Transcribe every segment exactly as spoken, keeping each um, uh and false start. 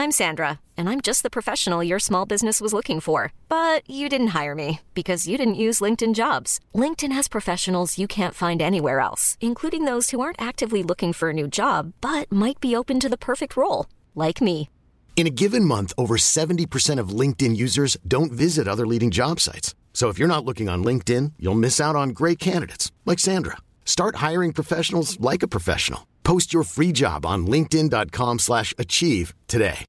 I'm Sandra, and I'm just the professional your small business was looking for. But you didn't hire me because you didn't use LinkedIn Jobs. LinkedIn has professionals you can't find anywhere else, including those who aren't actively looking for a new job, but might be open to the perfect role, like me. In a given month, over seventy percent of LinkedIn users don't visit other leading job sites. So if you're not looking on LinkedIn, you'll miss out on great candidates like Sandra. Start hiring professionals like a professional. Post your free job on linkedin.com slash achieve today.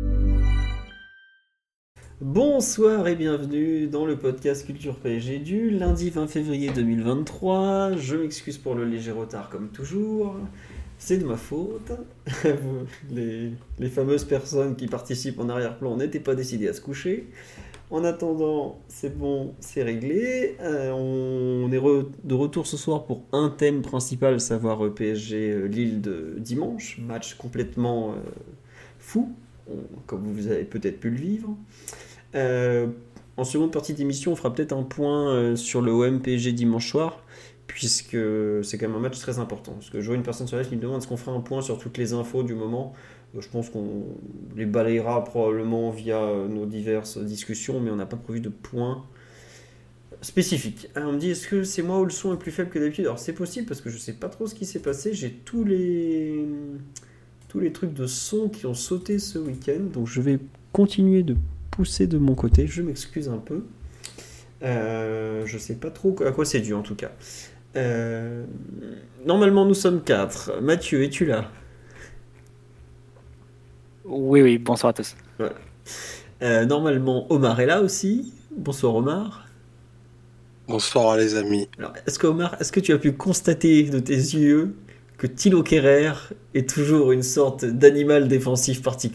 Bonsoir et bienvenue dans le podcast Culture P S G du lundi vingt février deux mille vingt-trois. Je m'excuse pour le léger retard comme toujours. C'est de ma faute. les, les fameuses personnes qui participent en arrière-plan n'étaient pas décidées à se coucher. En attendant, c'est bon, c'est réglé. Euh, on est re- de retour ce soir pour un thème principal, savoir P S G euh, Lille de dimanche. Match complètement euh, fou, on, comme vous avez peut-être pu le vivre. Euh, en seconde partie d'émission, on fera peut-être un point euh, sur le O M P S G dimanche soir, puisque c'est quand même un match très important. Parce que je vois une personne sur la live qui me demande est-ce qu'on fera un point sur toutes les infos du moment. Je pense qu'on les balayera probablement via nos diverses discussions, mais on n'a pas prévu de points spécifiques. Alors on me dit, est-ce que c'est moi où le son est plus faible que d'habitude ? Alors c'est possible, parce que je ne sais pas trop ce qui s'est passé. J'ai tous les... tous les trucs de son qui ont sauté ce week-end, donc je vais continuer de pousser de mon côté. Je m'excuse un peu. Euh, je ne sais pas trop à quoi c'est dû, en tout cas. Euh... Normalement, nous sommes quatre. Mathieu, es-tu là ? Oui, oui, bonsoir à tous. Voilà. Euh, normalement, Omar est là aussi. Bonsoir Omar. Bonsoir les amis. Alors, est-ce que Omar, est-ce que tu as pu constater de tes yeux que Thilo Kehrer est toujours une sorte d'animal défensif particulier ?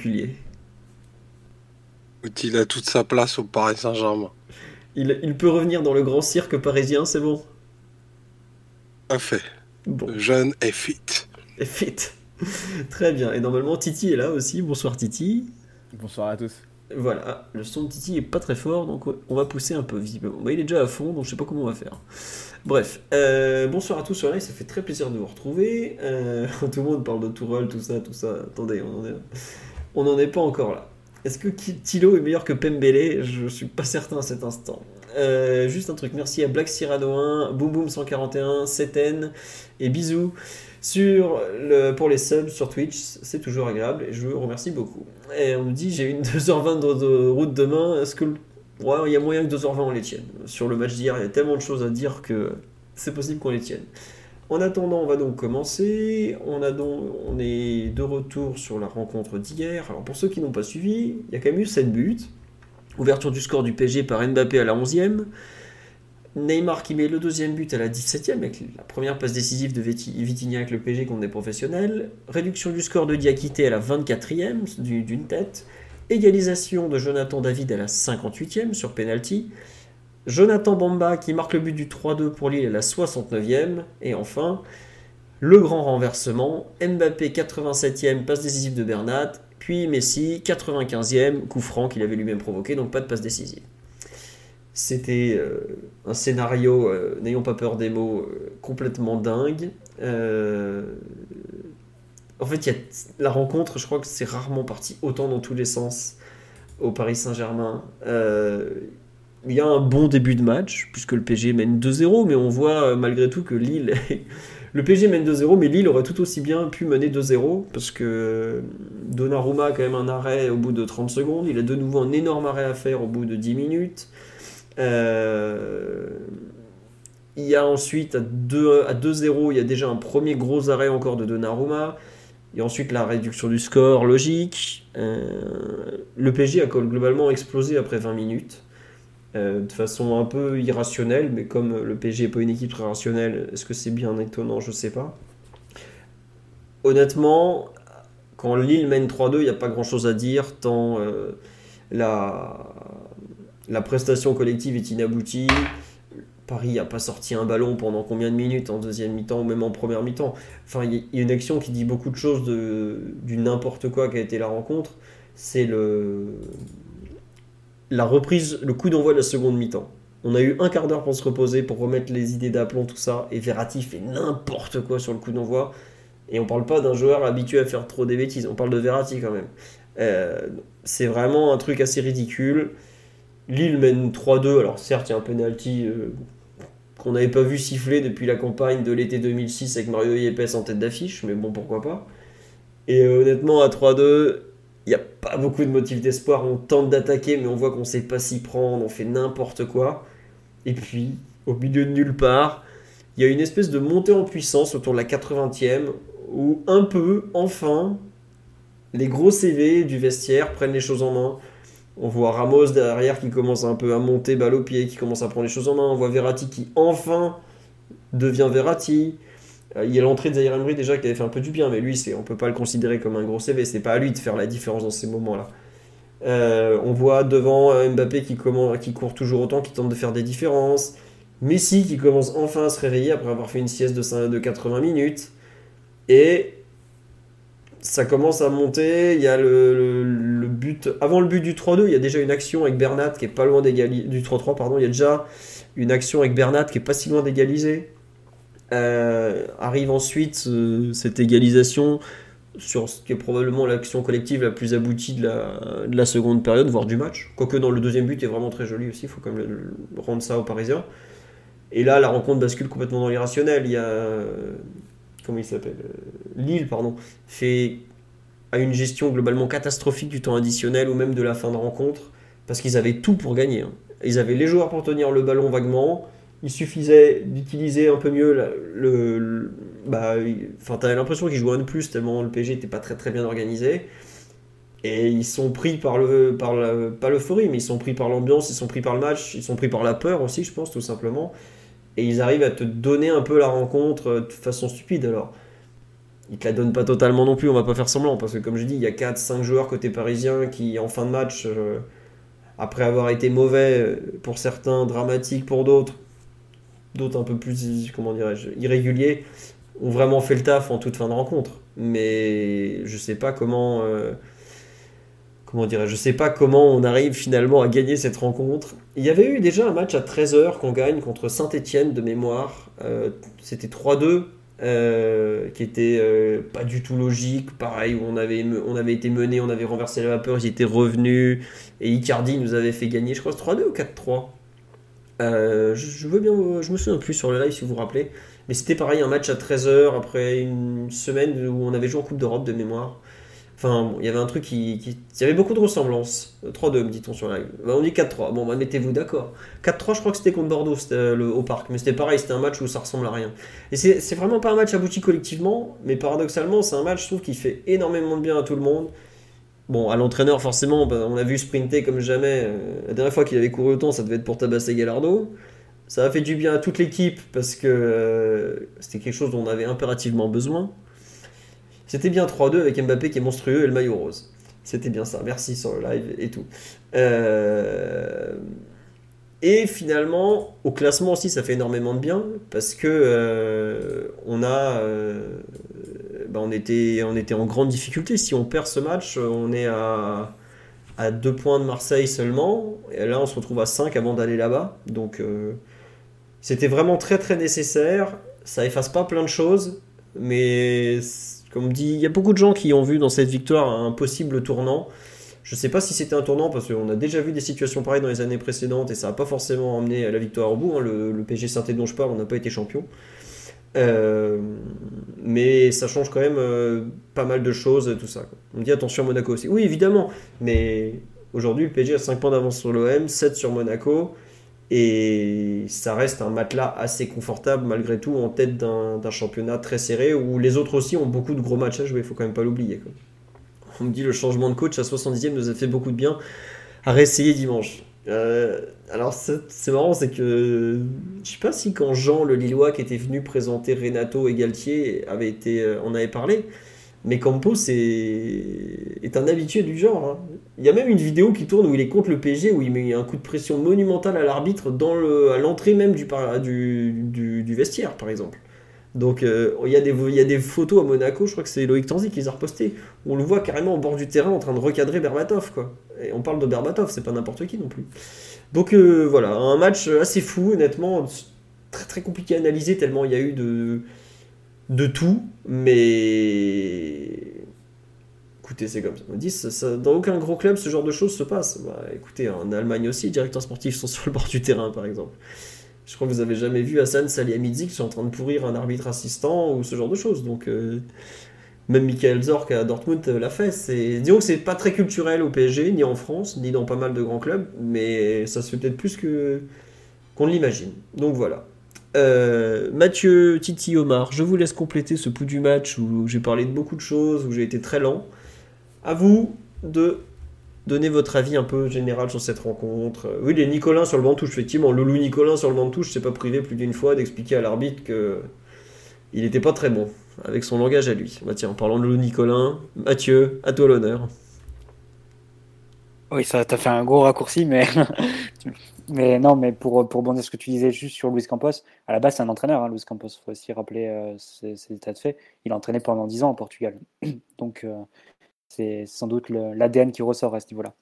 Il a toute sa place au Paris Saint-Germain. Il, il peut revenir dans le grand cirque parisien, c'est bon ? Parfait. Bon. Le jeune est fit. Est fit. Très bien. Et normalement, Titi est là aussi. Bonsoir Titi. Bonsoir à tous. Voilà. Le son de Titi est pas très fort, donc on va pousser un peu visiblement. Bah, il est déjà à fond, donc je sais pas comment on va faire. Bref. Euh, bonsoir à tous sur live. Ça fait très plaisir de vous retrouver. Euh, tout le monde parle de Tourelle, tout ça, tout ça. Attendez, on en est, on en est pas encore là. Est-ce que Thilo est meilleur que Pembele ? Je suis pas certain à cet instant. Euh, juste un truc. Merci à Black Cyrano un, Boom Boom cent quarante et un, Seten et bisous. Sur le, pour les subs sur Twitch, c'est toujours agréable et je vous remercie beaucoup. Et on me dit, j'ai une deux heures vingt de, de route demain, est-ce que... Le... Ouais, il y a moyen que deux heures vingt on les tienne. Sur le match d'hier, il y a tellement de choses à dire que c'est possible qu'on les tienne. En attendant, on va donc commencer. On, a donc, on est de retour sur la rencontre d'hier. Alors pour ceux qui n'ont pas suivi, il y a quand même eu sept buts. Ouverture du score du P S G par Mbappé à la onzième. Neymar qui met le deuxième but à la dix-septième avec la première passe décisive de Vitinha avec le P S G contre des professionnels. Réduction du score de Diakité à la vingt-quatrième d'une tête. Égalisation de Jonathan David à la cinquante-huitième sur penalty. Jonathan Bamba qui marque le but du trois deux pour Lille à la soixante-neuvième. Et enfin, le grand renversement. Mbappé quatre-vingt-septième, passe décisive de Bernat. Puis Messi quatre-vingt-quinzième, coup franc qu'il avait lui-même provoqué, donc pas de passe décisive. C'était euh, un scénario, euh, n'ayons pas peur des mots, euh, complètement dingue. Euh, en fait, y a la rencontre, je crois que c'est rarement parti autant dans tous les sens au Paris Saint-Germain. Euh, il y a un bon début de match, puisque le P S G mène deux zéro, mais on voit euh, malgré tout que Lille... le P S G mène deux zéro, mais Lille aurait tout aussi bien pu mener deux zéro, parce que Donnarumma a quand même un arrêt au bout de trente secondes, il a de nouveau un énorme arrêt à faire au bout de dix minutes. Euh, il y a ensuite à deux zéro, il y a déjà un premier gros arrêt encore de Donnarumma. Et ensuite la réduction du score, logique. Euh, le P S G a globalement explosé après vingt minutes. Euh, de façon un peu irrationnelle, mais comme le P S G n'est pas une équipe très rationnelle, est-ce que c'est bien étonnant ? Je ne sais pas. Honnêtement, quand Lille mène trois deux, il n'y a pas grand-chose à dire, tant euh, la... la prestation collective est inaboutie. Paris n'a pas sorti un ballon pendant combien de minutes en deuxième mi-temps ou même en première mi-temps. Enfin, il y a une action qui dit beaucoup de choses de, du n'importe quoi qu'a été la rencontre. C'est le, la reprise, le coup d'envoi de la seconde mi-temps. On a eu un quart d'heure pour se reposer, pour remettre les idées d'aplomb, tout ça. Et Verratti fait n'importe quoi sur le coup d'envoi. Et on parle pas d'un joueur habitué à faire trop des bêtises. On parle de Verratti quand même. Euh, c'est vraiment un truc assez ridicule. Lille mène trois deux, alors certes il y a un penalty euh, qu'on n'avait pas vu siffler depuis la campagne de l'été deux mille six avec Mario Yepes en tête d'affiche, mais bon pourquoi pas. Et euh, honnêtement à trois deux, il n'y a pas beaucoup de motifs d'espoir, on tente d'attaquer mais on voit qu'on ne sait pas s'y prendre, on fait n'importe quoi. Et puis au milieu de nulle part, il y a une espèce de montée en puissance autour de la quatre-vingtième où un peu, enfin, les gros C V du vestiaire prennent les choses en main. On voit Ramos derrière qui commence un peu à monter balle au pied, qui commence à prendre les choses en main. On voit Verratti qui enfin devient Verratti. Euh, il y a l'entrée de Zaïre Emery déjà qui avait fait un peu du bien, mais lui, c'est, on ne peut pas le considérer comme un gros C V. C'est pas à lui de faire la différence dans ces moments-là. Euh, on voit devant Mbappé qui, commence, qui court toujours autant, qui tente de faire des différences. Messi qui commence enfin à se réveiller après avoir fait une sieste de, de quatre-vingts minutes. Et ça commence à monter, il y a le, le, le but, avant le but du trois deux, il y a déjà une action avec Bernat qui est pas loin d'égaliser, du trois trois pardon, il y a déjà une action avec Bernat qui est pas si loin d'égaliser. Euh, arrive ensuite euh, cette égalisation sur ce qui est probablement l'action collective la plus aboutie de la, de la seconde période, voire du match. Quoique dans le deuxième but est vraiment très joli aussi, il faut quand même le, le, rendre ça aux Parisiens. Et là, la rencontre bascule complètement dans l'irrationnel. Il y a... Euh, comment il s'appelle Lille, pardon, fait a une gestion globalement catastrophique du temps additionnel ou même de la fin de rencontre, parce qu'ils avaient tout pour gagner. Hein. Ils avaient les joueurs pour tenir le ballon vaguement, il suffisait d'utiliser un peu mieux le... le, le bah, enfin, t'avais l'impression qu'ils jouaient un de plus, tellement le P S G n'était pas très très bien organisé. Et ils sont pris par le, par la, pas l'euphorie, mais ils sont pris par l'ambiance, ils sont pris par le match, ils sont pris par la peur aussi, je pense, tout simplement. Et ils arrivent à te donner un peu la rencontre de façon stupide. Alors, ils te la donnent pas totalement non plus, on va pas faire semblant, parce que comme je dis, il y a quatre cinq joueurs côté parisien qui, en fin de match, euh, après avoir été mauvais pour certains, dramatiques pour d'autres, d'autres un peu plus, comment dirais-je, irréguliers, ont vraiment fait le taf en toute fin de rencontre. Mais je sais pas comment... Euh, Comment dirais je sais pas comment on arrive finalement à gagner cette rencontre. Il y avait eu déjà un match à treize heures qu'on gagne contre Saint-Etienne de mémoire. Euh, c'était trois deux, euh, qui était euh, pas du tout logique. Pareil, où on avait, on avait été mené, on avait renversé la vapeur, ils étaient revenus. Et Icardi nous avait fait gagner, je crois, trois deux ou quatre trois. Euh, je, je veux bien, je me souviens plus sur le live si vous vous rappelez. Mais c'était pareil, un match à treize heures après une semaine où on avait joué en Coupe d'Europe de mémoire. Enfin, bon, il y avait un truc qui, qui... Il y avait beaucoup de ressemblances. trois deux, me dit-on sur live. Bah, on dit quatre trois. Bon, bah, mettez-vous d'accord. quatre trois, je crois que c'était contre Bordeaux, c'était euh, le, au Parc. Mais c'était pareil, c'était un match où ça ressemble à rien. Et c'est, c'est vraiment pas un match abouti collectivement, mais paradoxalement, c'est un match, je trouve, qui fait énormément de bien à tout le monde. Bon, à l'entraîneur, forcément, bah, on a vu sprinter comme jamais. Euh, la dernière fois qu'il avait couru autant, ça devait être pour tabasser Gallardo. Ça a fait du bien à toute l'équipe, parce que euh, c'était quelque chose dont on avait impérativement besoin. C'était bien trois deux avec Mbappé qui est monstrueux et le maillot rose. C'était bien ça, merci sur le live et tout. Euh... Et finalement, au classement aussi, ça fait énormément de bien parce que euh, on a, euh, bah on était, on était en grande difficulté. Si on perd ce match, on est à, à deux points de Marseille seulement. Et là, on se retrouve à cinq avant d'aller là-bas. Donc, euh, c'était vraiment très très nécessaire. Ça efface pas plein de choses, mais comme dit, il y a beaucoup de gens qui ont vu dans cette victoire un possible tournant. Je ne sais pas si c'était un tournant parce qu'on a déjà vu des situations pareilles dans les années précédentes et ça n'a pas forcément emmené à la victoire au bout. Hein. Le, le P S G Saint-Étienne dont je parle, on n'a pas été champion. Euh, mais ça change quand même euh, pas mal de choses, tout ça. On dit attention à Monaco aussi. Oui, évidemment, mais aujourd'hui, le P S G a cinq points d'avance sur l'O M, sept sur Monaco. Et ça reste un matelas assez confortable malgré tout en tête d'un, d'un championnat très serré où les autres aussi ont beaucoup de gros matchs à jouer, il faut quand même pas l'oublier. Quoi. On me dit le changement de coach à soixante-dixième nous a fait beaucoup de bien à réessayer dimanche. Euh, alors c'est, c'est marrant, c'est que je sais pas si quand Jean le Lillois qui était venu présenter Renato et Galtier avait été, euh, on avait parlé, mais Campos est, est un habitué du genre. Hein. Il y a même une vidéo qui tourne où il est contre le P S G, où il met un coup de pression monumental à l'arbitre dans le, à l'entrée même du, du, du, du vestiaire, par exemple. Donc euh, il, y a des, il y a des photos à Monaco, je crois que c'est Loïc Tanzi qui les a repostées, où on le voit carrément au bord du terrain en train de recadrer Berbatov. Quoi. Et on parle de Berbatov, c'est pas n'importe qui non plus. Donc euh, voilà, un match assez fou, honnêtement, très très compliqué à analyser tellement il y a eu de... de tout, mais Écoutez, c'est comme ça. On dit, ça, ça- dans aucun gros club, ce genre de choses se passe. Bah, écoutez, en Allemagne aussi, les directeurs sportifs sont sur le bord du terrain, par exemple. Je crois que vous avez jamais vu Hassan Salihamidzic qui est en train de pourrir un arbitre assistant ou ce genre de choses. Donc, euh, même Michael Zorc à Dortmund euh, l'a fait. C'est... Disons que c'est pas très culturel au P S G, ni en France, ni dans pas mal de grands clubs, mais ça se fait peut-être plus que qu'on ne l'imagine. Donc voilà. Euh, Mathieu, Titi, Omar, je vous laisse compléter ce pouls du match où j'ai parlé de beaucoup de choses, où j'ai été très lent. À vous de donner votre avis un peu général sur cette rencontre. Euh, Oui, les Nicolin sur le banc de touche, effectivement. Loulou Nicolin sur le banc de touche s'est pas privé plus d'une fois d'expliquer à l'arbitre que il n'était pas très bon avec son langage à lui. Bah tiens, en parlant de Loulou Nicolin, Mathieu, à toi l'honneur. Oui, ça t'a fait un gros raccourci, mais, mais non, mais pour, pour rebondir sur ce que tu disais juste sur Luis Campos, à la base, c'est un entraîneur, hein, Luis Campos, il faut aussi rappeler euh, ses, ses états de fait. Il a entraîné pendant dix ans au Portugal. Donc, euh, c'est sans doute le- l'A D N qui ressort à ce niveau-là.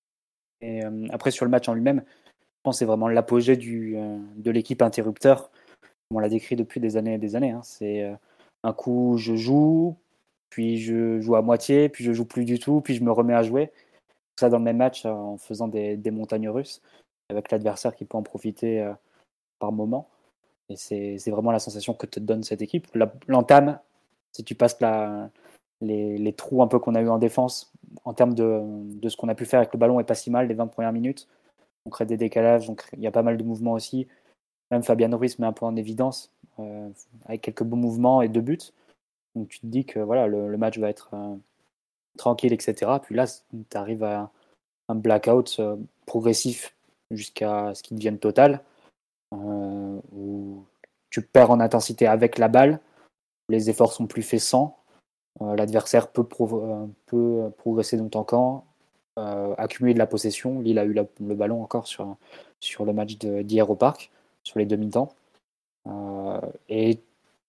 Et euh, après, sur le match en lui-même, je pense que c'est vraiment l'apogée du, euh, de l'équipe interrupteur. On l'a décrit depuis des années et des années. Hein. C'est euh, un coup, je joue, puis je joue à moitié, puis je joue plus du tout, puis je me remets à jouer. Tout ça dans le même match euh, en faisant des, des montagnes russes, avec l'adversaire qui peut en profiter euh, par moment. Et c'est, c'est vraiment la sensation que te donne cette équipe. La- l'entame, si tu passes la, les, les trous un peu qu'on a eu en défense, en termes de, de ce qu'on a pu faire avec le ballon, est pas si mal les vingt premières minutes. On crée des décalages, on crée- il y a pas mal de mouvements aussi. Même Fabian Ruiz met un peu en évidence, euh, avec quelques bons mouvements et deux buts. Donc tu te dis que voilà, le, le match va être euh, tranquille, et cetera. Puis là, tu arrives à un blackout euh, progressif jusqu'à ce qu'il devienne total, euh, où tu perds en intensité avec la balle, les efforts sont plus faits sans, euh, l'adversaire peut, pro- euh, peut progresser dans ton camp, euh, accumuler de la possession. Lille a eu la- le ballon encore sur, sur le match de- d'hier au parc, sur les demi-temps. Euh, et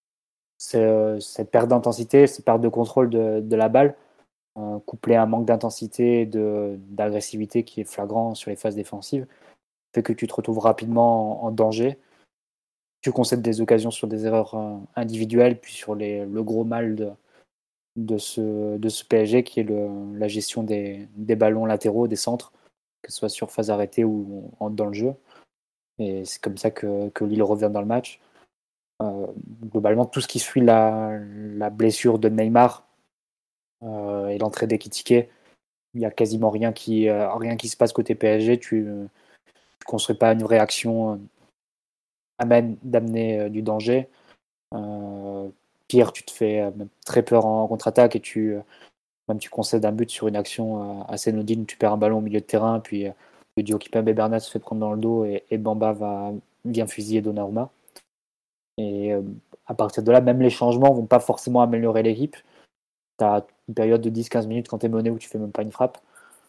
c'est- cette perte d'intensité, cette perte de contrôle de, de la balle, euh, couplé à un manque d'intensité et de, d'agressivité qui est flagrant sur les phases défensives, fait que tu te retrouves rapidement en, en danger. Tu concèdes des occasions sur des erreurs euh, individuelles, puis sur les, le gros mal de, de, ce, de ce P S G qui est le, la gestion des, des ballons latéraux, des centres, que ce soit sur phase arrêtée ou en- dans le jeu. Et c'est comme ça que, que Lille revient dans le match. Euh, Globalement, tout ce qui suit la, la blessure de Neymar euh, et l'entrée d'Ekitike, il n'y a quasiment rien qui, euh, rien qui se passe côté P S G. Tu ne construis pas une réaction euh, amène d'amener euh, du danger. Euh, Pire, tu te fais euh, très peur en contre-attaque et tu, euh, même tu concèdes un but sur une action euh, assez anodine. Tu perds un ballon au milieu de terrain, puis euh, le duo Kimpembe Bernat se fait prendre dans le dos et, et Bamba va bien fusiller Donnarumma. Et euh, à partir de là, même les changements vont pas forcément améliorer l'équipe. Tu as une période de dix quinze minutes quand tu es mené où tu fais même pas une frappe.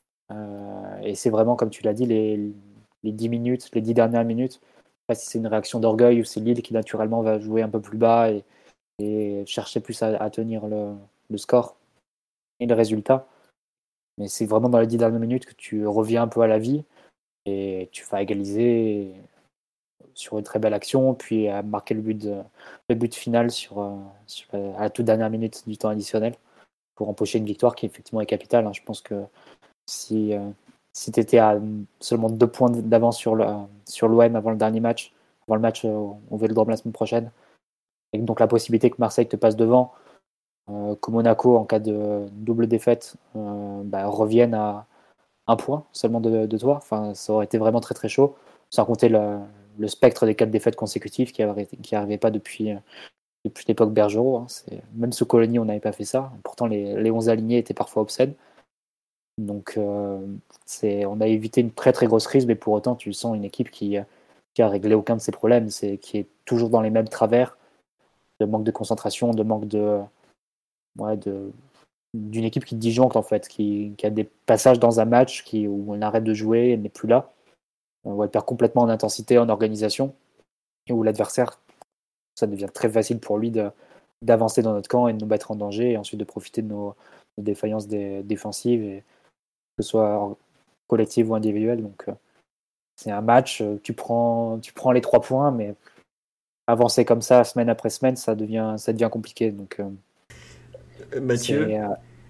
Euh, et c'est vraiment, comme tu l'as dit, les, les dix minutes, les dix dernières minutes. Je sais pas si c'est une réaction d'orgueil ou c'est Lille qui naturellement va jouer un peu plus bas et, et chercher plus à, à tenir le, le score et le résultat. Mais c'est vraiment dans les dix dernières minutes que tu reviens un peu à la vie et tu vas égaliser sur une très belle action, puis à marquer le but, de, le but final sur, euh, sur, à la toute dernière minute du temps additionnel pour empocher une victoire qui effectivement est capitale. Hein. Je pense que si, euh, si tu étais à seulement deux points d'avance sur le, sur l'O M avant le dernier match, avant le match euh, au Vélodrome la semaine prochaine, et donc la possibilité que Marseille te passe devant, euh, que Monaco, en cas de double défaite, euh, bah, revienne à un point seulement de, de toi, enfin, ça aurait été vraiment très très chaud, sans compter le, le spectre des quatre défaites consécutives qui n'arrivait pas depuis, depuis l'époque Bergerot. Hein. C'est, même sous Colonie, on n'avait pas fait ça. Pourtant, les, les onze alignés étaient parfois obscènes. Donc, euh, c'est, on a évité une très très grosse crise, mais pour autant, tu sens une équipe qui, qui a réglé aucun de ses problèmes, c'est, qui est toujours dans les mêmes travers, de manque de concentration, de manque de, ouais, de, d'une équipe qui disjoncte en fait, qui, qui a des passages dans un match qui, où on arrête de jouer, elle n'est plus là, où elle perd complètement en intensité, en organisation, et où l'adversaire, ça devient très facile pour lui de, d'avancer dans notre camp et de nous mettre en danger, et ensuite de profiter de nos, nos défaillances des, défensives, et que ce soit collective ou individuelle. Donc euh, c'est un match, euh, tu prends, tu prends les trois points, mais avancer comme ça semaine après semaine, ça devient, ça devient compliqué. Donc euh, Euh, Mathieu, c'est, euh,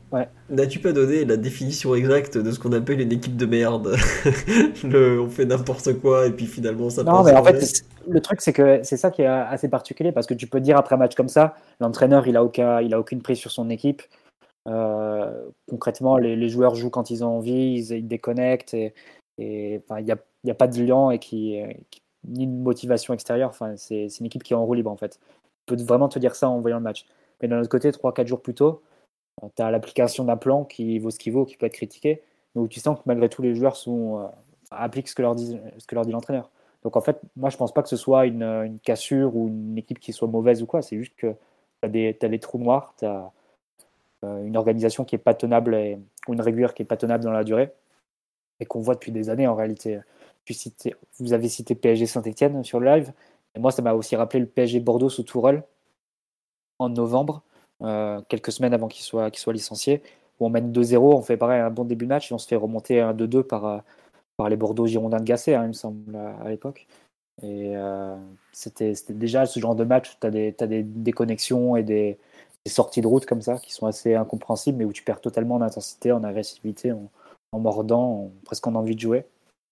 Ouais. N'as-tu pas donné la définition exacte de ce qu'on appelle une équipe de merde? Le, on fait n'importe quoi et puis finalement ça Non, passe mais en fait, jamais. c'est- le truc, c'est que c'est ça qui est assez particulier parce que tu peux dire après un match comme ça, l'entraîneur, il a aucun, il a aucune prise sur son équipe. Euh, concrètement, les, les joueurs jouent quand ils ont envie, ils, ils déconnectent et et, enfin, il n'y a, il y a pas de liant et qui, qui- ni de motivation extérieure. Enfin, c'est c'est une équipe qui est en roue libre en fait. Tu peux vraiment te dire ça en voyant le match. Mais d'un autre côté, trois quatre jours plus tôt, tu as l'application d'un plan qui vaut ce qu'il vaut, qui peut être critiqué, mais où tu sens que malgré tout, les joueurs sont, euh, appliquent ce que leur dit, ce que leur dit l'entraîneur. Donc en fait, moi je pense pas que ce soit une, une cassure ou une équipe qui soit mauvaise ou quoi, c'est juste que tu as des, t'as des trous noirs, tu as euh, une organisation qui est pas tenable et, ou une rigueur qui est pas tenable dans la durée et qu'on voit depuis des années en réalité. Tu citais, vous avez cité P S G Saint-Etienne sur le live, et moi ça m'a aussi rappelé le P S G Bordeaux sous Tourelle en novembre, euh, quelques semaines avant qu'il soit, qu'il soit licencié, où on mène deux zéro, on fait pareil un bon début de match et on se fait remonter un deux deux par, euh, par les Bordeaux Girondins de Gasset, hein, il me semble, à, à l'époque. Et euh, c'était, c'était déjà ce genre de match où tu as des, t'as des déconnexions et des, des sorties de route comme ça qui sont assez incompréhensibles, mais où tu perds totalement en intensité, en agressivité, en, en mordant, en- presque en envie de jouer.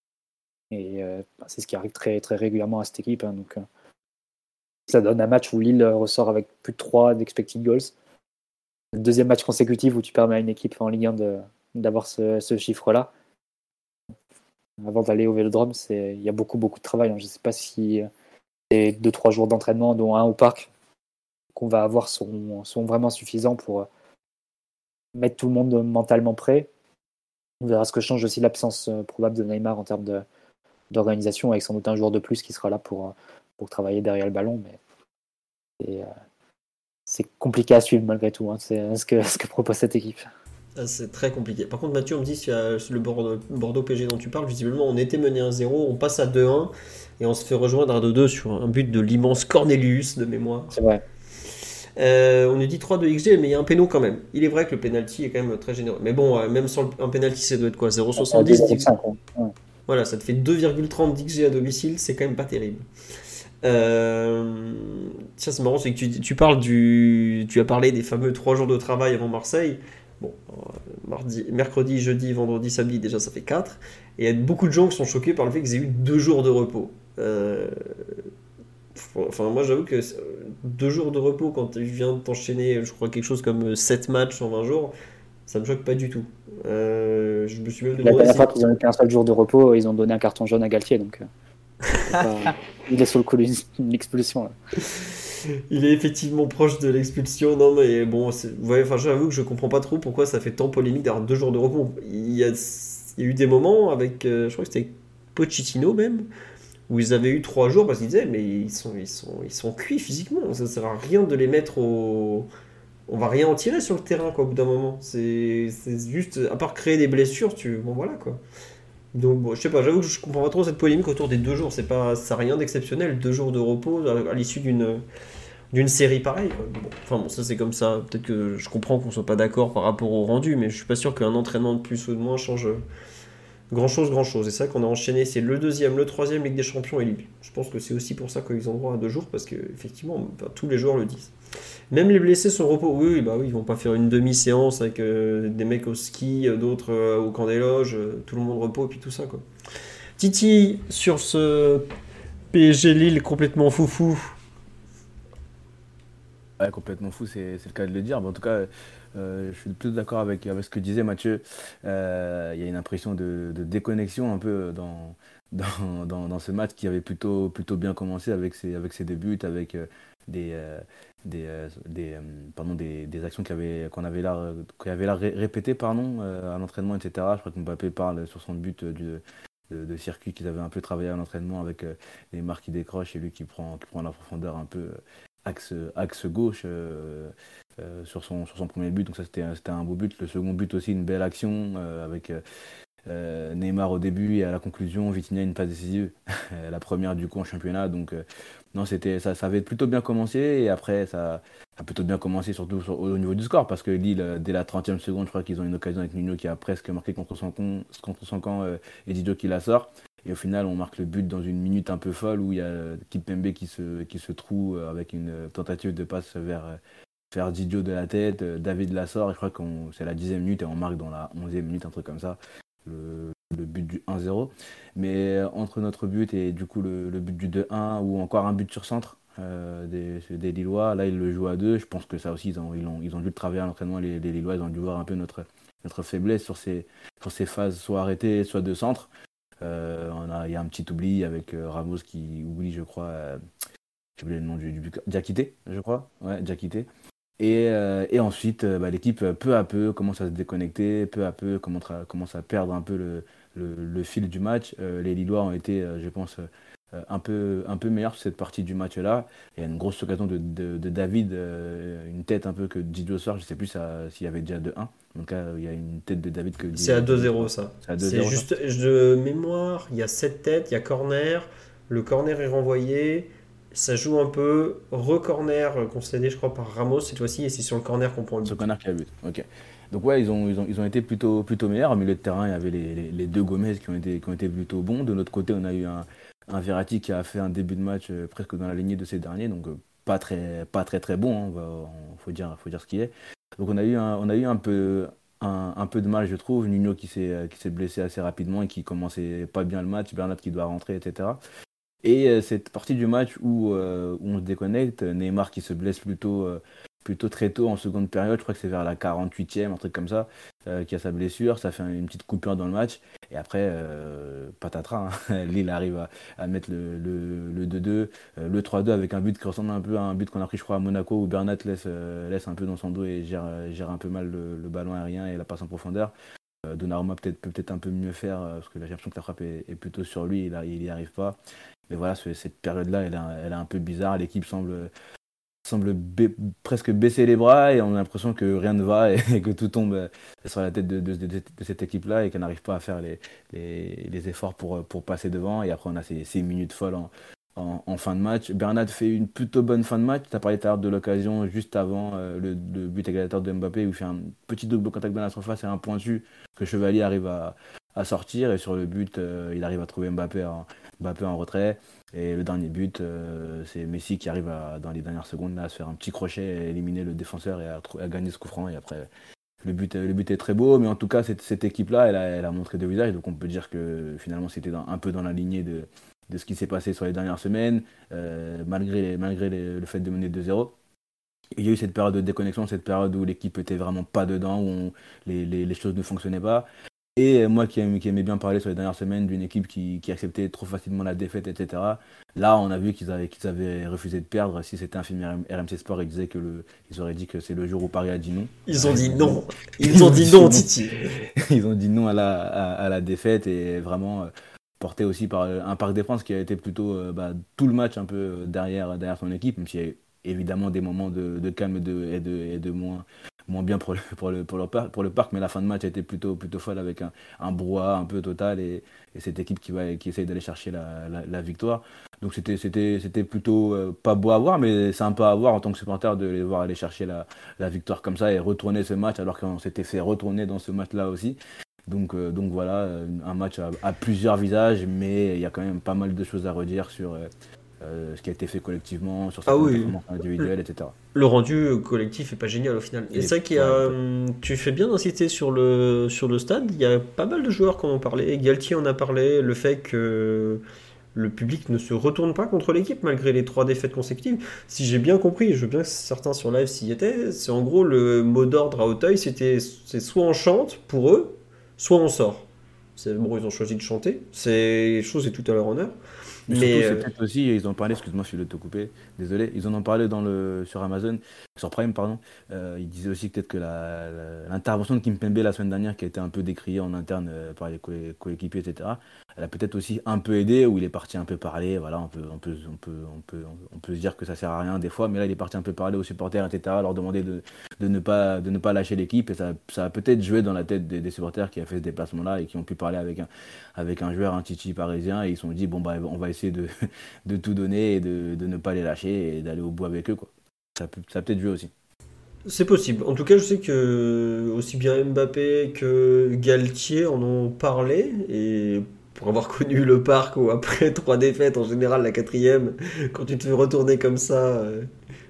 Et euh, c'est ce qui arrive très, très régulièrement à cette équipe. Hein, donc, euh, ça donne un match où Lille ressort avec plus de trois d'expected goals. Le deuxième match consécutif où tu permets à une équipe en Ligue un de, d'avoir ce, ce chiffre-là. Avant d'aller au Vélodrome, c'est, il y a beaucoup, beaucoup de travail. Hein. Je ne sais pas si les deux, trois jours d'entraînement, dont un au parc, qu'on va avoir sont, sont vraiment suffisants pour mettre tout le monde mentalement prêt. On verra ce que change aussi l'absence euh, probable de Neymar en termes de, d'organisation, avec sans doute un joueur de plus qui sera là pour, pour travailler derrière le ballon. Mais c'est, euh, c'est compliqué à suivre malgré tout, hein. C'est ce que, ce que propose cette équipe. Ah, c'est très compliqué. Par contre, Mathieu, on me dit qu'il y a le Bordeaux, Bordeaux P S G dont tu parles, visiblement, on était mené un zéro, on passe à deux un et on se fait rejoindre à deux deux sur un but de l'immense Cornelius de mémoire. C'est vrai. Euh, on nous dit trois de X G, mais il y a un péno quand même. Il est vrai que le penalty est quand même très généreux. Mais bon, euh, même sans le- un penalty, ça doit être quoi? zéro virgule soixante-dix d'X G. Ouais. Voilà, ça te fait deux virgule trente d'X G à domicile, c'est quand même pas terrible. Euh, Ça c'est marrant, c'est que tu, tu parles du, tu as parlé des fameux trois jours de travail avant Marseille. Bon, euh, mardi, mercredi, jeudi, vendredi, samedi, déjà ça fait quatre. Et il y a beaucoup de gens qui sont choqués par le fait qu'ils aient eu deux jours de repos. Euh, Enfin, moi j'avoue que euh, deux jours de repos quand tu viens de t'enchaîner, je crois quelque chose comme sept matchs en vingt jours, ça me choque pas du tout. Euh, je me suis même La demandé dernière si. fois qu'ils ont eu qu'un seul jour de repos, ils ont donné un carton jaune à Galtier. Donc, euh, c'est pas- il est sous le coup d'une expulsion. Là. Il est effectivement proche de l'expulsion. Non, mais bon, c'est- ouais, enfin, j'avoue que je comprends pas trop pourquoi ça fait tant polémique d'avoir deux jours de repos. Il y a, il y a eu des moments avec, euh, je crois que c'était Pochettino même, où ils avaient eu trois jours parce qu'ils disaient, mais ils sont, ils sont, ils sont cuits physiquement. Ça sert à rien de les mettre au. On va rien en tirer sur le terrain, quoi, au bout d'un moment. C'est c'est juste, à part créer des blessures, tu. Bon, voilà, quoi. Donc, bon, je sais pas, j'avoue que je comprends pas trop cette polémique autour des deux jours. C'est pas, ça n'a rien d'exceptionnel, deux jours de repos à, à l'issue d'une d'une série pareille. Quoi. Bon, enfin bon, ça c'est comme ça. Peut-être que je comprends qu'on soit pas d'accord par rapport au rendu, mais je suis pas sûr qu'un entraînement de plus ou de moins change grand chose, grand chose. Et c'est ça qu'on a enchaîné, c'est le deuxième, le troisième Ligue des Champions et Ligue. Je pense que c'est aussi pour ça qu'ils ont droit à deux jours, parce que effectivement, bah, tous les joueurs le disent. Même les blessés sont au repos. Oui, oui, bah oui, ils vont pas faire une demi-séance avec euh, des mecs au ski, euh, d'autres euh, au camp des loges, euh, tout le monde repos et puis tout ça quoi. Titi sur ce P S G Lille complètement foufou. Ouais, complètement fou, c'est, c'est le cas de le dire. Mais en tout cas, euh, je suis plutôt d'accord avec, avec ce que disait Mathieu. Euh, Il y a une impression de, de déconnexion un peu dans, dans, dans, dans ce match qui avait plutôt, plutôt bien commencé avec ses, avec ses débuts, avec euh, des, euh, des, euh, des, euh, pardon, des, des actions qu'il y avait, qu'on avait là, qu'on avait là ré- répétées pardon, euh, à l'entraînement, et cetera. Je crois que Mbappé parle sur son but euh, du, de, de circuit qu'ils avaient un peu travaillé à l'entraînement avec euh, les marques qui décrochent et lui qui prend, qui prend la profondeur un peu. Euh, axe, axe gauche euh, euh, sur, son, sur son premier but, donc ça c'était, c'était un beau but. Le second but aussi, une belle action euh, avec euh, Neymar au début et à la conclusion, Vitinha une passe décisive, la première du coup en championnat. Donc euh, non, c'était, ça, ça avait plutôt bien commencé et après ça a plutôt bien commencé surtout sur, au, au niveau du score parce que Lille, dès la trentième seconde, je crois qu'ils ont une occasion avec Nuno qui a presque marqué contre son, con, contre son camp euh, et Didio qui la sort. Et au final, on marque le but dans une minute un peu folle où il y a Kimpembe qui se, qui se trouve avec une tentative de passe vers, faire Didio de la tête, euh, David Lassor, et je crois que c'est la dixième minute et on marque dans la onzième minute, un truc comme ça, le, le but du un zéro. Mais euh, entre notre but et du coup le, le but du deux un, ou encore un but sur centre euh, des, des Lillois, là ils le jouent à deux. Je pense que ça aussi, ils ont, ils ont, ils ont dû le travailler à l'entraînement, les, les Lillois, ils ont dû voir un peu notre, notre faiblesse sur ces, sur ces phases soit arrêtées, soit de centre. Euh, on a, il y a un petit oubli avec euh, Ramos qui oublie, je crois, euh, j'ai oublié le nom du, du Diakité, je crois, ouais, Diakité. Et, euh, et ensuite, euh, bah, l'équipe, euh, peu à peu, commence à se déconnecter, peu à peu, commence à, commence à perdre un peu le, le, le fil du match. Euh, les Lillois ont été, euh, je pense, euh, un peu, un peu meilleurs sur cette partie du match-là. Il y a une grosse occasion de, de, de David, euh, une tête un peu que Didio sort, je ne sais plus ça, s'il y avait déjà deux un. Donc là, il y a une tête de David que... C'est à deux zéro ça. C'est à deux C'est zéro, ça. juste de mémoire, il y a sept têtes, il y a corner, le corner est renvoyé, ça joue un peu, re-corner concédé je crois par Ramos cette fois-ci, et c'est sur le corner qu'on prend le Ce but. connard qui a but. Ok. Donc ouais, ils ont, ils ont, ils ont été plutôt, plutôt meilleurs. Au milieu de terrain, il y avait les, les, les deux Gomez qui ont, été, qui ont été plutôt bons. De l'autre côté, on a eu un, un Verratti qui a fait un début de match euh, presque dans la lignée de ces derniers. Donc euh, pas très, pas très très bon, hein, il faut dire, faut dire ce qui est. Donc on a eu un, on a eu un peu, un, un peu de mal, je trouve. Nuno qui s'est, qui s'est blessé assez rapidement et qui commençait pas bien le match. Bernat qui doit rentrer, et cetera. Et euh, cette partie du match où, euh, où on se déconnecte, Neymar qui se blesse plutôt, euh, plutôt très tôt en seconde période, je crois que c'est vers la quarante-huitième, un truc comme ça, euh, qui a sa blessure, ça fait une petite coupure dans le match. Et après, euh, patatras, hein, Lille arrive à, à mettre le, le, le deux deux, euh, le trois deux avec un but qui ressemble un peu à un but qu'on a pris, je crois, à Monaco, où Bernat laisse, euh, laisse un peu dans son dos et gère, gère un peu mal le, le ballon aérien et la passe en profondeur. Euh, Donnarumma peut-être, peut peut-être un peu mieux faire, euh, parce que j'ai l'impression que la frappe est, est plutôt sur lui, il n'y arrive pas. Mais voilà, cette période-là, elle, elle est un peu bizarre. L'équipe semble, semble ba- presque baisser les bras et on a l'impression que rien ne va et, et que tout tombe sur la tête de, de, de, de cette équipe-là et qu'elle n'arrive pas à faire les, les, les efforts pour, pour passer devant. Et après, on a ces, ces minutes folles en, en, en fin de match. Bernat fait une plutôt bonne fin de match. Tu as parlé tout à l'heure de l'occasion juste avant euh, le, le but égalisateur de Mbappé où il fait un petit double contact dans la surface et un pointu que Chevalier arrive à, à sortir. Et sur le but, euh, il arrive à trouver Mbappé en, Mbappé en retrait. Et le dernier but, euh, c'est Messi qui arrive à, dans les dernières secondes là, à se faire un petit crochet, à éliminer le défenseur et à, à gagner ce coup franc. Et après, le but, le but est très beau, mais en tout cas, cette, cette équipe-là, elle a, elle a montré deux visages. Donc on peut dire que finalement, c'était dans, un peu dans la lignée de, de ce qui s'est passé sur les dernières semaines, euh, malgré, les, malgré les, le fait de mener deux zéro. Il y a eu cette période de déconnexion, cette période où l'équipe était vraiment pas dedans, où on, les, les, les choses ne fonctionnaient pas. Et moi qui aimais, qui aimais bien parler sur les dernières semaines d'une équipe qui, qui acceptait trop facilement la défaite, et cetera. Là, on a vu qu'ils avaient, qu'ils avaient refusé de perdre. Si c'était un film R M C Sport, ils disaient que le, ils auraient dit que c'est le jour où Paris a dit non. Ils ont dit non. Ils ont dit non, Titi. Ils ont dit non à la, à, à la défaite et vraiment euh, porté aussi par un Parc des Princes qui a été plutôt euh, bah, tout le match un peu derrière, derrière son équipe, même s'il y a évidemment des moments de, de calme et de, et de, et de moins. moins bien pour le, pour, le, pour, le parc, pour le parc, mais la fin de match a été plutôt, plutôt folle avec un, un brouhaha un peu total et, et cette équipe qui, va, qui essaye d'aller chercher la, la, la victoire. Donc c'était, c'était, c'était plutôt euh, pas beau à voir, mais sympa à voir en tant que supporter de les voir aller chercher la, la victoire comme ça et retourner ce match alors qu'on s'était fait retourner dans ce match-là aussi. Donc, euh, donc voilà, un match à, à plusieurs visages, mais il y a quand même pas mal de choses à redire sur... Euh, Euh, ce qui a été fait collectivement, sur certaines ah oui. performances individuelles, et cetera. Le rendu collectif est pas génial au final. Et c'est vrai qu'il y a, tu fais bien d'insister sur le, sur le stade, il y a pas mal de joueurs qui en ont parlé, Galtier en a parlé, le fait que le public ne se retourne pas contre l'équipe malgré les trois défaites consécutives. Si j'ai bien compris, je veux bien que certains sur live s'y étaient, c'est en gros le mot d'ordre à Auteuil, c'était c'est soit on chante pour eux, soit on sort. C'est, bon, ils ont choisi de chanter, c'est chose est tout à leur honneur. Mais, mais surtout, c'est euh... peut-être aussi, ils en ont parlé, excuse-moi, je suis de te couper, désolé, ils en ont parlé dans le, sur Amazon, sur Prime, pardon. Euh, ils disaient aussi peut-être que la, la, l'intervention de Kimpembe la semaine dernière, qui a été un peu décriée en interne euh, par les co- coéquipiers, et cetera, elle a peut-être aussi un peu aidé, où il est parti un peu parler, voilà, on peut, on peut, on peut, on peut, on peut se dire que ça sert à rien des fois, mais là, il est parti un peu parler aux supporters, et cetera, leur demander de, de, ne, pas, de ne pas lâcher l'équipe, et ça, ça a peut-être joué dans la tête des, des supporters qui a fait ce déplacement-là et qui ont pu parler avec un, avec un joueur, un Titi parisien, et ils se sont dit, bon, bah, on va essayer de, de tout donner et de, de ne pas les lâcher et d'aller au bout avec eux, quoi. Ça, peut, ça a peut-être joué aussi. C'est possible. En tout cas, je sais que aussi bien Mbappé que Galtier en ont parlé et pour avoir connu le parc où après trois défaites, en général la quatrième, quand tu te fais retourner comme ça, euh,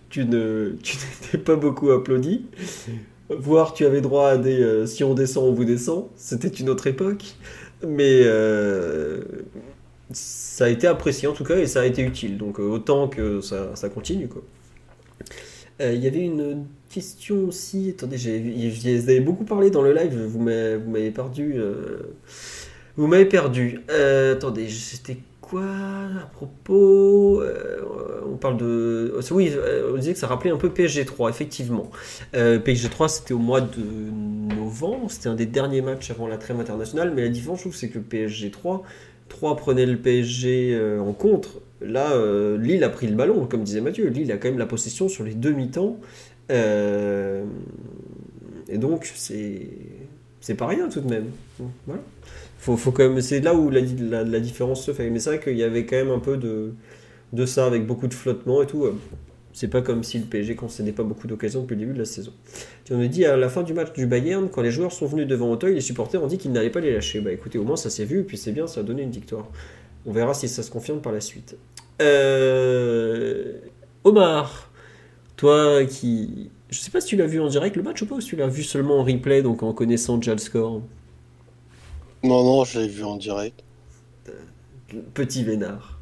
tu ne tu n'étais pas beaucoup applaudi. Voire tu avais droit à des euh, si on descend, on vous descend. C'était une autre époque. Mais euh, ça a été apprécié en tout cas et ça a été utile. Donc euh, autant que ça, ça continue quoi. Euh, Il y avait une question aussi. Attendez, j'ai, vous avez beaucoup parlé dans le live. Vous m'avez, vous m'avez perdu. euh, Vous m'avez perdu. Euh, attendez, c'était quoi à propos? Euh, On parle de. Oui, euh, on disait que ça rappelait un peu P S G trois, effectivement. Euh, P S G trois, c'était au mois de novembre. C'était un des derniers matchs avant la trêve internationale. Mais la différence, je trouve, c'est que P S G trois, trois prenait le P S G euh, en contre. Là, euh, Lille a pris le ballon, comme disait Mathieu. Lille a quand même la possession sur les deux mi-temps. Euh, et donc, c'est. C'est pas rien tout de même. Voilà. Faut, faut quand même, c'est là où la, la, la différence se fait. Mais c'est vrai qu'il y avait quand même un peu de, de ça, avec beaucoup de flottement et tout. C'est pas comme si le P S G concédait pas beaucoup d'occasions depuis le début de la saison. Et on a dit à la fin du match du Bayern, quand les joueurs sont venus devant Auteuil, les supporters ont dit qu'ils n'allaient pas les lâcher. Bah écoutez, au moins ça s'est vu, et puis c'est bien, ça a donné une victoire. On verra si ça se confirme par la suite. Euh... Omar, toi qui... Je sais pas si tu l'as vu en direct le match ou pas, ou si tu l'as vu seulement en replay, donc en connaissant déjà le score. Non, non, je l'ai vu en direct. Petit vénard.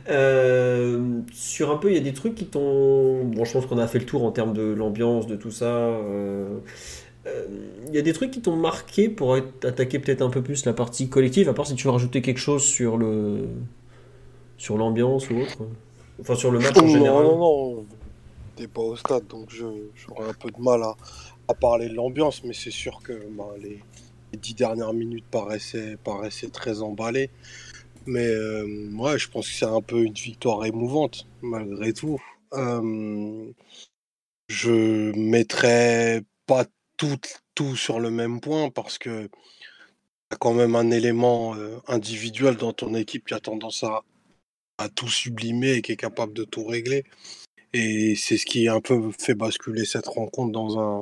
Euh, sur un peu, il y a des trucs qui t'ont. Bon, je pense qu'on a fait le tour en termes de l'ambiance, de tout ça. Euh, euh, Il y a des trucs qui t'ont marqué pour être- attaquer peut-être un peu plus la partie collective, à part si tu veux rajouter quelque chose sur le sur l'ambiance ou autre. Enfin, sur le match en Non, général. non, non, t'es pas au stade, donc je, j'aurais un peu de mal à, à parler de l'ambiance, mais c'est sûr que bah, les, les dix dernières minutes paraissaient, paraissaient très emballées. Mais euh, ouais, je pense que c'est un peu une victoire émouvante, malgré tout. Euh, je mettrais pas tout, tout sur le même point parce que y a quand même un élément euh, individuel dans ton équipe qui a tendance à, à tout sublimer et qui est capable de tout régler. Et c'est ce qui a un peu fait basculer cette rencontre dans un,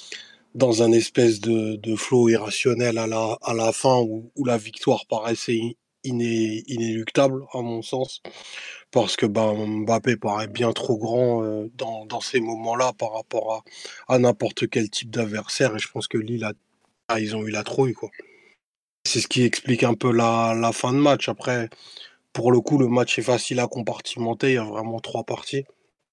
dans un espèce de, de flow irrationnel à la, à la fin où, où la victoire paraissait iné, inéluctable, à mon sens. Parce que ben, Mbappé paraît bien trop grand euh, dans, dans ces moments-là par rapport à, à n'importe quel type d'adversaire. Et je pense que Lille, a, ah, ils ont eu la trouille, quoi. C'est ce qui explique un peu la, la fin de match. Après, pour le coup, le match est facile à compartimenter. Il y a vraiment trois parties.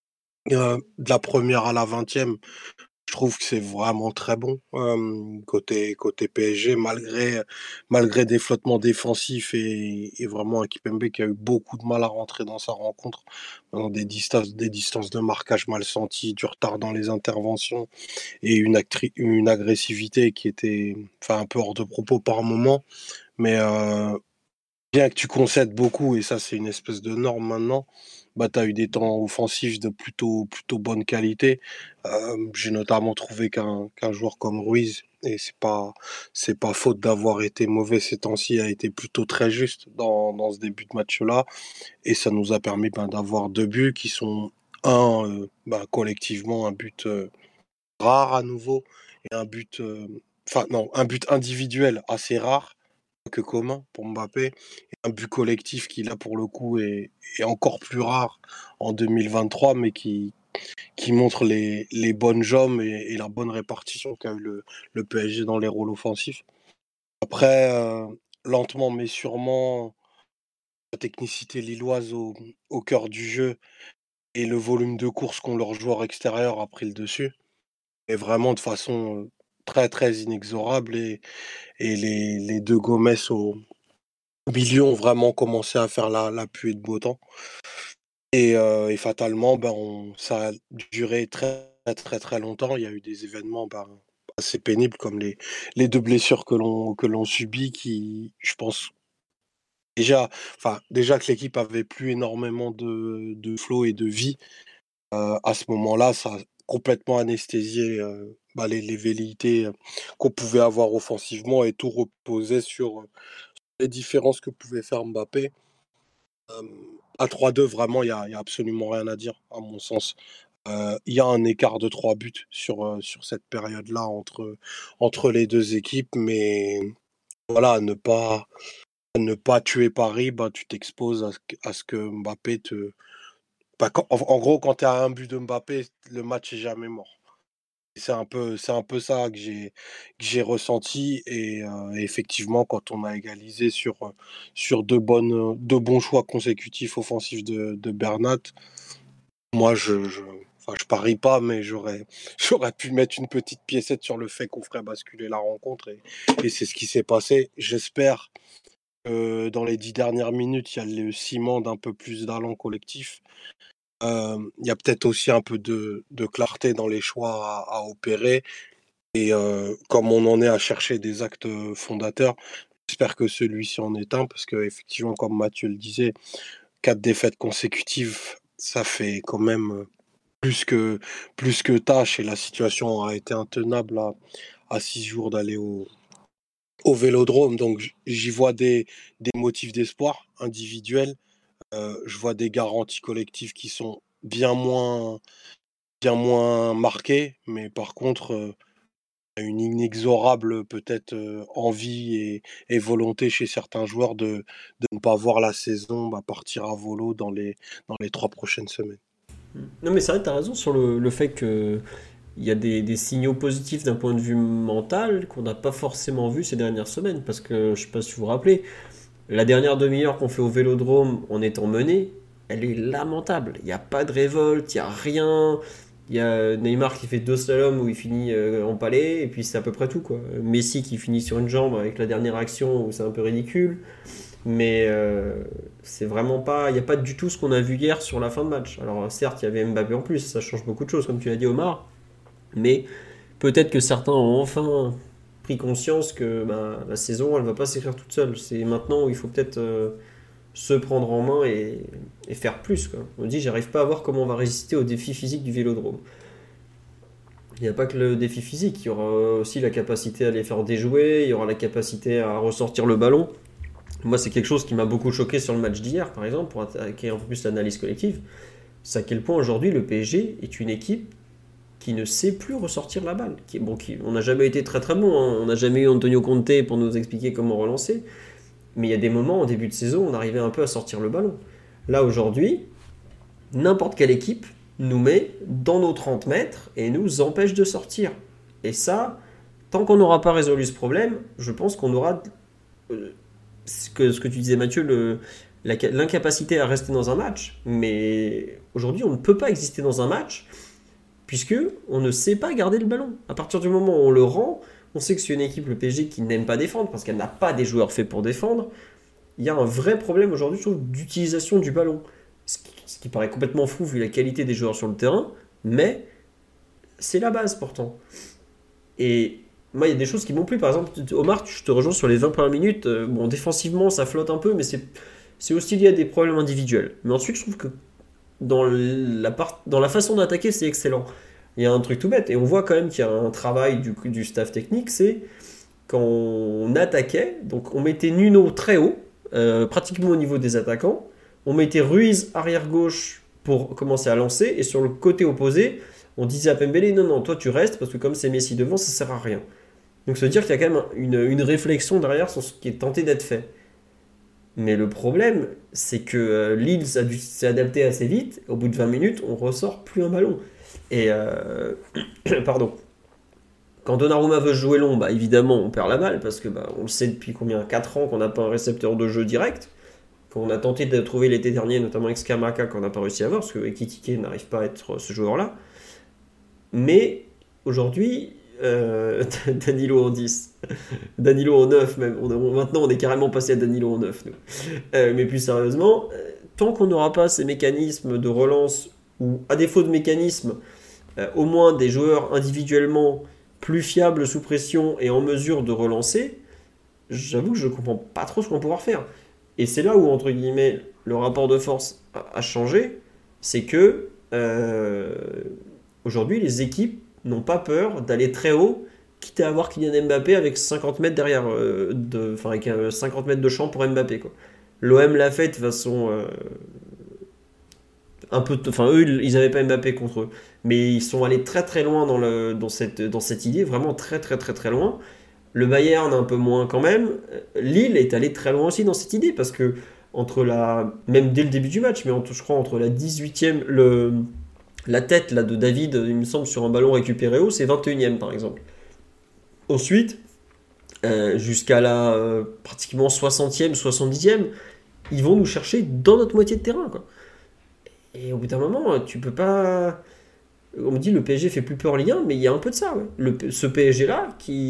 Euh, de la première à la vingtième, je trouve que c'est vraiment très bon euh, côté côté P S G, malgré malgré des flottements défensifs et, et vraiment un Kipembe qui a eu beaucoup de mal à rentrer dans sa rencontre, dans des distances des distances de marquage mal senties, du retard dans les interventions et une actri- une agressivité qui était enfin un peu hors de propos par moment, mais euh, bien que tu concèdes beaucoup, et ça c'est une espèce de norme maintenant, bah, tu as eu des temps offensifs de plutôt, plutôt bonne qualité. Euh, j'ai notamment trouvé qu'un qu'un joueur comme Ruiz, et c'est pas, c'est pas faute d'avoir été mauvais ces temps-ci, a été plutôt très juste dans, dans ce début de match-là. Et ça nous a permis ben, d'avoir deux buts qui sont, un, euh, bah, collectivement, un but euh, rare à nouveau, et un but, euh, enfin non, un but individuel assez rare que commun pour Mbappé, et un but collectif qui là pour le coup est, est encore plus rare en deux mille vingt-trois, mais qui, qui montre les, les bonnes jambes et, et la bonne répartition qu'a eu le, le P S G dans les rôles offensifs. Après, euh, lentement mais sûrement, la technicité lilloise au, au cœur du jeu et le volume de course qu'ont leurs joueurs extérieurs a pris le dessus, et vraiment de façon euh, très très inexorable, et, et les, les deux Gomez au milieu ont vraiment commencé à faire la, la pluie de beau temps. Et, euh, et fatalement, ben, on- ça a duré très très très longtemps. Il y a eu des événements ben, assez pénibles comme les, les deux blessures que l'on que l'on subit qui, je pense, déjà, enfin, déjà que l'équipe avait plus énormément de, de flow et de vie, euh, à ce moment-là, ça a complètement anesthésié euh, bah, les, les velléités euh, qu'on pouvait avoir offensivement, et tout reposait sur euh, les différences que pouvait faire Mbappé. Euh, à trois deux, vraiment, il y a, il y a absolument rien à dire, à mon sens. Euh, Il y a un écart de trois buts sur, euh, sur cette période-là entre, entre les deux équipes, mais voilà, à ne pas, à ne pas tuer Paris, bah, tu t'exposes à, ce que- à ce que Mbappé te, bah, quand- en, en gros, quand tu es à un but de Mbappé, le match est jamais mort. C'est un peu, c'est un peu ça que j'ai, que j'ai ressenti. Et euh, effectivement, quand on a égalisé sur, euh, sur deux, bonnes, deux bons choix consécutifs offensifs de, de Bernat, moi, je, je, enfin, je parie pas, mais j'aurais, j'aurais pu mettre une petite piécette sur le fait qu'on ferait basculer la rencontre. Et, et c'est ce qui s'est passé. J'espère que dans les dix dernières minutes, il y a le ciment d'un peu plus d'allant collectif. Euh, Il y a peut-être aussi un peu de, de clarté dans les choix à, à opérer. Et euh, comme on en est à chercher des actes fondateurs, j'espère que celui-ci en est un, parce que effectivement, comme Mathieu le disait, quatre défaites consécutives, ça fait quand même plus que, plus que tâche, et la situation a été intenable à, à six jours d'aller au, au Vélodrome. Donc j- j'y vois des, des motifs d'espoir individuels. Euh, je vois des garanties collectives qui sont bien moins, bien moins marquées, mais par contre, euh, une inexorable peut-être euh, envie et, et volonté chez certains joueurs de, de ne pas voir la saison bah, partir à volo dans les, dans les trois prochaines semaines. Non, mais c'est vrai, t'as raison sur le, le fait que il y a des, des signaux positifs d'un point de vue mental qu'on n'a pas forcément vu ces dernières semaines. Parce que je sais pas si vous vous rappelez, la dernière demi-heure qu'on fait au Vélodrome en étant mené, elle est lamentable. Il n'y a pas de révolte, il n'y a rien. Il y a Neymar qui fait deux slaloms où il finit euh, empalé, et puis c'est à peu près tout, quoi. Messi qui finit sur une jambe avec la dernière action où c'est un peu ridicule. Mais euh, c'est vraiment pas. Il n'y a pas du tout ce qu'on a vu hier sur la fin de match. Alors certes, il y avait Mbappé en plus, ça change beaucoup de choses, comme tu l'as dit, Omar. Mais peut-être que certains ont enfin pris conscience que bah, la saison, elle va pas s'écrire toute seule. C'est maintenant où il faut peut-être euh, se prendre en main et, et faire plus, quoi. On me dit, j'arrive pas à voir comment on va résister au défi physique du Vélodrome. Il n'y a pas que le défi physique, il y aura aussi la capacité à les faire déjouer, il y aura la capacité à ressortir le ballon. Moi, c'est quelque chose qui m'a beaucoup choqué sur le match d'hier, par exemple, pour attaquer un peu plus l'analyse collective. C'est à quel point aujourd'hui le P S G est une équipe qui ne sait plus ressortir la balle. Qui, bon, qui, on n'a jamais été très très bon, hein. On n'a jamais eu Antonio Conte pour nous expliquer comment relancer. Mais il y a des moments en début de saison, on arrivait un peu à sortir le ballon. Là, aujourd'hui, n'importe quelle équipe nous met dans nos trente mètres et nous empêche de sortir. Et ça, tant qu'on n'aura pas résolu ce problème, je pense qu'on aura euh, ce, que, ce que tu disais, Mathieu, le, la, l'incapacité à rester dans un match. Mais aujourd'hui, on ne peut pas exister dans un match puisque on ne sait pas garder le ballon. À partir du moment où on le rend, on sait que c'est une équipe, le P S G, qui n'aime pas défendre parce qu'elle n'a pas des joueurs faits pour défendre. Il y a un vrai problème aujourd'hui, je trouve, d'utilisation du ballon. Ce qui, ce qui paraît complètement fou vu la qualité des joueurs sur le terrain, mais c'est la base pourtant. Et moi, il y a des choses qui m'ont plu. Par exemple, Omar, je te rejoins sur les vingt premières minutes. Euh, bon, défensivement, ça flotte un peu, mais c'est, c'est aussi lié à des problèmes individuels. Mais ensuite, je trouve que dans la, part, dans la façon d'attaquer, c'est excellent. Il y a un truc tout bête, et on voit quand même qu'il y a un travail du, du staff technique, c'est quand on attaquait, donc on mettait Nuno très haut, euh, pratiquement au niveau des attaquants, on mettait Ruiz arrière-gauche pour commencer à lancer, et sur le côté opposé, on disait à Pembele, non, non, toi tu restes, parce que comme c'est Messi devant, ça sert à rien. Donc ça veut dire qu'il y a quand même une, une réflexion derrière sur ce qui est tenté d'être fait. Mais le problème, c'est que euh, Lille a dû s'adapter assez vite, au bout de vingt minutes, on ressort plus un ballon. Et, euh, pardon, quand Donnarumma veut jouer long, bah évidemment on perd la balle, parce que bah, on le sait depuis combien, quatre ans qu'on n'a pas un récepteur de jeu direct, qu'on a tenté de trouver l'été dernier, notamment avec Skamaka, qu'on n'a pas réussi à avoir, parce que Ekitike n'arrive pas à être ce joueur-là. Mais aujourd'hui, euh, Danilo en dix, Danilo en neuf même, on, on, maintenant on est carrément passé à Danilo en neuf, nous. Euh, mais plus sérieusement, euh, tant qu'on n'aura pas ces mécanismes de relance, ou à défaut de mécanismes, euh, au moins des joueurs individuellement plus fiables sous pression et en mesure de relancer, j'avoue que je ne comprends pas trop ce qu'on va pouvoir faire. Et c'est là où, entre guillemets, le rapport de force a, a changé, c'est que euh, aujourd'hui, les équipes n'ont pas peur d'aller très haut, quitte à avoir Kylian Mbappé avec cinquante mètres derrière, euh, de, enfin avec euh, cinquante mètres de champ pour Mbappé, quoi. L'O M l'a fait de façon euh, un peu, enfin eux ils n'avaient pas Mbappé contre eux, mais ils sont allés très très loin dans, le, dans, cette, dans cette idée, vraiment très très très très loin. Le Bayern un peu moins quand même. Lille est allé très loin aussi dans cette idée, parce que entre la, même dès le début du match, mais entre, je crois entre la dix-huitième, le, la tête là, de David, il me semble, sur un ballon récupéré haut, c'est vingt et unième par exemple. Ensuite, euh, jusqu'à la euh, pratiquement soixantième, soixante-dixième, ils vont nous chercher dans notre moitié de terrain, quoi. Et au bout d'un moment, tu peux pas. On me dit le P S G fait plus peur en Ligue un, mais il y a un peu de ça. Ouais. Le, ce P S G-là,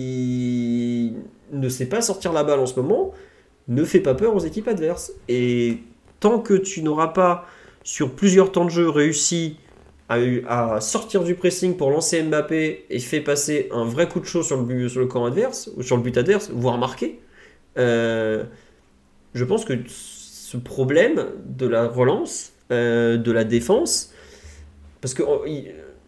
qui ne sait pas sortir la balle en ce moment, ne fait pas peur aux équipes adverses. Et tant que tu n'auras pas, sur plusieurs temps de jeu, réussi à, à sortir du pressing pour lancer Mbappé et fait passer un vrai coup de chaud sur le, but, sur le camp adverse, ou sur le but adverse, voire marquer, euh, je pense que ce problème de la relance, euh, de la défense, parce que il,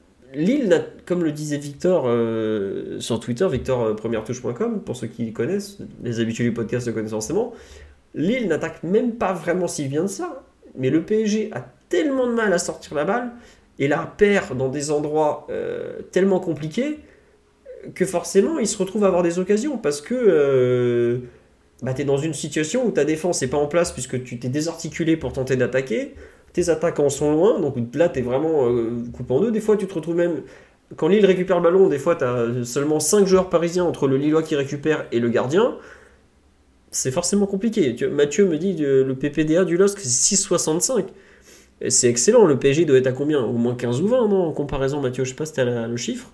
Lille, comme le disait Victor euh, sur Twitter, victor euh, première touche point com, pour ceux qui connaissent, les habitués du podcast le connaissent forcément, Lille n'attaque même pas vraiment si bien de ça, mais le P S G a tellement de mal à sortir la balle et la perd dans des endroits euh, tellement compliqués que forcément il se retrouve à avoir des occasions, parce que euh, bah, tu es dans une situation où ta défense n'est pas en place puisque tu t'es désarticulé pour tenter d'attaquer. Tes attaquants sont loin, donc là tu es vraiment euh, coupé en deux. Des fois tu te retrouves même, quand Lille récupère le ballon, des fois tu as seulement cinq joueurs parisiens entre le Lillois qui récupère et le gardien. C'est forcément compliqué. Mathieu me dit euh, le P P D A du L O S C c'est six virgule soixante-cinq. Et c'est excellent, le P S G doit être à combien? Au moins quinze ou vingt, non, en comparaison, Mathieu, je sais pas si tu as le chiffre.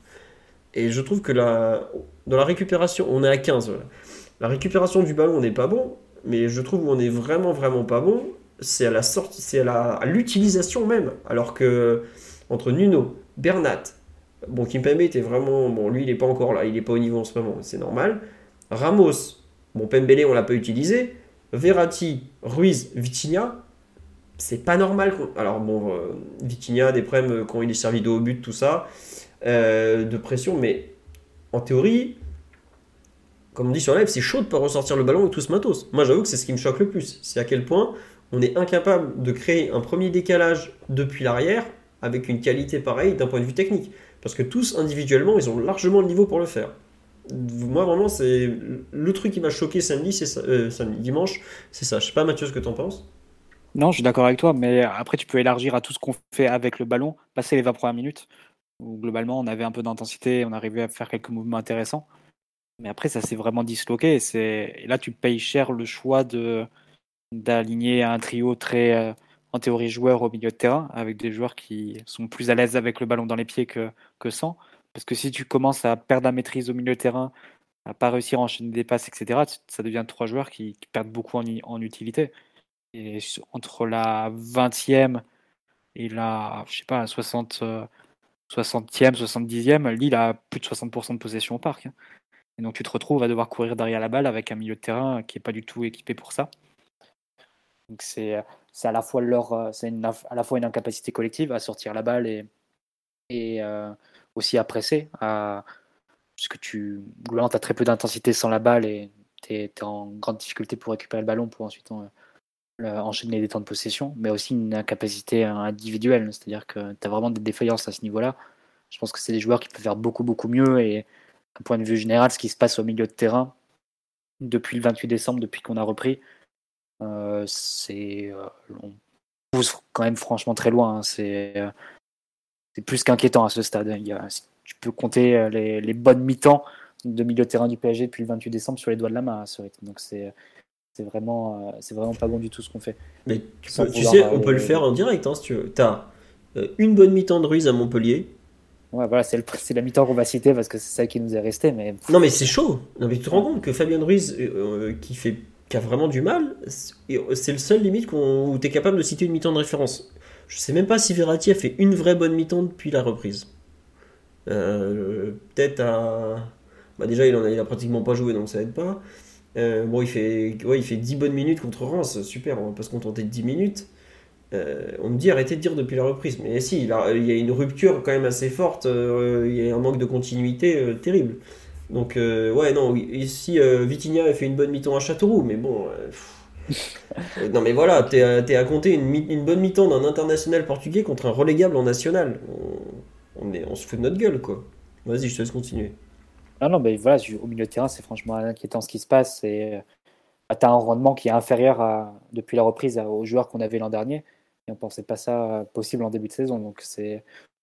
Et je trouve que la, dans la récupération, on est à quinze. Voilà. La récupération du ballon, on n'est pas bon, mais je trouve qu'on est vraiment, vraiment pas bon. C'est à la sortie, c'est à, la, à l'utilisation même. Alors que entre Nuno, Bernat, bon, Kimpembe était vraiment, bon, lui il n'est pas encore là, il n'est pas au niveau en ce moment, c'est normal. Ramos, bon, Pembele on l'a pas utilisé. Verratti, Ruiz, Vitinha, c'est pas normal. Alors bon, euh, Vitinha, des problèmes quand il est servi de haut but, tout ça, euh, de pression, mais en théorie, comme on dit sur live, c'est chaud de pas ressortir le ballon avec tout ce matos. Moi j'avoue que c'est ce qui me choque le plus, c'est à quel point on est incapable de créer un premier décalage depuis l'arrière avec une qualité pareille d'un point de vue technique. Parce que tous, individuellement, ils ont largement le niveau pour le faire. Moi, vraiment, c'est le truc qui m'a choqué samedi, c'est ça, euh, samedi, dimanche, c'est ça. Je sais pas, Mathieu, ce que t'en penses? Non, je suis d'accord avec toi, mais après, tu peux élargir à tout ce qu'on fait avec le ballon, passer les vingt premières minutes, où globalement, on avait un peu d'intensité, on arrivait à faire quelques mouvements intéressants. Mais après, ça s'est vraiment disloqué. Et, c'est... et là, tu payes cher le choix de... d'aligner un trio très, euh, en théorie, joueur au milieu de terrain, avec des joueurs qui sont plus à l'aise avec le ballon dans les pieds que, que sans. Parce que si tu commences à perdre la maîtrise au milieu de terrain, à pas réussir à enchaîner des passes, et cetera, ça devient trois joueurs qui, qui perdent beaucoup en, en utilité. Et entre la vingtième et la, je sais pas, soixante, soixantième, soixante-dixième, Lille a plus de soixante pour cent de possession au parc. Et donc tu te retrouves à devoir courir derrière la balle avec un milieu de terrain qui n'est pas du tout équipé pour ça. Donc c'est, c'est, à, la fois leur, c'est une, à la fois une incapacité collective à sortir la balle et, et euh, aussi à presser. À, parce que tu globalement, as très peu d'intensité sans la balle et tu es en grande difficulté pour récupérer le ballon pour ensuite en, euh, enchaîner des temps de possession, mais aussi une incapacité individuelle. C'est-à-dire que tu as vraiment des défaillances à ce niveau-là. Je pense que c'est des joueurs qui peuvent faire beaucoup, beaucoup mieux. Et d'un point de vue général, ce qui se passe au milieu de terrain depuis le vingt-huit décembre, depuis qu'on a repris, Euh, c'est euh, on pousse quand même franchement très loin, hein. c'est, euh, c'est plus qu'inquiétant à ce stade. Il y a, tu peux compter les, les bonnes mi-temps de milieu de terrain du P S G depuis le vingt-huit décembre sur les doigts de la main à ce rythme. Donc c'est, c'est, vraiment, c'est vraiment pas bon du tout ce qu'on fait. Mais tu, peux, tu sais, on peut le faire en direct hein, si tu veux. T'as euh, une bonne mi-temps de Ruiz à Montpellier. Ouais, voilà, c'est, le, c'est la mi-temps qu'on va citer parce que c'est ça qui nous est resté. Mais... Non, mais c'est chaud. Non, mais tu te rends compte que Fabien Ruiz, euh, qui fait qui a vraiment du mal, c'est le seul limite qu'on, où tu es capable de citer une mi-temps de référence. Je sais même pas si Verratti a fait une vraie bonne mi-temps depuis la reprise. Euh, peut-être à... Bah déjà, il, en a, il a pratiquement pas joué, donc ça aide pas. Euh, bon, il fait, ouais, il fait dix bonnes minutes contre Reims, super, on va pas se contenter de dix minutes. Euh, on me dit arrêtez de dire depuis la reprise. Mais si, il, a, il y a une rupture quand même assez forte, euh, il y a un manque de continuité euh, terrible. Donc, euh, ouais, non, ici, euh, Vitinha a fait une bonne mi-temps à Châteauroux, mais bon. Euh, non, mais voilà, t'es à, t'es à compter une, une bonne mi-temps d'un international portugais contre un relégable en national. On, on, est, on se fout de notre gueule, quoi. Vas-y, je te laisse continuer. Non, non, mais voilà, au milieu de terrain, c'est franchement inquiétant ce qui se passe. Et tu as un rendement qui est inférieur à, depuis la reprise aux joueurs qu'on avait l'an dernier. Et on ne pensait pas ça possible en début de saison. Donc, c'est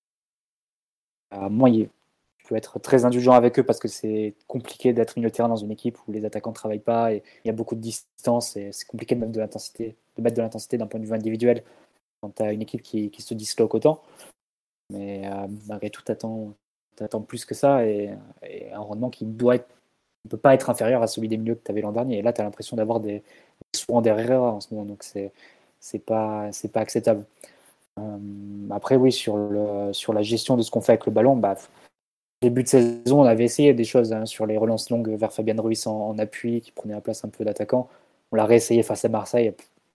à moi, il faut être très indulgent avec eux parce que c'est compliqué d'être milieu de terrain dans une équipe où les attaquants ne travaillent pas et il y a beaucoup de distance et c'est compliqué de mettre de l'intensité, de mettre de l'intensité d'un point de vue individuel quand tu as une équipe qui, qui se disloque autant. Mais euh, malgré tout, tu attends plus que ça et, et un rendement qui doit être, ne peut pas être inférieur à celui des milieux que tu avais l'an dernier. Et là, tu as l'impression d'avoir des souvent des Herrera en ce moment, donc c'est c'est pas c'est pas acceptable. Euh, après, oui, sur le sur la gestion de ce qu'on fait avec le ballon, bah, début de saison, on avait essayé des choses hein, sur les relances longues vers Fabien Ruiz en, en appui, qui prenait la place un peu d'attaquant. On l'a réessayé face à Marseille.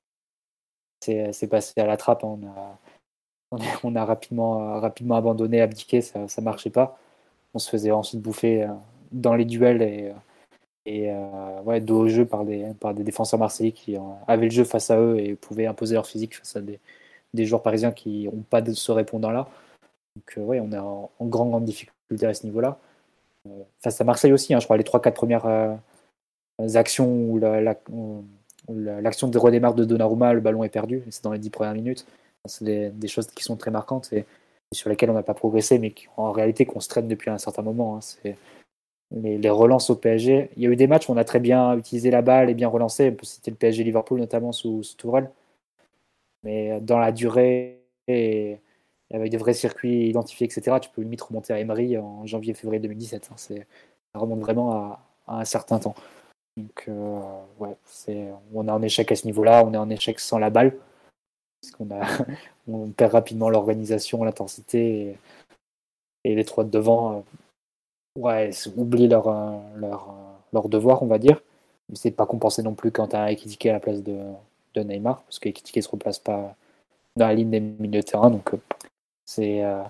C'est, c'est passé à la trappe. Hein. On, a, on, a, on a rapidement, rapidement abandonné, abdiqué. Ça ne marchait pas. On se faisait ensuite bouffer euh, dans les duels et, et euh, ouais, dos au jeu par des, par des défenseurs marseillais qui euh, avaient le jeu face à eux et pouvaient imposer leur physique face à des, des joueurs parisiens qui n'ont pas de ce répondant-là. Donc, euh, ouais, on est en, en grande, grande difficulté à ce niveau-là. Euh, face à Marseille aussi, hein, je crois, les trois quatre premières euh, actions où, la, la, où la, l'action de redémarre de Donnarumma, le ballon est perdu, c'est dans les dix premières minutes. C'est des, des choses qui sont très marquantes et, et sur lesquelles on n'a pas progressé, mais qui, en réalité qu'on se traîne depuis un certain moment. Hein. C'est les, les relances au P S G. Il y a eu des matchs où on a très bien utilisé la balle et bien relancé. C'était le P S G Liverpool notamment sous, sous Tourelle. Mais dans la durée et avec des vrais circuits identifiés, et cetera, tu peux limite remonter à Emery en janvier-février deux mille dix-sept. Hein. C'est, ça remonte vraiment à, à un certain temps. Donc, euh, ouais, c'est, on est en échec à ce niveau-là, on est en échec sans la balle, parce qu'on a, on perd rapidement l'organisation, l'intensité, et, et les trois de devant, euh, ouais, oublient leur, leur, leur devoir, on va dire. Mais c'est pas compensé non plus quand tu as un Ekitike à la place de, de Neymar, parce que Ekitike ne se replace pas dans la ligne des milieux de terrain, donc euh, c'est, euh,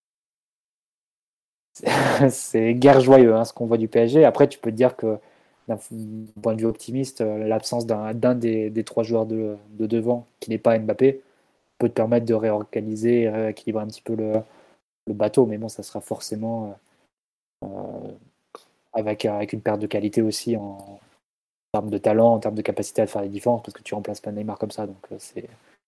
c'est, c'est guère joyeux hein, ce qu'on voit du P S G. Après, tu peux te dire que d'un point de vue optimiste, l'absence d'un, d'un des, des trois joueurs de, de devant qui n'est pas Mbappé peut te permettre de réorganiser et rééquilibrer un petit peu le, le bateau, mais bon, ça sera forcément euh, avec, avec une perte de qualité aussi en, en termes de talent, en termes de capacité à faire les différences, parce que tu remplaces pas Neymar comme ça, donc c'est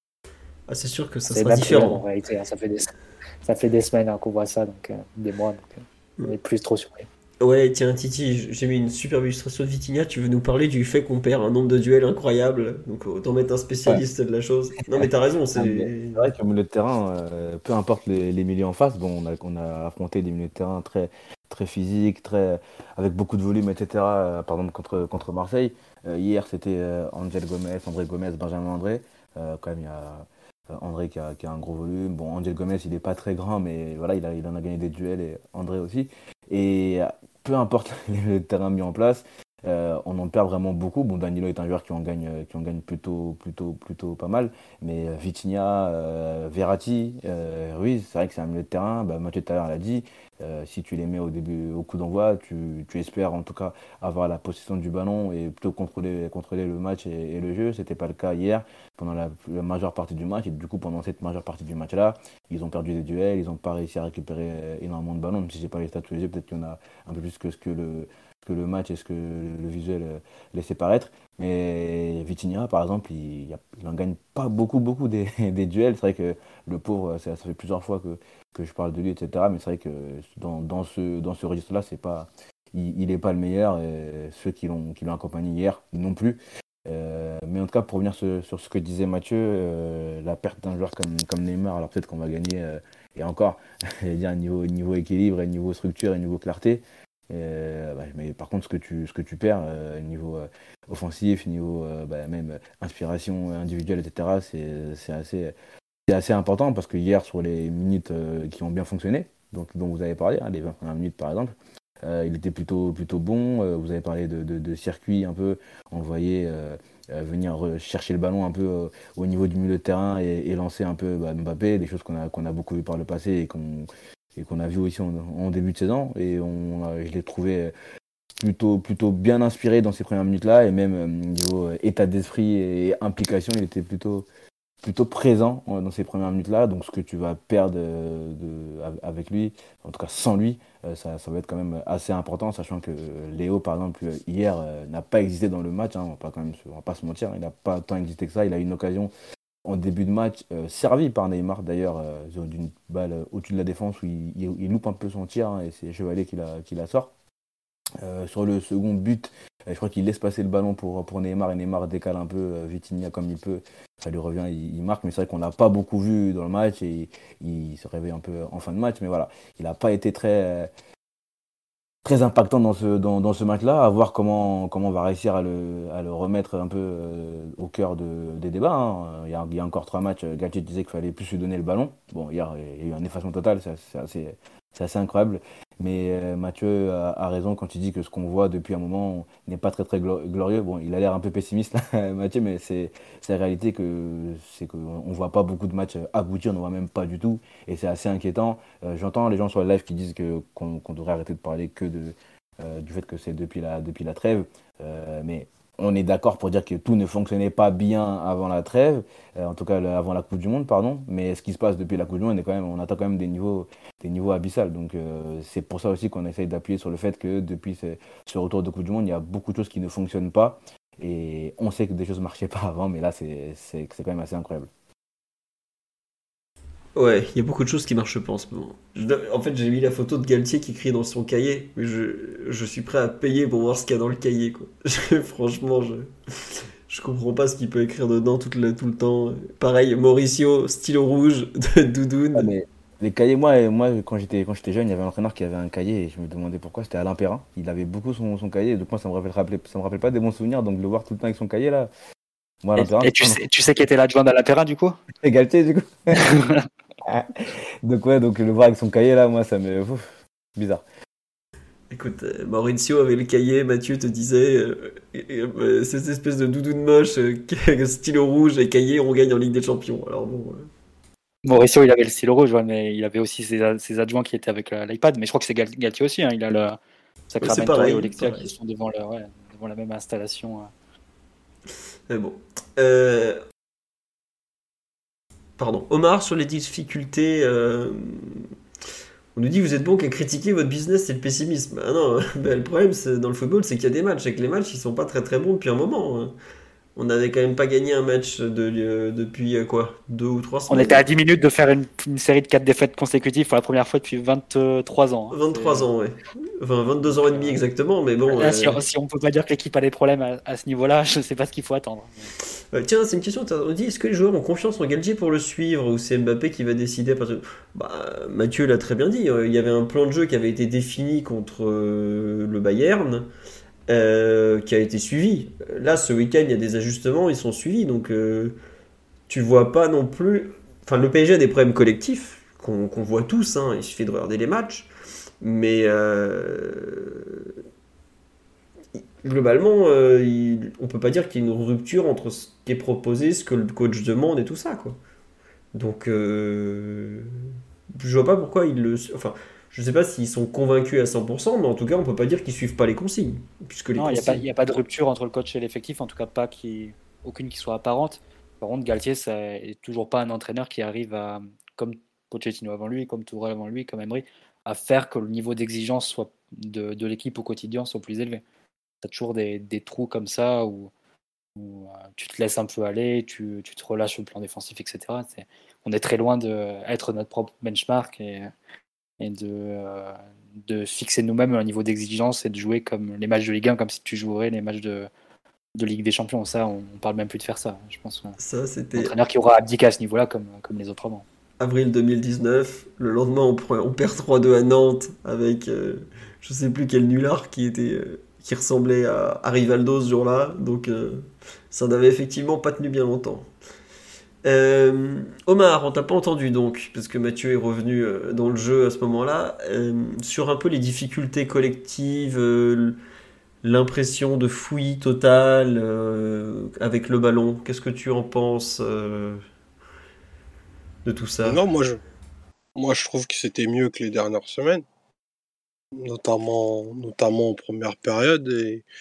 ah, c'est sûr que ça c'est sera différent en réalité, hein, ça fait des, ça fait des semaines hein, qu'on voit ça, donc euh, des mois, donc euh, on n'est plus trop surpris. Ouais, tiens, Titi, j'ai mis une superbe illustration de Vitinha. Tu veux nous parler du fait qu'on perd un nombre de duels incroyable. Donc, autant mettre un spécialiste ouais. de la chose. Non, mais t'as raison. C'est, c'est vrai qu'au milieu de terrain, euh, peu importe les, les milieux en face, bon, on a, on a affronté des milieux de terrain très, très physiques, très, avec beaucoup de volume, et cetera. Euh, par exemple, contre, contre Marseille. Euh, hier, c'était euh, Angel Gomez, André Gomez, Benjamin André. Euh, quand même, il y a euh, André qui a, qui a un gros volume. Bon, Angel Gomez, il n'est pas très grand, mais voilà, il, a, il en a gagné des duels, et André aussi. Et peu importe les terrains mis en place, euh, on en perd vraiment beaucoup. Bon, Danilo est un joueur qui en gagne, qui en gagne plutôt, plutôt, plutôt pas mal. Mais euh, Vitinha, euh, Verratti, euh, Ruiz, c'est vrai que c'est un milieu de terrain. Bah, Mathieu tout à l'heure l'a dit. Euh, si tu les mets au début, au coup d'envoi, tu, tu espères en tout cas avoir la possession du ballon et plutôt contrôler, contrôler le match et, et le jeu. C'était pas le cas hier pendant la, la majeure partie du match. Et du coup, pendant cette majeure partie du match-là, ils ont perdu des duels, ils n'ont pas réussi à récupérer énormément de ballons. Même si j'ai pas les stats tous les yeux, peut-être qu'il y en a un peu plus que ce que le, que le match et ce que le visuel laissait paraître. Mais Vitinha, par exemple, il, il en gagne pas beaucoup, beaucoup des, des duels. C'est vrai que le pauvre, ça, ça fait plusieurs fois que, que je parle de lui, et cetera. Mais c'est vrai que dans, dans ce, dans ce registre-là, c'est pas, il n'est pas le meilleur. Et ceux qui l'ont, qui l'ont accompagné hier non plus. Euh, mais en tout cas, pour revenir sur, sur ce que disait Mathieu, euh, la perte d'un joueur comme, comme Neymar, alors peut-être qu'on va gagner, euh, et encore, dire niveau, niveau équilibre, et niveau structure, et niveau clarté. Euh, bah, mais par contre, ce que tu, ce que tu perds, euh, niveau euh, offensif, niveau euh, bah, même inspiration individuelle, et cetera, c'est, c'est, assez, c'est assez important parce que hier, sur les minutes euh, qui ont bien fonctionné, donc, dont vous avez parlé, hein, les vingt premières minutes par exemple, euh, il était plutôt, plutôt bon. Euh, vous avez parlé de, de, de circuit un peu, on le voyait euh, euh, venir chercher le ballon un peu euh, au niveau du milieu de terrain et, et lancer un peu bah, Mbappé, des choses qu'on a, qu'on a beaucoup vu par le passé et qu'on et qu'on a vu aussi en, en début de saison, et on a, je l'ai trouvé plutôt, plutôt bien inspiré dans ces premières minutes-là, et même euh, niveau état d'esprit et implication, il était plutôt, plutôt présent euh, dans ces premières minutes-là. Donc ce que tu vas perdre euh, de, avec lui, en tout cas sans lui, euh, ça, ça va être quand même assez important, sachant que Léo, par exemple, hier, euh, n'a pas existé dans le match. Hein, on va pas quand même, se- on va pas se mentir, il n'a pas tant existé que ça. Il a eu une occasion en début de match, euh, servi par Neymar d'ailleurs, euh, d'une balle euh, au-dessus de la défense où il, il- il loupe un peu son tir hein, et c'est Chevalier qui la, qui la sort. Euh, sur le second but, euh, je crois qu'il laisse passer le ballon pour, pour Neymar et Neymar décale un peu euh, Vitinha comme il peut. Ça lui revient, il, il marque, mais c'est vrai qu'on l'a pas beaucoup vu dans le match et il se réveille un peu en fin de match. Mais voilà, il n'a pas été très, euh, très impactant dans ce, dans, dans ce match-là. À voir comment, comment on va réussir à le, à le remettre un peu euh, au cœur de, des débats. Hein. Il y a, il y a encore trois matchs, Galtier disait qu'il fallait plus lui donner le ballon. Bon, hier, il y a eu un effacement total, c'est c'est assez, c'est assez incroyable. Mais euh, Mathieu a, a raison quand il dit que ce qu'on voit depuis un moment n'est pas très très glo- glorieux. Bon, il a l'air un peu pessimiste, là, Mathieu, mais c'est c'est la réalité que c'est qu'on ne voit pas beaucoup de matchs aboutir, on ne voit même pas du tout. Et c'est assez inquiétant. Euh, j'entends les gens sur le live qui disent que, qu'on, qu'on devrait arrêter de parler que de, euh, du fait que c'est depuis la, depuis la trêve. Euh, mais on est d'accord pour dire que tout ne fonctionnait pas bien avant la trêve, euh, en tout cas le- avant la Coupe du Monde, pardon. Mais ce qui se passe depuis la Coupe du Monde, est quand même, on atteint quand même des niveaux, des niveaux abyssales. Donc euh, c'est pour ça aussi qu'on essaye d'appuyer sur le fait que depuis ce, ce retour de Coupe du Monde, il y a beaucoup de choses qui ne fonctionnent pas. Et on sait que des choses ne marchaient pas avant, mais là, c'est, c'est, c'est quand même assez incroyable. Ouais, il y a beaucoup de choses qui marchent pas en ce moment. Je dois- en fait, j'ai mis la photo de Galtier qui écrit dans son cahier, mais je, je suis prêt à payer pour voir ce qu'il y a dans le cahier, quoi. Je- franchement, je, je comprends pas ce qu'il peut écrire dedans tout le, tout le temps. Pareil, Mauricio, stylo rouge, de Ah, Doudoune. mais les cahiers, moi, euh, moi quand j'étais quand j'étais jeune, il y avait un entraîneur qui avait un cahier et je me demandais pourquoi. C'était Alain Perrin. Il avait beaucoup son, son cahier. Donc moi, ça me rappelle, rappelait- ça me rappelle pas des bons souvenirs. Donc de le voir tout le temps avec son cahier là. Moi, Alain Et, Perrin, et c'est tu pas un sais, tu sais qui était l'adjoint d'Alain Perrin, du coup? égalité du coup. Donc ouais, donc le voir avec son cahier là, moi, ça me ouf, bizarre. Écoute, euh, Maurizio avait le cahier, Mathieu te disait, euh, et- et, euh, cette espèce de doudoune moche, euh, stylo rouge et cahier, on gagne en Ligue des Champions. Alors bon, euh, Mauricio, il avait le stylo rouge, ouais, mais il avait aussi ses, a- ses adjoints qui étaient avec euh, l'iPad. Mais je crois que c'est Gal- Galtier aussi. Hein, il a le ouais, c'est Sacramento et pareil, Olexia qui pareil. sont devant, le, ouais, devant la même installation. euh. Mais bon. Euh, pardon. Omar, sur les difficultés, euh, on nous dit vous êtes bon qu'à critiquer votre business et le pessimisme. Ah non, ben, le problème c'est, dans le football, c'est qu'il y a des matchs, et que les matchs ils sont pas très très bons depuis un moment. Hein. On n'avait quand même pas gagné un match de, euh, depuis euh, quoi, deux ou trois On semaines. était à dix minutes de faire une, une série de quatre défaites consécutives pour la première fois depuis vingt-trois ans. Hein. vingt-trois C'est- ans, ouais. Enfin, vingt-deux ans donc, et demi euh, exactement, mais bon. là, si, euh, on- si on peut pas dire que l'équipe a des problèmes à, à ce niveau-là, je sais pas ce qu'il faut attendre. Euh, tiens, c'est une question. On dit est-ce que les joueurs ont confiance en Galtier pour le suivre ou c'est Mbappé qui va décider à partir de- Bah, Mathieu l'a très bien dit. euh, Il y avait un plan de jeu qui avait été défini contre euh, le Bayern, euh, qui a été suivi. Là, ce week-end, il y a des ajustements, ils sont suivis. Donc, euh, tu vois pas non plus. Enfin, le P S G a des problèmes collectifs qu'on qu'on voit tous. Hein, il suffit de regarder les matchs. Mais euh, globalement, euh, il- on peut pas dire qu'il y ait une rupture entre ce qui est proposé, ce que le coach demande et tout ça, quoi. Donc, euh, je vois pas pourquoi ils le. Enfin, je sais pas s'ils sont convaincus à cent pour cent, mais en tout cas, on peut pas dire qu'ils suivent pas les consignes, puisque les Non, il n'y a, pas- consignes. il y a pas de rupture entre le coach et l'effectif, en tout cas pas qui, aucune qui soit apparente. Par contre, Galtier, ça est toujours pas un entraîneur qui arrive à, comme Pochettino avant lui, comme Tourelle avant lui, comme Emery, à faire que le niveau d'exigence soit de, de l'équipe au quotidien soit plus élevé. Tu as toujours des, des trous comme ça où, où, euh, tu te laisses un peu aller, tu, tu te relâches sur le plan défensif, et cetera. C'est- on est très loin d'être notre propre benchmark et, et de, euh, de fixer nous-mêmes un niveau d'exigence et de jouer comme les matchs de Ligue un, comme si tu jouerais les matchs de, de Ligue des Champions. Ça, on, on parle même plus de faire ça. Je pense un Ça, c'était entraîneur qui aura abdiqué à ce niveau-là, comme, comme les autres avant. avril deux mille dix-neuf. Le lendemain, on, pre- on perd trois deux à Nantes avec euh, je sais plus quel nulard qui était euh, qui ressemblait à, à Rivaldo ce jour-là. Donc, euh, ça n'avait effectivement pas tenu bien longtemps. Euh, Omar, on t'a pas entendu donc, parce que Mathieu est revenu euh, dans le jeu à ce moment-là, euh, sur un peu les difficultés collectives, euh, l'impression de fouillis totale euh, avec le ballon. Qu'est-ce que tu en penses euh, de tout ça? Non, moi je, moi je trouve que c'était mieux que les dernières semaines, notamment, notamment en première période. Et,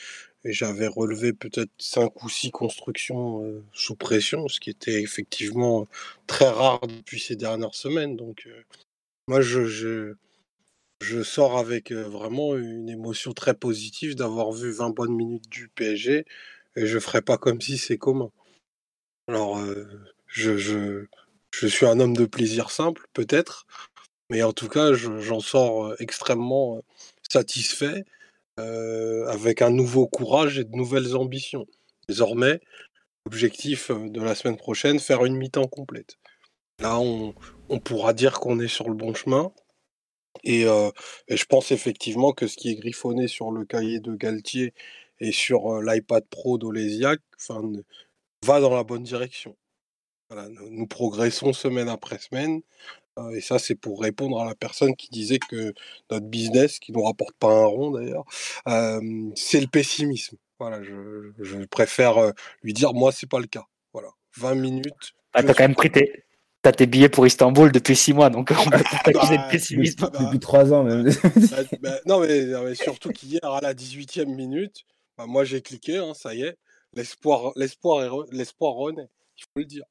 et j'avais relevé peut-être cinq ou six constructions euh, sous pression, ce qui était effectivement très rare depuis ces dernières semaines. Donc, euh, moi, je, je, je sors avec euh, vraiment une émotion très positive d'avoir vu vingt bonnes minutes du P S G, et je ferai pas comme si c'est commun. Alors, euh, je, je, je suis un homme de plaisir simple, peut-être, mais en tout cas, je- j'en sors euh, extrêmement euh, satisfait, euh, avec un nouveau courage et de nouvelles ambitions. Désormais, objectif euh, de la semaine prochaine, faire une mi-temps complète. Là, on, on pourra dire qu'on est sur le bon chemin. Et, euh, et je pense effectivement que ce qui est griffonné sur le cahier de Galtier et sur euh, l'iPad Pro d'Olésiac, enfin, ne- va dans la bonne direction. Voilà, nous, nous progressons semaine après semaine. euh, et ça, c'est pour répondre à la personne qui disait que notre business, qui nous rapporte pas un rond d'ailleurs, euh, c'est le pessimisme. Voilà, je, je préfère euh, lui dire, moi, c'est pas le cas. Voilà, vingt minutes, Ah, je t'as quand suis même pris tes, t'as tes billets pour Istanbul depuis six mois, donc on peut pas t'accuser de bah, Depuis, pessimisme. bah, depuis trois ans même. bah, bah, non, mais, non, mais surtout qu'hier, à la dix-huitième minute, bah, moi j'ai cliqué, hein, ça y est, l'espoir, l'espoir, est re- l'espoir renaît, il faut le dire.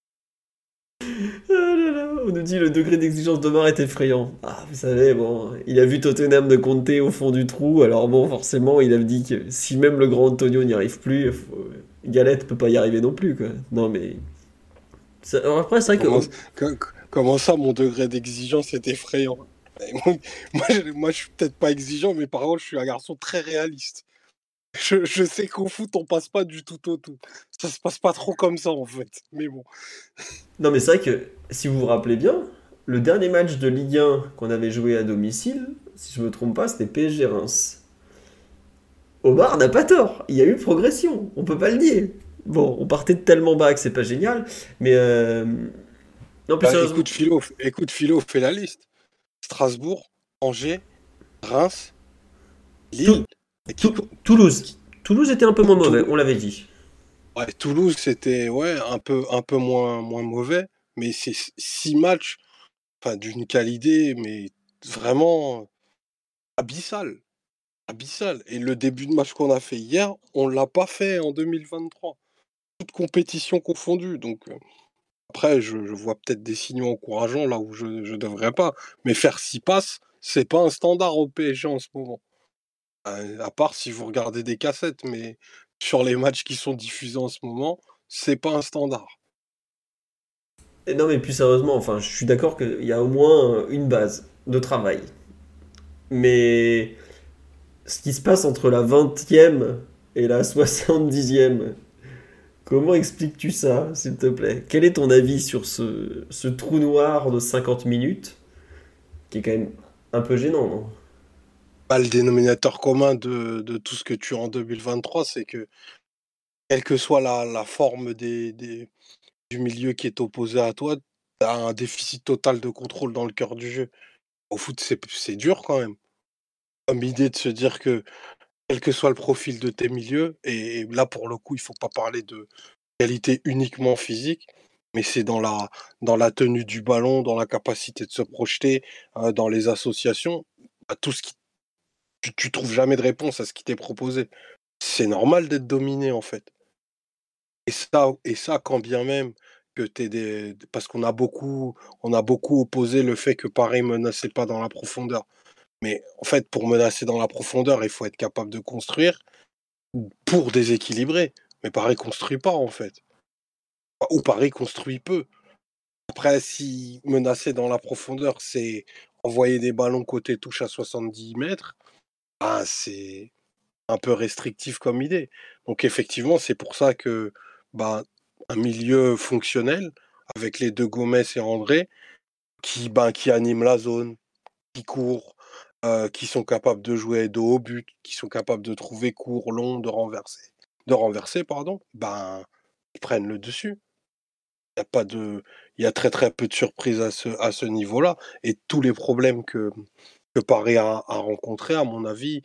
Ah là là, on nous dit le degré d'exigence d'Omar est effrayant. Ah, vous savez, bon, il a vu Tottenham de Conte au fond du trou, alors bon, forcément, il a dit que si même le grand Antonio n'y arrive plus, faut- Galette peut pas y arriver non plus, quoi. Non, mais. ça- alors après, c'est vrai que. Comment, co- co- comment ça, mon degré d'exigence est effrayant? Et moi, moi, je, moi, je suis peut-être pas exigeant, mais par contre, je suis un garçon très réaliste. Je, je sais qu'au foot, on passe pas du tout au tout. Ça se passe pas trop comme ça, en fait. Mais bon. Non, mais c'est vrai que, si vous vous rappelez bien, le dernier match de Ligue un qu'on avait joué à domicile, si je me trompe pas, c'était P S G Reims. Omar n'a pas tort, il y a eu progression, on peut pas le nier. Bon, on partait de tellement bas que c'est pas génial, mais. euh, Non, plus Bah, sérieusement. écoute, Philo, f- écoute, Philo, fais la liste. Strasbourg, Angers, Reims, Tou- Lille. Et qui, Tou- co- qui, Toulouse. qui- Toulouse était un peu moins mauvais, Toulouse. on l'avait dit. Ouais, Toulouse, c'était ouais, un peu, un peu moins, moins mauvais, mais c'est s- six matchs, enfin, d'une qualité, mais vraiment abyssale, abyssale. Et le début de match qu'on a fait hier, on l'a pas fait en deux mille vingt-trois, toute compétition confondue. Donc euh, après, je, je vois peut-être des signaux encourageants là où je ne devrais pas, mais faire six passes, c'est pas un standard au P S G en ce moment. Euh, à part si vous regardez des cassettes, mais sur les matchs qui sont diffusés en ce moment, c'est pas un standard. Et non, mais plus sérieusement, enfin, je suis d'accord qu'il y a au moins une base de travail. Mais ce qui se passe entre la vingtième et la soixante-dixième, comment expliques-tu ça, s'il te plaît? Quel est ton avis sur ce, ce trou noir de cinquante minutes, qui est quand même un peu gênant, non? Bah, le dénominateur commun de, de tout ce que tu as en deux mille vingt-trois, c'est que quelle que soit la, la forme des, des- du milieu qui est opposé à toi, tu as un déficit total de contrôle dans le cœur du jeu. Au foot, c'est c'est dur quand même. Comme idée de se dire que quel que soit le profil de tes milieux, et, et là pour le coup, il faut pas parler de qualité uniquement physique, mais c'est dans la, dans la tenue du ballon, dans la capacité de se projeter, euh, dans les associations, bah, tout ce qui, tu, tu trouves jamais de réponse à ce qui t'est proposé. C'est normal d'être dominé en fait. Et ça et ça quand bien même que tu des parce qu'on a beaucoup on a beaucoup opposé le fait que Paris menaçait pas dans la profondeur. Mais en fait, pour menacer dans la profondeur, il faut être capable de construire pour déséquilibrer. Mais Paris construit pas en fait. Ou Paris construit peu. Après, si menacer dans la profondeur, c'est envoyer des ballons côté touche à soixante-dix mètres, ah, c'est un peu restrictif comme idée. Donc effectivement, c'est pour ça que, bah, un milieu fonctionnel avec les deux Gomez et André qui, ben, qui animent la zone, qui courent, heu, qui sont capables de jouer dos au but, qui sont capables de trouver court, long, de renverser de renverser pardon, ben, ils prennent le dessus. Il y a pas de il y a très, très peu de surprises à ce à ce niveau-là, et tous les problèmes que que Paris a a rencontrés, à mon avis,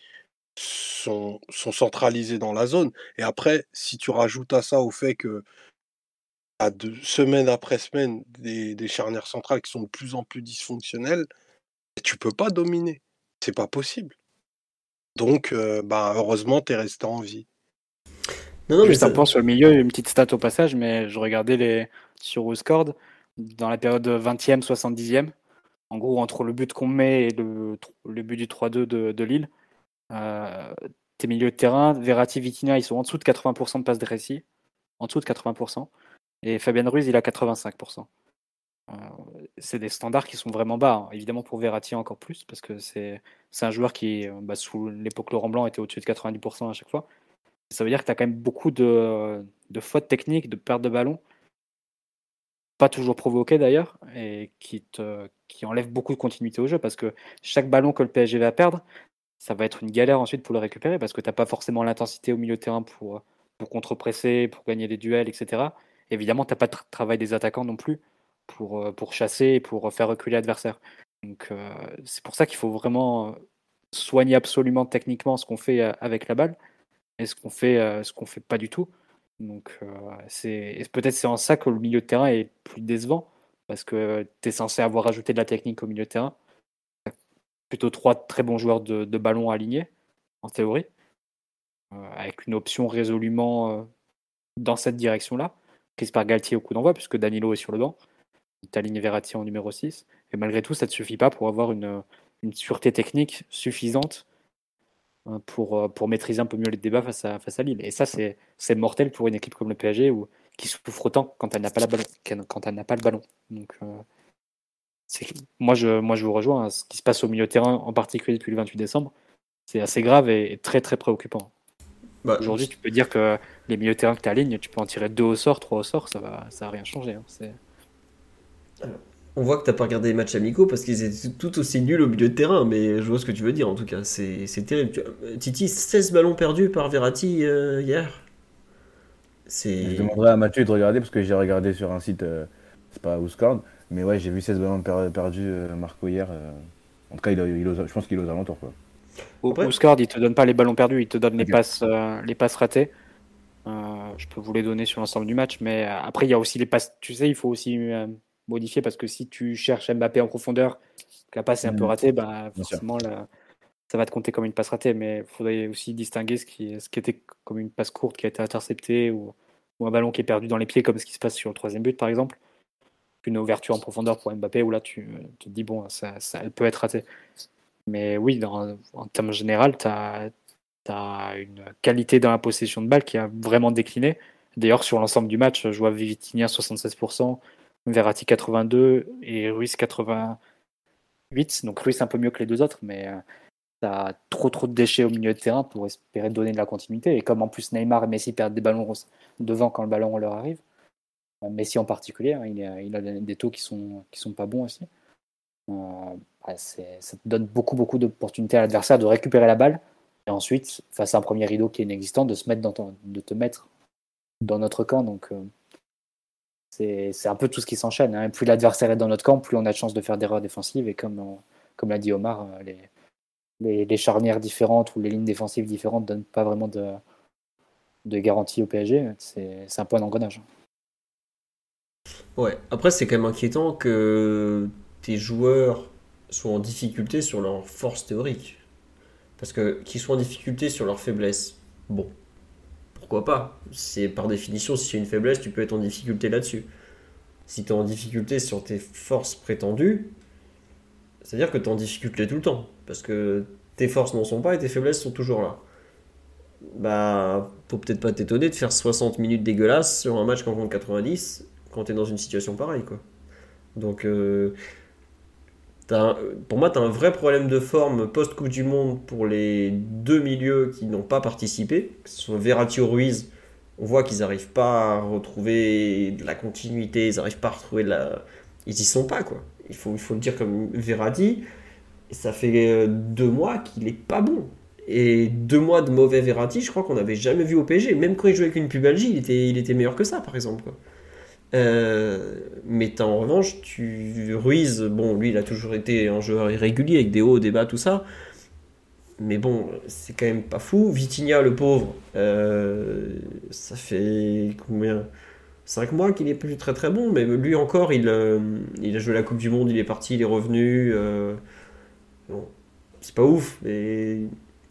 sont sont centralisés dans la zone. Et après, si tu rajoutes à ça au fait que, à de semaine après semaine, des des charnières centrales qui sont de plus en plus dysfonctionnelles, tu peux pas dominer. C'est pas possible. Donc heu, bah, heureusement, tu es resté en vie. Non, non, mais Juste un ça... point sur le milieu, une petite stat au passage, mais je regardais les sur WhoScored dans la période vingtième, soixante-dixième. En gros, entre le but qu'on met et le, le but du trois deux de, de Lille, euh, tes milieux de terrain, Verratti, Vitinha, ils sont en dessous de quatre-vingts pour cent de passes de récit, en dessous de quatre-vingts pour cent. Et Fabien Ruiz, il a quatre-vingt-cinq pour cent. Euh, c'est des standards qui sont vraiment bas. Hein. Évidemment, pour Verratti, encore plus, parce que c'est, c'est un joueur qui, bah, sous l'époque Laurent Blanc, était au-dessus de quatre-vingt-dix pour cent à chaque fois. Ça veut dire que tu as quand même beaucoup de, de fautes techniques, de pertes de ballon, pas toujours provoquées d'ailleurs, et qui, te, qui enlèvent beaucoup de continuité au jeu, parce que chaque ballon que le P S G va perdre, ça va être une galère ensuite pour le récupérer, parce que tu n'as pas forcément l'intensité au milieu de terrain pour, pour contre-presser, pour gagner des duels, et cetera. Évidemment, tu n'as pas de travail des attaquants non plus pour, pour chasser et pour faire reculer l'adversaire. Donc euh, c'est pour ça qu'il faut vraiment soigner absolument techniquement ce qu'on fait avec la balle, et ce qu'on fait, euh, ce qu'on fait pas du tout. Donc euh, c'est peut-être c'est en ça que le milieu de terrain est plus décevant, parce que tu es censé avoir ajouté de la technique au milieu de terrain. Plutôt trois très bons joueurs de, de ballon alignés, en théorie, euh, avec une option résolument euh, dans cette direction-là, prise par Galtier au coup d'envoi, puisque Danilo est sur le banc. Tu alignes Verratti en numéro six. Et malgré tout, ça ne te suffit pas pour avoir une, une sûreté technique suffisante pour, pour maîtriser un peu mieux les débats face à, face à Lille. Et ça, c'est, c'est mortel pour une équipe comme le P S G où, qui souffre autant quand elle n'a pas, la ballon, quand elle n'a pas le ballon. Donc, euh, c'est, moi, je, moi, je vous rejoins. Hein, ce qui se passe au milieu de terrain, en particulier depuis le vingt-huit décembre, c'est assez grave et, et très, très préoccupant. Bah, Aujourd'hui, tu peux dire que les milieux de terrain que tu alignes, tu peux en tirer deux au sort, trois au sort, ça va, ça va rien changer. Hein, c'est... Alors, on voit que t'as pas regardé les matchs amicaux parce qu'ils étaient tout aussi nuls au milieu de terrain, mais je vois ce que tu veux dire en tout cas. C'est, c'est terrible. Titi, seize ballons perdus par Verratti euh, hier. C'est... Je demanderai à Mathieu de regarder parce que j'ai regardé sur un site, euh, c'est pas WhoScored, mais ouais, j'ai vu seize ballons per- perdus euh, Marco hier. Euh, en tout cas, il, il ose, je pense qu'il est aux alentours. Quoi. Au WhoScored, il te donne pas les ballons perdus, il te donne okay. les, passes, euh, les passes ratées. Euh, je peux vous les donner sur l'ensemble du match, mais après, il y a aussi les passes. Tu sais, il faut aussi euh, modifier parce que si tu cherches Mbappé en profondeur, que la passe est un mmh. peu ratée, bah, forcément, la, ça va te compter comme une passe ratée. Mais il faudrait aussi distinguer ce qui, ce qui était comme une passe courte qui a été interceptée ou, ou un ballon qui est perdu dans les pieds, comme ce qui se passe sur le troisième but, par exemple. Une ouverture en profondeur pour Mbappé où là, tu, tu te dis, bon, ça, ça, elle peut être ratée. Mais oui, dans, en termes généraux, tu as. Tu as une qualité dans la possession de balle qui a vraiment décliné. D'ailleurs, sur l'ensemble du match, je vois Vitinha soixante-seize pour cent, Verratti quatre-vingt-deux pour cent et Ruiz quatre-vingt-huit pour cent. Donc Ruiz un peu mieux que les deux autres, mais euh, tu as trop trop de déchets au milieu de terrain pour espérer donner de la continuité. Et comme en plus Neymar et Messi perdent des ballons devant quand le ballon leur arrive, Messi en particulier, hein, il, a, il a des taux qui sont, qui sont pas bons aussi. Euh, bah, c'est, ça te donne beaucoup beaucoup d'opportunités à l'adversaire de récupérer la balle. Et ensuite, face à un premier rideau qui est inexistant, de se mettre dans ton, de te mettre dans notre camp. Donc, euh, c'est, c'est un peu tout ce qui s'enchaîne. Hein. Plus l'adversaire est dans notre camp, plus on a de chances de faire d'erreurs défensives. Et comme, euh, comme l'a dit Omar, euh, les, les, les charnières différentes ou les lignes défensives différentes ne donnent pas vraiment de, de garantie au P S G. C'est, c'est un point d'engrenage. Ouais, après, c'est quand même inquiétant que tes joueurs soient en difficulté sur leur force théorique. Parce que qu'ils soient en difficulté sur leur faiblesse, bon, pourquoi pas. C'est par définition, si tu as une faiblesse, tu peux être en difficulté là-dessus. Si tu es en difficulté sur tes forces prétendues, c'est-à-dire que tu es en difficulté tout le temps. Parce que tes forces n'en sont pas et tes faiblesses sont toujours là. Bah, faut peut-être pas t'étonner de faire soixante minutes dégueulasses sur un match qu'en compte quatre-vingt-dix quand tu es dans une situation pareille, quoi. Donc... Euh, Un, pour moi, tu as un vrai problème de forme post-Coupe du Monde pour les deux milieux qui n'ont pas participé, que ce soit Verratti ou Ruiz. On voit qu'ils n'arrivent pas à retrouver de la continuité, ils n'arrivent pas à retrouver de la... Ils y sont pas, quoi. Il faut, il faut le dire comme Verratti, ça fait deux mois qu'il est pas bon. Et deux mois de mauvais Verratti, je crois qu'on n'avait jamais vu au P S G. Même quand il jouait avec une Pubalgie, il était, il était meilleur que ça, par exemple, quoi. Euh, mais t'as en revanche, tu Ruiz, bon, lui il a toujours été un joueur irrégulier avec des hauts, des bas, tout ça. Mais bon, c'est quand même pas fou. Vitinha, le pauvre, euh, ça fait combien cinq mois qu'il est plus très très bon, mais lui encore, il, euh, il a joué la Coupe du Monde, il est parti, il est revenu. Euh, bon, c'est pas ouf, mais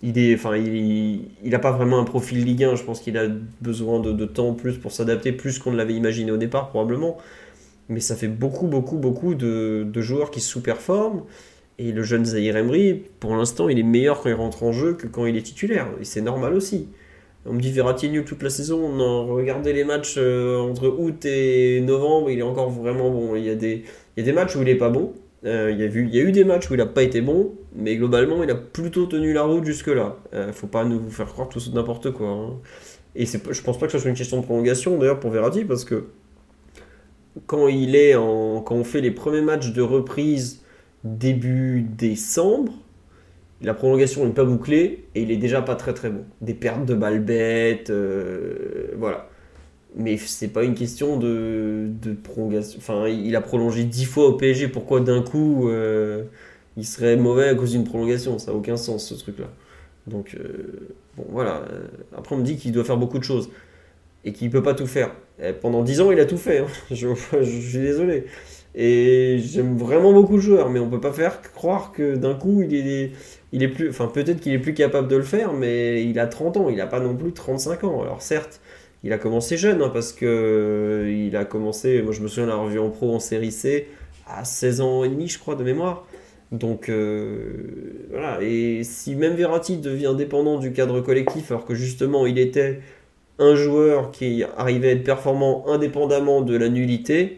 il est, enfin, il, il a pas vraiment un profil Ligue un. Je pense qu'il a besoin de, de temps plus pour s'adapter, plus qu'on ne l'avait imaginé au départ probablement. Mais ça fait beaucoup, beaucoup, beaucoup de, de joueurs qui sous-performent. Et le jeune Zahir Emery, pour l'instant, il est meilleur quand il rentre en jeu que quand il est titulaire. Et c'est normal aussi. On me dit Verratti est nul toute la saison. Non, regardez les matchs euh, entre août et novembre, il est encore vraiment bon. Il y a des, il y a des matchs où il est pas bon. Euh, il, y a vu, il y a eu des matchs où il n'a pas été bon, mais globalement, il a plutôt tenu la route jusque-là. Euh, faut pas nous faire croire tout ça n'importe quoi. Hein. Et c'est, je pense pas que ce soit une question de prolongation d'ailleurs pour Verratti, parce que quand il est en, quand on fait les premiers matchs de reprise début décembre, la prolongation n'est pas bouclée et il est déjà pas très très bon. Des pertes de balles bêtes, euh, voilà. Mais c'est pas une question de, de prolongation. Enfin, il a prolongé dix fois au P S G. Pourquoi d'un coup euh, il serait mauvais à cause d'une prolongation? Ça n'a aucun sens ce truc-là. Donc, euh, bon voilà. Après, on me dit qu'il doit faire beaucoup de choses et qu'il peut pas tout faire. Et pendant dix ans, il a tout fait. Hein. Je, je suis désolé. Et j'aime vraiment beaucoup le joueur, mais on peut pas faire croire que d'un coup il est, il est plus, enfin peut-être qu'il est plus capable de le faire, mais il a trente ans, il a pas non plus trente-cinq ans. Alors certes, il a commencé jeune, hein, parce que euh, il a commencé, moi je me souviens de la revue en pro en série C à seize ans et demi, je crois, de mémoire. Donc euh, voilà, et si même Verratti devient dépendant du cadre collectif, alors que justement il était un joueur qui arrivait à être performant indépendamment de la nullité,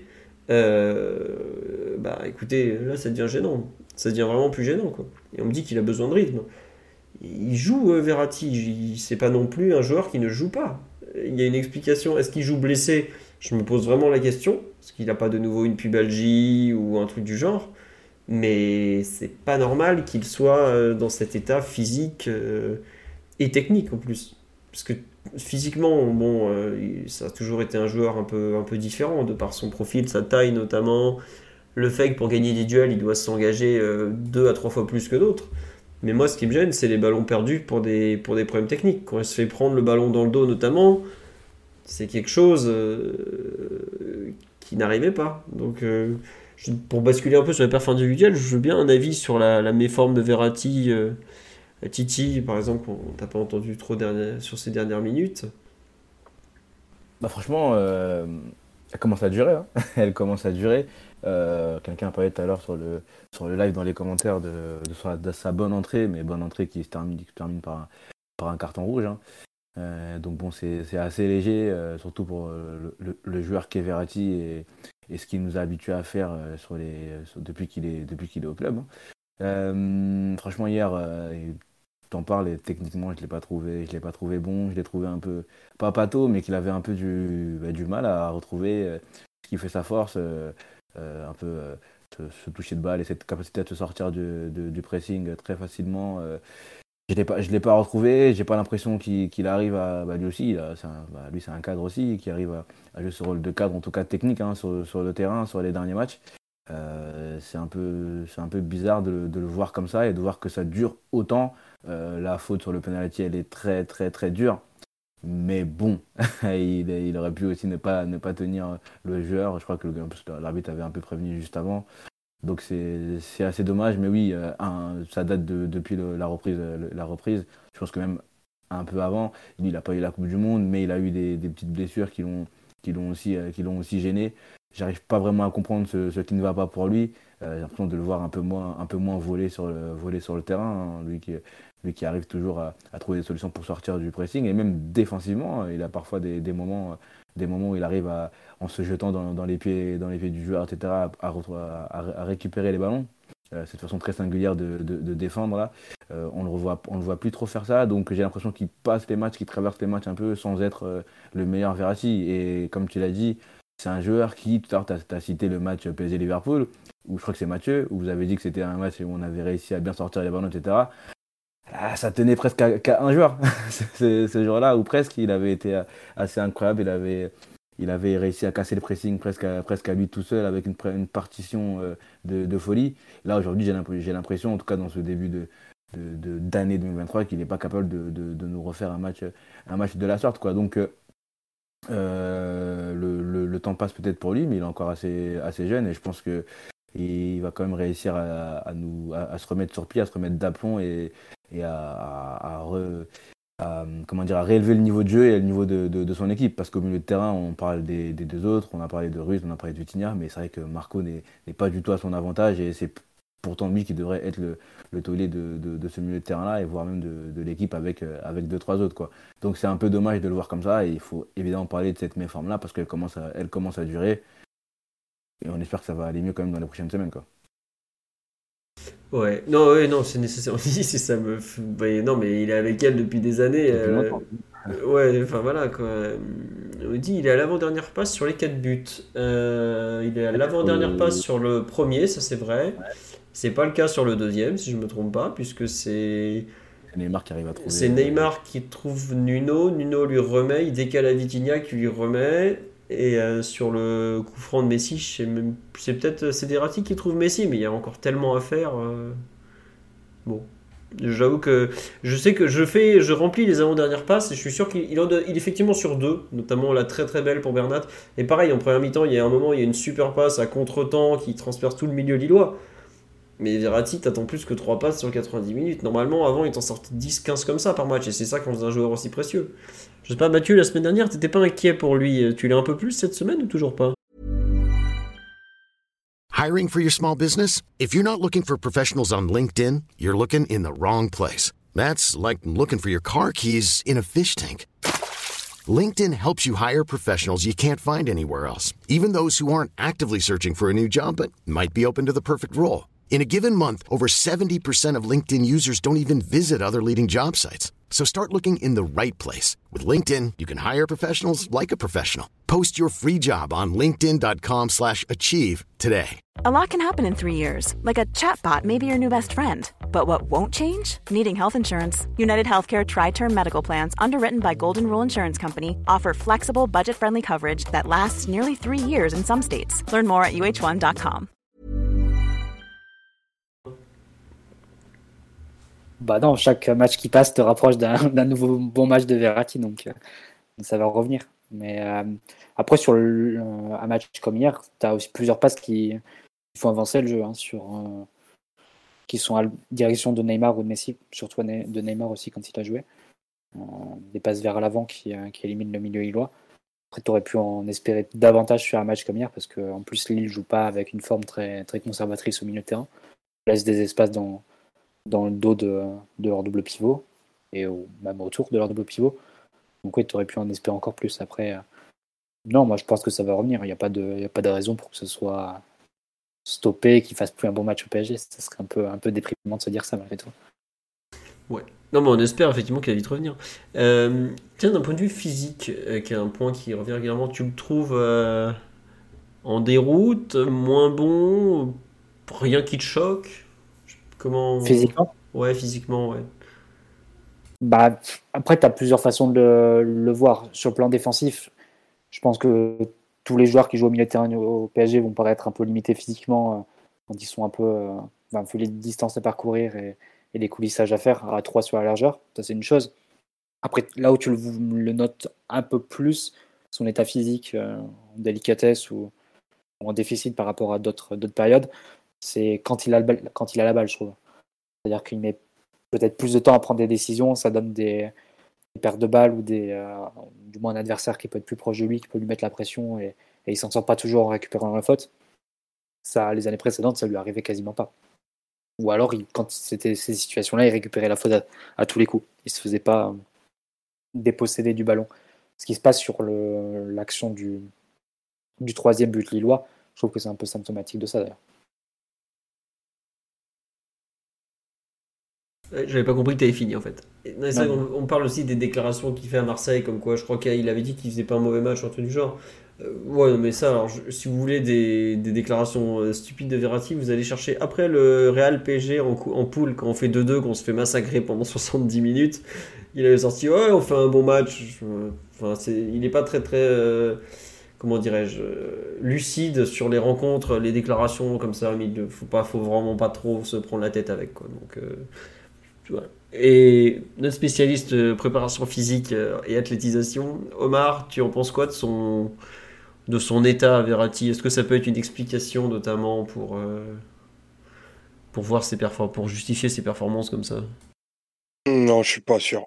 euh, bah écoutez, là ça devient gênant. Ça devient vraiment plus gênant, quoi. Et on me dit qu'il a besoin de rythme. Il joue, euh, Verratti, il- c'est pas non plus un joueur qui ne joue pas. Il y a une explication. Est-ce qu'il joue blessé? Je me pose vraiment la question. Est-ce qu'il n'a pas de nouveau une pubalgie ou un truc du genre? Mais c'est pas normal qu'il soit euh, dans cet état physique euh, et technique en plus. Parce que physiquement, bon, euh, il- ça a toujours été un joueur un peu, un peu différent, de par son profil, sa taille notamment, le fait que pour gagner des duels, il doit s'engager euh, deux à trois fois plus que d'autres. Mais moi, ce qui me gêne, c'est les ballons perdus pour des, pour des problèmes techniques. Quand il se fait prendre le ballon dans le dos notamment, c'est quelque chose euh, qui n'arrivait pas. Donc, euh, je- pour basculer un peu sur les perfs individuels, je veux bien un avis sur la, la méforme de Verratti. euh, Titi, par exemple, on t'a pas entendu trop dernière- sur ces dernières minutes. Bah franchement, euh, elle commence à durer. Hein. Elle commence à durer. Euh, quelqu'un parlait tout à l'heure sur le, sur le live dans les commentaires de, de, sa, de sa bonne entrée, mais bonne entrée qui se termine, qui se termine par, un, par un carton rouge. Hein. Euh, donc bon, c'est c'est assez léger, euh, surtout pour euh, le, le, le joueur qu'est Verratti et, et ce qu'il nous a habitué à faire euh, sur les, sur- depuis qu'il est, depuis qu'il est au club. Hein. Euh, franchement, hier, euh, t'en parles et techniquement, je l'ai pas trouvé, je l'ai pas trouvé bon. Je l'ai trouvé un peu, pas pâteau, mais qu'il avait un peu du, bah, du mal à retrouver euh, ce qui fait sa force, euh, euh, un peu euh, ce, ce toucher de balle et cette capacité à te sortir du, de- du pressing très facilement. euh, je l'ai pas, je l'ai pas retrouvé. J'ai pas l'impression qu'il qu'il arrive à, bah, lui aussi, il a- c'est un- bah, lui c'est un cadre aussi, qui arrive à, à jouer ce rôle de cadre, en tout cas technique, hein, sur, sur le terrain, sur les derniers matchs. Euh, c'est un peu, c'est un peu bizarre de, le de le voir comme ça et de voir que ça dure autant. Euh, la faute sur le penalty, elle est très très très dure. Mais bon, il, il aurait pu aussi ne pas, ne pas tenir le joueur. Je crois que le- parce que l'arbitre avait un peu prévenu juste avant. Donc c'est c'est assez dommage. Mais oui, euh, un- ça date de, depuis le- la reprise, le- la reprise. Je pense que même un peu avant, lui, il n'a pas eu la Coupe du Monde, mais il a eu des, des petites blessures qui l'ont qui l'ont aussi, euh, qui l'ont aussi gêné. J'arrive pas vraiment à comprendre ce, ce qui ne va pas pour lui. Euh, j'ai l'impression de le voir un peu moins, un peu moins voler sur le, voler sur le terrain. Hein. Lui qui, lui qui arrive toujours à, à trouver des solutions pour sortir du pressing. Et même défensivement, il a parfois des, des moments, des moments où il arrive à, en se jetant dans, dans les pieds, dans les pieds du joueur, et cetera, à, à- à- à récupérer les ballons. Euh, cette façon très singulière de, de- de défendre là. Euh, on le revoit, on le voit plus trop faire ça. Donc j'ai l'impression qu'il passe les matchs, qu'il traverse les matchs un peu sans être euh, le meilleur Verratti. Et comme tu l'as dit, c'est un joueur qui, tout à l'heure, tu as cité le match P S G-Liverpool, où je crois que c'est Mathieu, où vous avez dit que c'était un match où on avait réussi à bien sortir les ballons, et cetera. Ah, ça tenait presque qu'à qu'à un joueur, ce, ce jour-là, où presque il avait été euh, assez incroyable. Il avait, il avait réussi à casser le pressing presque à, presque à lui tout seul avec une, une partition euh, de, de folie. Là, aujourd'hui, j'ai l'imp- j'ai l'impression, en tout cas dans ce début de, de, de- d'année deux mille vingt-trois, qu'il n'est pas capable de, de- de nous refaire un match, un match de la sorte, quoi. Donc, euh, euh, le, le- le temps passe peut-être pour lui, mais il est encore assez, assez jeune et je pense que il va quand même réussir à, à nous, à, à se remettre sur pied, à se remettre d'aplomb et, et à, à, à re- à, comment dire, à réélever le niveau de jeu et le niveau de, de, de son équipe. Parce qu'au milieu de terrain, on parle des, des deux autres, on a parlé de Ruiz, on a parlé de Vitinha, mais c'est vrai que Marco n'est, n'est pas du tout à son avantage et c'est pourtant lui qui devrait être le, le taulier de, de, de ce milieu de terrain-là et voire même de, de l'équipe avec, euh, avec deux, trois autres, quoi. Donc c'est un peu dommage de le voir comme ça et il faut évidemment parler de cette méforme-là parce qu'elle commence à, elle commence à durer et on espère que ça va aller mieux quand même dans les prochaines semaines, quoi. Ouais, non, ouais, non, c'est nécessaire. Si, si ça me. f- bah, non, mais il est avec elle depuis des années. Depuis euh, longtemps. Ouais, enfin voilà quoi. Euh, On dit il est à l'avant-dernière passe sur les quatre buts. Euh, il est à l'avant-dernière passe Et sur le premier, ça c'est vrai. C'est pas le cas sur le deuxième, si je me trompe pas, puisque c'est c'est Neymar qui arrive à trouver. c'est euh, Neymar qui trouve Nuno. Nuno lui remet, il décale à Vitinha qui lui remet. Et euh, sur le coup franc de Messi, je sais même- c'est peut-être c'est Verratti qui trouve Messi, mais il y a encore tellement à faire. euh. Bon, j'avoue que je sais que je fais, je remplis les avant-dernières passes et je suis sûr qu'il il en donne- il est effectivement sur deux, notamment la très très belle pour Bernat. Et pareil, en première mi-temps, il y a un moment, il y a une super passe à contre-temps qui transperce tout le milieu lillois. Mais Verratti, t'attends plus que trois passes sur quatre-vingt-dix minutes. Normalement, avant, il t'en sortait dix quinze comme ça par match et c'est ça quand faisait un joueur aussi précieux. Je sais pas, Mathieu, la semaine dernière, t'étais pas inquiet pour lui. Tu l'es un peu plus cette semaine ou toujours pas? Hiring for your small business? If you're not looking for professionals on LinkedIn, you're looking in the wrong place. That's like looking for your car keys in a fish tank. LinkedIn helps you hire professionals you can't find anywhere else, even those who aren't actively searching for a new job but might be open to the perfect role. In a given month, over seventy percent of LinkedIn users don't even visit other leading job sites. So start looking in the right place. With LinkedIn, you can hire professionals like a professional. Post your free job on linkedin.com slash achieve today. A lot can happen in three years, like a chatbot may be your new best friend. But what won't change? Needing health insurance. United Healthcare Tri-Term Medical Plans, underwritten by Golden Rule Insurance Company, offer flexible, budget-friendly coverage that lasts nearly three years in some states. Learn more at U H one dot com. Bah non, chaque match qui passe te rapproche d'un d'un nouveau bon match de Verratti, donc euh, ça va revenir. Mais euh, après, sur le- euh, un match comme hier, tu as aussi plusieurs passes qui, qui font avancer le jeu, hein, sur, euh, qui sont à la direction de Neymar ou de Messi, surtout Ne- de Neymar aussi quand il a joué. Euh, des passes vers l'avant qui, euh, qui éliminent le milieu lillois. Après, tu aurais pu en espérer davantage sur un match comme hier, parce qu'en plus, Lille joue pas avec une forme très, très conservatrice au milieu de terrain. Laisse des espaces dans, dans le dos de, de leur double pivot, et au- même autour de leur double pivot. Donc oui, tu aurais pu en espérer encore plus. Après, euh, non, moi je pense que ça va revenir. Il n'y a pas de, il y a pas de raison pour que ce soit stoppé, qu'il fasse plus un bon match au P S G. Ça serait un peu, un peu déprimant de se dire ça malgré tout. Ouais. Non, mais on espère effectivement qu'il va vite revenir. Euh, tiens, d'un point de vue physique, euh, qui est un point qui revient régulièrement, tu le trouves euh, en déroute, moins bon, rien qui te choque? Comment. Physiquement, Ouais, physiquement, ouais. bah, pff, après, tu as plusieurs façons de le, le voir. Sur le plan défensif, je pense que tous les joueurs qui jouent au milieu de terrain au P S G vont paraître un peu limités physiquement, euh, quand ils sont un peu. Euh, enfin, vu les distances à parcourir et, et les coulissages à faire à trois sur la largeur. Ça, c'est une chose. Après, là où tu le, le notes un peu plus, son état physique, euh, en délicatesse ou, ou en déficit par rapport à d'autres d'autres périodes, c'est quand il a le bal- quand il a la balle, je trouve. C'est-à-dire qu'il met peut-être plus de temps à prendre des décisions, ça donne des, des pertes de balles ou des, euh, du moins un adversaire qui peut être plus proche de lui, qui peut lui mettre la pression et, et il s'en sort pas toujours en récupérant la faute. Ça, les années précédentes, ça lui arrivait quasiment pas. Ou alors, il- quand c'était ces situations-là, il récupérait la faute à, à tous les coups. Il se faisait pas euh, déposséder du ballon. Ce qui se passe sur le- l'action du, du troisième but lillois, je trouve que c'est un peu symptomatique de ça d'ailleurs. Ouais, j'avais pas compris que t'avais fini en fait. Et non, c'est vrai Non. qu'on- on parle aussi des déclarations qu'il fait à Marseille, comme quoi je crois qu'il avait dit qu'il faisait pas un mauvais match, un truc du genre. Euh, ouais, non, mais ça, alors je- si vous voulez des, des déclarations euh, stupides de Verratti, vous allez chercher après le Real P S G en, cou- en poule, quand on fait deux deux, qu'on se fait massacrer pendant soixante-dix minutes. Il avait sorti, ouais, on fait un bon match. Je- Enfin, c'est, il est pas très très. euh, comment dirais-je, euh, lucide sur les rencontres, les déclarations comme ça, mais il faut pas, faut vraiment pas trop se prendre la tête avec quoi. Donc, euh, voilà. Et notre spécialiste euh, préparation physique euh, et athlétisation, Omar, tu en penses quoi de son, de son état à Verratti? Est-ce que ça peut être une explication notamment pour, euh, pour voir ses perfor- pour justifier ses performances comme ça? Non, je suis pas sûr.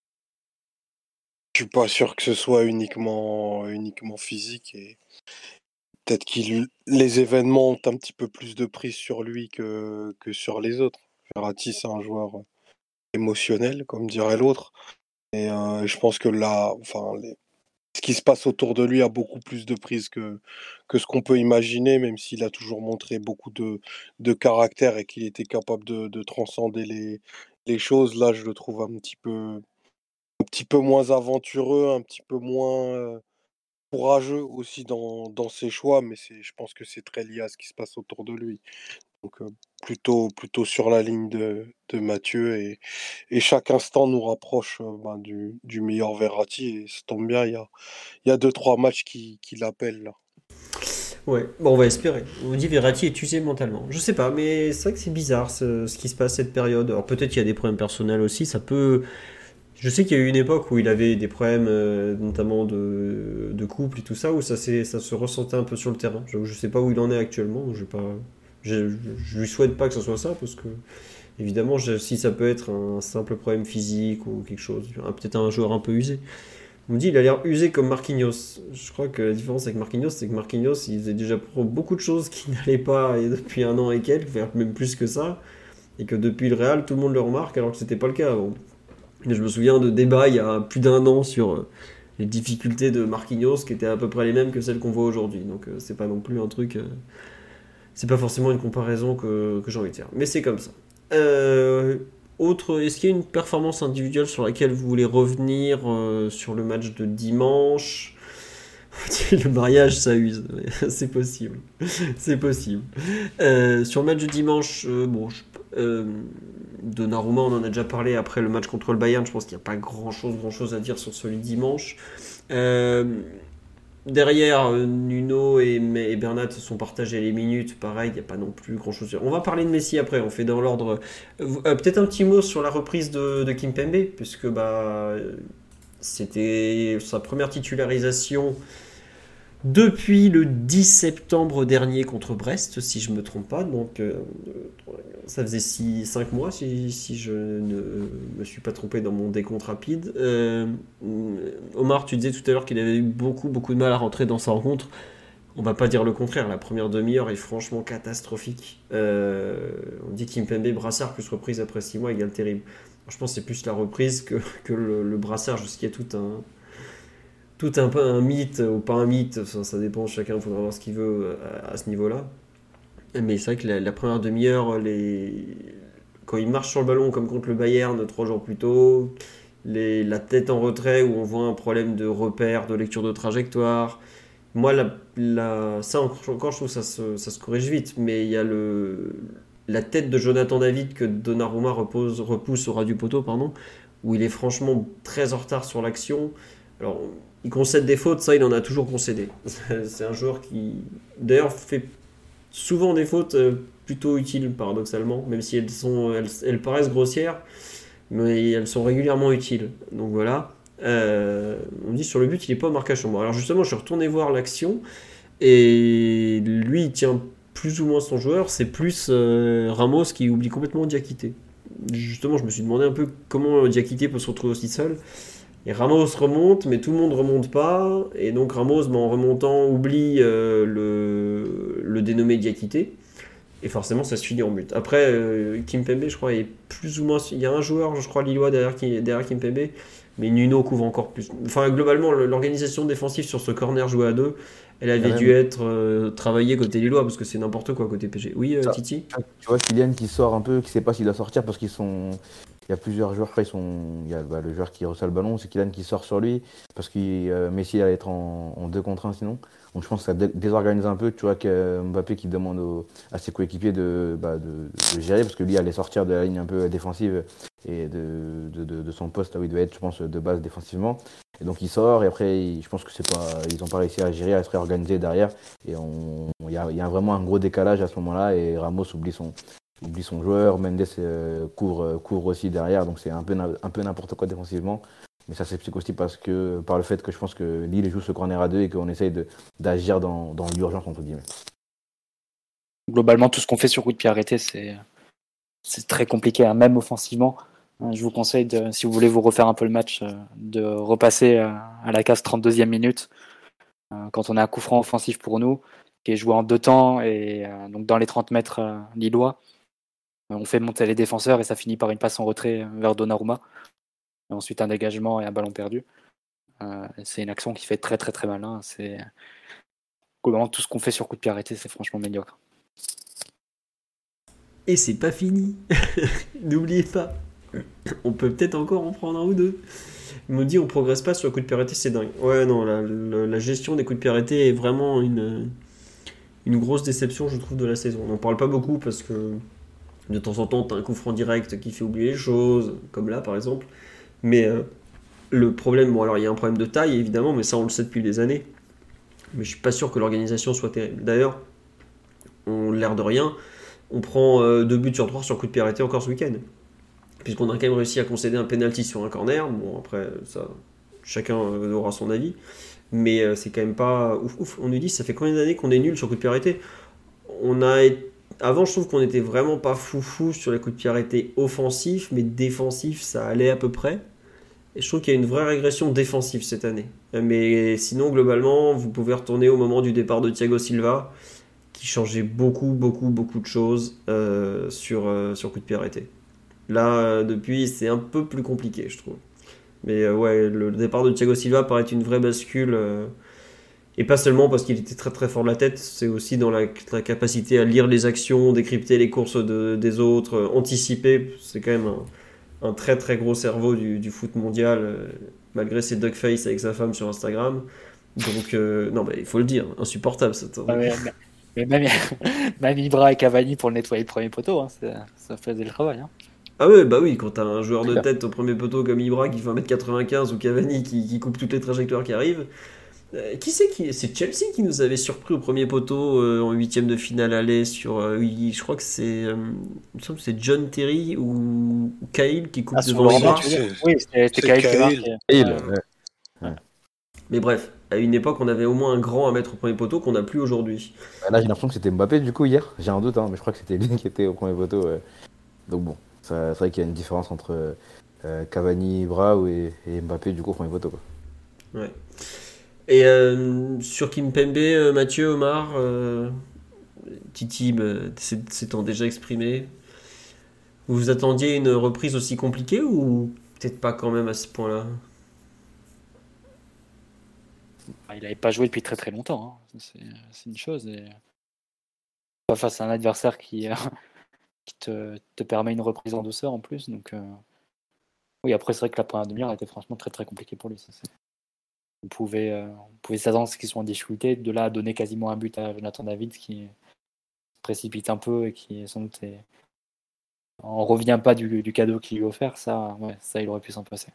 Je suis pas sûr que ce soit uniquement, uniquement physique et peut-être qu'il les événements ont un petit peu plus de prise sur lui que, que sur les autres. Verratti, c'est un joueur émotionnel, comme dirait l'autre. Et euh, je pense que là, enfin, les- ce qui se passe autour de lui a beaucoup plus de prise que, que ce qu'on peut imaginer, même s'il a toujours montré beaucoup de, de caractère et qu'il était capable de, de transcender les, les choses. Là, je le trouve un petit peu, un petit peu moins aventureux, un petit peu moins euh, courageux aussi dans, dans ses choix, mais c'est, je pense que c'est très lié à ce qui se passe autour de lui. Donc euh, plutôt, plutôt sur la ligne de, de Mathieu et, et chaque instant nous rapproche euh, ben, du, du meilleur Verratti et ça tombe bien, il y a, il y a deux, trois matchs qui, qui l'appellent là. Ouais, bon, on va espérer. On dit Verratti est usé mentalement. Je sais pas, mais c'est vrai que c'est bizarre ce, ce qui se passe cette période. Alors peut-être qu'il y a des problèmes personnels aussi, ça peut. Je sais qu'il y a eu une époque où il avait des problèmes, euh, notamment de, de couple et tout ça, où ça, s'est- ça se ressentait un peu sur le terrain. Je, je sais pas où il en est actuellement. Je, vais pas, je, je, je lui souhaite pas que ce soit ça, parce que, évidemment, je- si ça peut être un simple problème physique ou quelque chose, un- peut-être un joueur un peu usé. On me dit il a l'air usé comme Marquinhos. Je crois que la différence avec Marquinhos, c'est que Marquinhos, il faisait déjà pro- beaucoup de choses qui n'allaient pas et depuis un an et quelques, faire même plus que ça, et que depuis le Real, tout le monde le remarque, alors que c'était pas le cas avant. Et je me souviens de débats il y a plus d'un an sur euh, les difficultés de Marquinhos, qui étaient à peu près les mêmes que celles qu'on voit aujourd'hui. Donc euh, c'est pas non plus un truc, euh, c'est pas forcément une comparaison que, que j'ai envie de faire. Mais c'est comme ça. Euh, autre, est-ce qu'il y a une performance individuelle sur laquelle vous voulez revenir euh, sur le match de dimanche? Le mariage, ça use. C'est possible. C'est possible. Euh, sur le match de dimanche, euh, bon, je- euh, Donnarumma, on en a déjà parlé après le match contre le Bayern. Je pense qu'il n'y a pas grand chose, grand chose à dire sur celui de dimanche. Euh, Derrière, euh, Nuno et, et Bernat se sont partagés les minutes. Pareil, il n'y a pas non plus grand chose. On va parler de Messi après. On fait dans l'ordre. Euh, euh, peut-être un petit mot sur la reprise de, de Kimpembe, puisque bah, c'était sa première titularisation depuis le dix septembre dernier contre Brest, si je ne me trompe pas. Donc, euh, ça faisait cinq mois, si, si je ne me suis pas trompé dans mon décompte rapide. Euh, Omar, tu disais tout à l'heure qu'il avait eu beaucoup, beaucoup de mal à rentrer dans sa rencontre. On va pas dire le contraire. La première demi-heure est franchement catastrophique. Euh, on dit Kimpembe brassard plus reprise après six mois égale terrible. Je pense que c'est plus la reprise que, que le, le brassard, jusqu'à tout un tout un peu un mythe ou pas un mythe, ça, ça dépend, chacun faudra voir ce qu'il veut à, à ce niveau-là. Mais c'est vrai que la, la première demi-heure, les... quand il marche sur le ballon comme contre le Bayern trois jours plus tôt, les... la tête en retrait où on voit un problème de repère, de lecture de trajectoire. Moi, la, la... ça encore, encore, je trouve que ça se, ça se corrige vite, mais il y a le... la tête de Jonathan David que Donnarumma repose, repousse au ras du poteau, pardon, où il est franchement très en retard sur l'action. Alors, il concède des fautes, ça il en a toujours concédé. C'est un joueur qui, d'ailleurs, fait souvent des fautes euh, plutôt utiles, paradoxalement, même si elles, sont, elles, elles paraissent grossières, mais elles sont régulièrement utiles. Donc voilà. Euh, on dit sur le but, il n'est pas au marquage sur moi. Alors justement, je suis retourné voir l'action, et lui, il tient plus ou moins son joueur, c'est plus euh, Ramos qui oublie complètement Diakité. Justement, je me suis demandé un peu comment Diakité peut se retrouver aussi seul. Et Ramos remonte, mais tout le monde remonte pas. Et donc Ramos, ben, en remontant, oublie euh, le, le dénommé Diakité. Et forcément, ça se finit en but. Après, euh, Kimpembe, je crois, est plus ou moins. Il y a un joueur, je crois, lillois derrière, qui, derrière Kimpembe. Mais Nuno couvre encore plus. Enfin, globalement, l'organisation défensive sur ce corner joué à deux, elle avait Même, dû être euh, travaillée côté lillois, parce que c'est n'importe quoi côté P G. Oui, euh, ça, Titi? tu vois, Kylian qui sort un peu, qui sait pas s'il doit sortir parce qu'ils sont. Il y a plusieurs joueurs, après, ils sont. Il y a bah, le joueur qui reçoit le ballon, c'est Kylian qui sort sur lui, parce que euh, Messi allait être en, en deux contre un sinon. Donc je pense que ça dé- désorganise un peu. Tu vois que Mbappé qui demande au- à ses coéquipiers de, bah, de, de gérer, parce que lui allait sortir de la ligne un peu défensive et de, de, de, de son poste là où il doit être, je pense, de base défensivement. Et donc il sort, et après, il- je pense que c'est pas, ils n'ont pas réussi à gérer, à se réorganiser derrière. Et on- il y a, il y a vraiment un gros décalage à ce moment-là, et Ramos oublie son. oublie son joueur, Mendes euh, court, euh, court aussi derrière, donc c'est un peu, na- un peu n'importe quoi défensivement. Mais ça s'explique aussi parce que, par le fait que je pense que Lille joue ce corner à deux et qu'on essaye de, d'agir dans, dans l'urgence, entre guillemets. Globalement, tout ce qu'on fait sur coup de pied arrêté, c'est, c'est très compliqué, hein, même offensivement. Je vous conseille, de, si vous voulez vous refaire un peu le match, de repasser à la case trente-deuxième minute, quand on a un coup franc offensif pour nous, qui est joué en deux temps, et donc dans les trente mètres lillois, on fait monter les défenseurs et ça finit par une passe en retrait vers Donnarumma. Et ensuite un dégagement et un ballon perdu. Euh, c'est une action qui fait très très très mal. Hein. C'est globalement tout ce qu'on fait sur coup de pied arrêté, c'est franchement médiocre. Et c'est pas fini. N'oubliez pas. On peut peut-être encore en prendre un ou deux. Il me dit on progresse pas sur le coup de pied arrêté, c'est dingue. Ouais, non, la, la, la gestion des coups de pied arrêtés est vraiment une, une grosse déception, je trouve, de la saison. On n'en parle pas beaucoup parce que de temps en temps, t'as un coup franc direct qui fait oublier les choses, comme là par exemple. Mais euh, le problème, bon, alors il y a un problème de taille évidemment, mais ça on le sait depuis des années. Mais je suis pas sûr que l'organisation soit terrible. D'ailleurs, on l'air de rien, on prend euh, deux buts sur trois sur coup de pied arrêté encore ce week-end. Puisqu'on a quand même réussi à concéder un penalty sur un corner. Bon, après, ça, chacun aura son avis. Mais euh, c'est quand même pas ouf ouf. On nous dit, ça fait combien d'années qu'on est nul sur coup de pied arrêté ? On a été... Avant, je trouve qu'on était vraiment pas foufou sur les coups de pied arrêtés offensifs, mais défensifs, ça allait à peu près. Et je trouve qu'il y a une vraie régression défensive cette année. Mais sinon, globalement, vous pouvez retourner au moment du départ de Thiago Silva, qui changeait beaucoup, beaucoup, beaucoup de choses euh, sur, euh, sur coup de pied arrêté. Là, euh, depuis, c'est un peu plus compliqué, je trouve. Mais euh, ouais, le départ de Thiago Silva paraît une vraie bascule. Euh, et pas seulement parce qu'il était très très fort de la tête, c'est aussi dans la, la capacité à lire les actions, décrypter les courses de, des autres, euh, anticiper. C'est quand même un, un très très gros cerveau du, du foot mondial, euh, malgré ses duckface avec sa femme sur Instagram. Donc, euh, non, mais il faut le dire, insupportable cette. Ah ouais, mais, mais même, même Ibra et Cavani pour le nettoyer le premier poteau, hein, ça, ça faisait le travail. Hein. Ah ouais, bah oui, quand t'as un joueur de tête au premier poteau comme Ibra qui fait un mètre quatre-vingt-quinze ou Cavani qui, qui coupe toutes les trajectoires qui arrivent. Euh, qui c'est qui C'est Chelsea qui nous avait surpris au premier poteau euh, en huitième de finale aller sur. Euh, oui, je crois que c'est. Euh, il me semble que c'est John Terry ou Cahill qui coupe ah, devant Ibra. Oui, c'était Cahill qui Cahill, ouais. Ouais. Mais bref, à une époque, on avait au moins un grand à mettre au premier poteau qu'on n'a plus aujourd'hui. Là, j'ai l'impression que c'était Mbappé du coup hier. J'ai un doute, hein, mais je crois que c'était lui qui était au premier poteau. Ouais. Donc bon, ça, c'est vrai qu'il y a une différence entre euh, Cavani, Ibra et, et Mbappé du coup au premier poteau. Quoi. Ouais. Et euh, sur Kimpembe, euh, Mathieu, Omar, euh, Titi euh, s'étant déjà exprimé, vous vous attendiez à une reprise aussi compliquée ou peut-être pas quand même à ce point-là ? Il n'avait pas joué depuis très très longtemps, hein. c'est, c'est une chose. Et... pas face à un adversaire qui, euh, qui te, te permet une reprise en douceur en plus. Donc, euh... oui, après, c'est vrai que la première demi-heure était franchement très très compliquée pour lui. Ça, c'est... On pouvait, euh, on pouvait s'attendre à ce qu'ils soient en difficulté. De là à donner quasiment un but à Jonathan David, qui se précipite un peu et qui sans doute est... on revient pas du, du cadeau qu'il lui a offert. Ça, ouais, ça, il aurait pu s'en passer.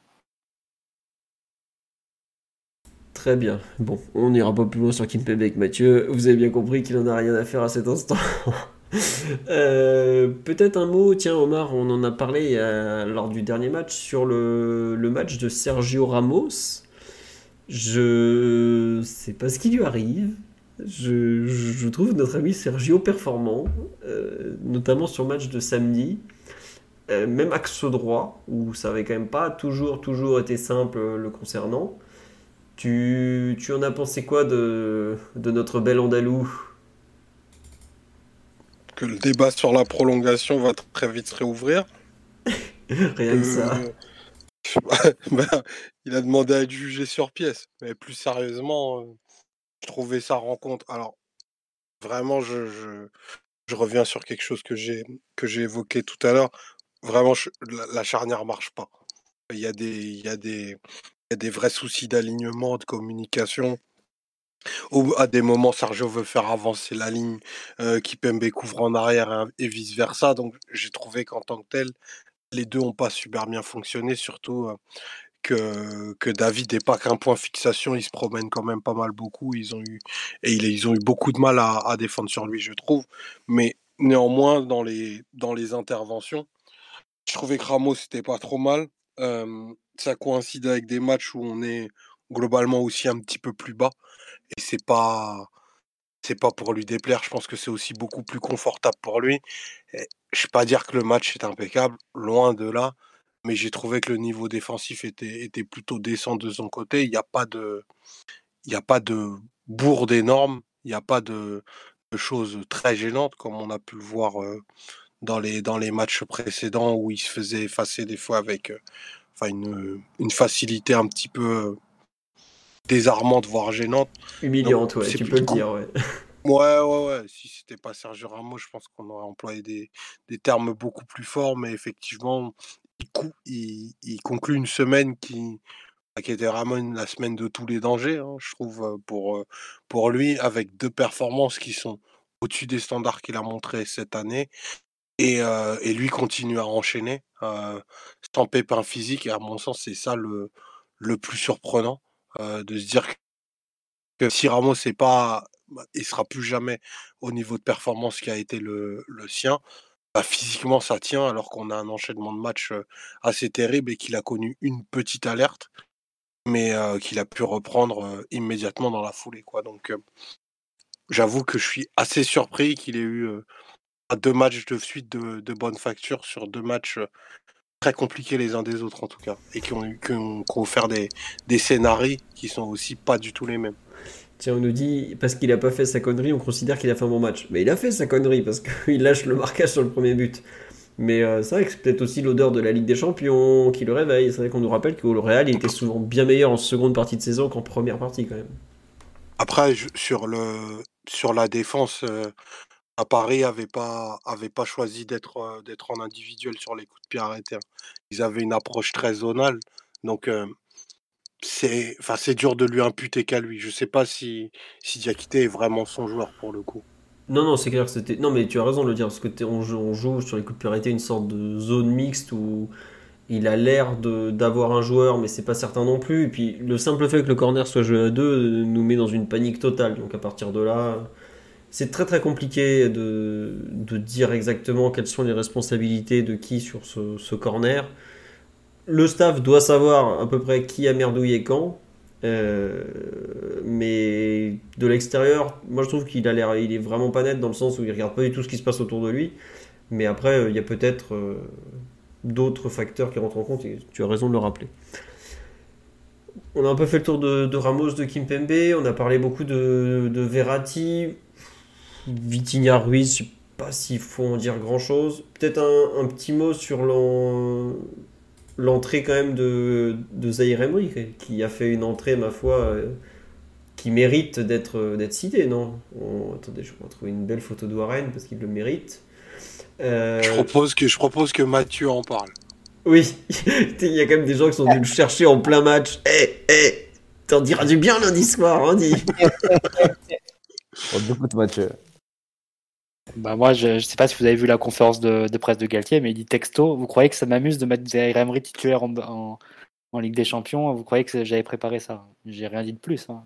Très bien. Bon, on n'ira pas plus loin sur Kimpembe avec Mathieu. Vous avez bien compris qu'il en a rien à faire à cet instant. euh, peut-être un mot, tiens Omar, on en a parlé euh, lors du dernier match sur le, le match de Sergio Ramos. Je sais pas ce qui lui arrive. Je, je trouve notre ami Sergio performant, euh, notamment sur le match de samedi. Euh, même axe droit, où ça avait quand même pas toujours, toujours été simple euh, le concernant. Tu, tu en as pensé quoi de, de notre bel Andalou ? Que le débat sur la prolongation va très vite se réouvrir. Rien que ça. Euh, bah, il a demandé à être jugé sur pièce. Mais plus sérieusement, euh, je trouvais sa rencontre. Alors, vraiment, je, je, je reviens sur quelque chose que j'ai, que j'ai évoqué tout à l'heure. Vraiment, je, la, la charnière marche pas. Il y a des, il y a des, il y a des vrais soucis d'alignement, de communication. Au, à des moments, Sergio veut faire avancer la ligne, euh, Kimpembe couvre en arrière et, et vice versa. Donc, j'ai trouvé qu'en tant que tel, les deux n'ont pas super bien fonctionné, surtout euh, que, que David n'est pas qu'un point fixation, il se promène quand même pas mal beaucoup. Ils ont eu, et il, ils ont eu beaucoup de mal à, à défendre sur lui, je trouve. Mais néanmoins, dans les, dans les interventions, je trouvais que Ramos c'était pas trop mal. Euh, ça coïncide avec des matchs où on est globalement aussi un petit peu plus bas. Et c'est pas, c'est pas pour lui déplaire. Je pense que c'est aussi beaucoup plus confortable pour lui. Et je ne vais pas dire que le match est impeccable, loin de là. mais j'ai trouvé que le niveau défensif était, était plutôt décent de son côté. Il n'y a pas de, il y a pas de bourde énorme, il n'y a pas de, de choses très gênantes comme on a pu le voir euh, dans les, dans les matchs précédents où il se faisait effacer des fois avec euh, enfin une, une facilité un petit peu euh, désarmante, voire gênante. Humiliante, Donc, ouais, c'est tu plus- peux le du coup- dire, ouais. Ouais, ouais, ouais. Si c'était pas Sergio Ramos, je pense qu'on aurait employé des, des termes beaucoup plus forts, mais effectivement, il, cou- il, il conclut une semaine qui, bah, qui était vraiment une- la semaine de tous les dangers, hein, je trouve, euh, pour, euh, pour lui, avec deux performances qui sont au-dessus des standards qu'il a montrés cette année. Et, euh, et lui continue à enchaîner, euh, sans pépin physique. Et à mon sens, c'est ça le, le plus surprenant, euh, de se dire que si Ramos n'est pas, bah, il sera plus jamais au niveau de performance qui a été le, le sien. Bah, physiquement, ça tient alors qu'on a un enchaînement de matchs euh, assez terrible et qu'il a connu une petite alerte, mais euh, qu'il a pu reprendre euh, immédiatement dans la foulée, quoi. Donc, euh, j'avoue que je suis assez surpris qu'il ait eu euh, deux matchs de suite de, de bonne facture sur deux matchs euh, très compliqués les uns des autres en tout cas, et qui ont, eu- qui ont, qui ont offert des, des scénarios qui sont aussi pas du tout les mêmes. Tiens, on nous dit, parce qu'il a pas fait sa connerie, on considère qu'il a fait un bon match. Mais il a fait sa connerie, parce qu'il lâche le marquage sur le premier but. Mais euh, c'est vrai que c'est peut-être aussi l'odeur de la Ligue des Champions qui le réveille. C'est vrai qu'on nous rappelle qu'au Real, il était souvent bien meilleur en seconde partie de saison qu'en première partie, quand même. Après, je- sur, le, sur la défense, euh, à Paris avait pas, avait pas choisi d'être euh, d'être en individuel sur les coups de pied arrêtés, hein. Ils avaient une approche très zonale, donc euh, c'est, enfin, c'est dur de lui imputer qu'à lui. Je sais pas si, si Diakité est vraiment son joueur pour le coup. Non, non, c'est clair que c'était. Non, mais tu as raison de le dire, parce que t'es- on joue, on joue sur les coups de pied arrêtés une sorte de zone mixte où il a l'air de- d'avoir un joueur, mais c'est pas certain non plus. Et puis le simple fait que le corner soit joué à deux euh, nous met dans une panique totale. Donc à partir de là, c'est très très compliqué de, de dire exactement quelles sont les responsabilités de qui sur ce, ce corner. Le staff doit savoir à peu près qui a merdouillé quand. Euh, mais de l'extérieur, moi je trouve qu'il a l'air, il est vraiment pas net dans le sens où il regarde pas du tout ce qui se passe autour de lui. Mais après, euh, il y a peut-être euh, d'autres facteurs qui rentrent en compte et tu as raison de le rappeler. On a un peu fait le tour de, de Ramos, de Kimpembe, on a parlé beaucoup de, de Verratti, Vitinha, Ruiz, je sais pas s'il faut en dire grand chose. Peut-être un, un petit mot sur l'en- l'entrée quand même de, de Zahir Emery, qui a fait une entrée, ma foi, euh, qui mérite d'être d'être citée, non? On- Attendez, je vais retrouver une belle photo de Warren parce qu'il le mérite. Euh, Je propose que, je propose que Mathieu en parle. Oui, il y a quand même des gens qui sont venus le chercher en plein match. Eh, eh, t'en diras du bien lundi soir, hein, dis. Oh, beaucoup de matchs. Bah moi, je ne sais pas si vous avez vu la conférence de, de presse de Galtier, mais il dit texto, vous croyez que ça m'amuse de mettre Zaire Emery titulaire en, en, en Ligue des Champions? Vous croyez que j'avais préparé ça? J'ai rien dit de plus. Hein.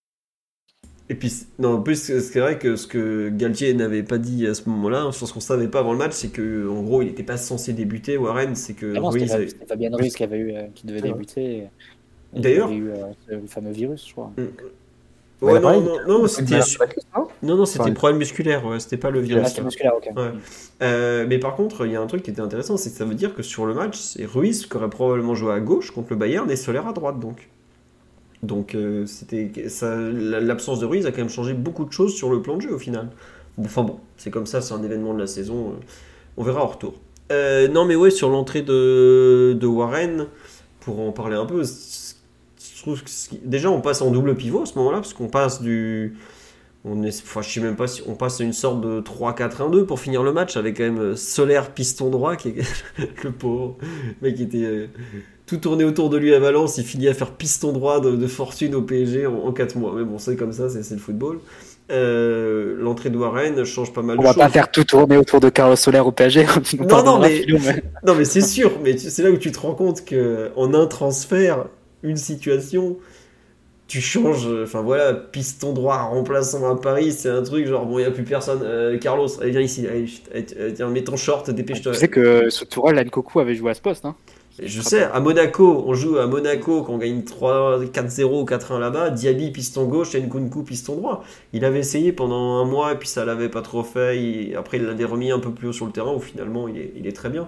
Et puis, non, en plus, c'est vrai que ce que Galtier n'avait pas dit à ce moment-là, je pense qu'on savait pas avant le match, c'est que en gros, il n'était pas censé débuter, Warren, c'est que Ah non, Ruiz c'était avait- c'était Fabien Ruiz qui, avait eu, euh, qui devait Ouais. débuter. et- et D'ailleurs- Il y avait eu euh, le fameux virus, je crois. Ouais, Ouais, non, pareil, non, non, c'était non non, non, c'était Enfin, problème musculaire, ouais, c'était pas le Ah, virus. c'était musculaire, ok. Ouais. Euh, mais par contre, il y a un truc qui était intéressant, c'est que ça veut dire que sur le match, c'est Ruiz qui aurait probablement joué à gauche contre le Bayern et Soler à droite, donc. Donc, euh, c'était ça, l'absence de Ruiz a quand même changé beaucoup de choses sur le plan de jeu au final. Bon, enfin bon, c'est comme ça, c'est un événement de la saison, euh, on verra en retour. Euh, non, mais ouais, sur l'entrée de, de Warren, pour en parler un peu, c- je trouve que c- déjà on passe en double pivot à ce moment-là, parce qu'on passe du. On est, enfin, je sais même pas si on passe à une sorte de trois quatre un deux pour finir le match avec quand même Soler piston droit qui est le pauvre mec qui était euh, tout tourné autour de lui à Valence, il finit à faire piston droit de, de fortune au P S G en, en quatre mois. Mais bon, c'est comme ça, c'est, c'est le football. Euh, l'entrée de Warren change pas mal On de va choses. pas faire tout tourner autour de Carlos Soler au P S G. Tu nous Non, non, pardonneras, mais- Philou, mais- Non mais c'est sûr, mais tu- c'est là où tu te rends compte que en un transfert, une situation, tu changes. Enfin voilà, piston droit remplaçant à Paris, c'est un truc genre bon, il y a plus personne. Euh, Carlos, allez viens ici, allez, chut, allez, allez, tiens, mets ton short, dépêche-toi. Tu sais que sous Tourelle, Nkoku avait joué à ce poste. Hein. Je sais, à Monaco, on joue à Monaco quand on gagne trois quatre zéro ou quatre un là-bas, Diaby piston gauche et Nkunku piston droit. Il avait essayé pendant un mois et puis ça l'avait pas trop fait. Il- Après il l'avait remis un peu plus haut sur le terrain où finalement il est, il est très bien.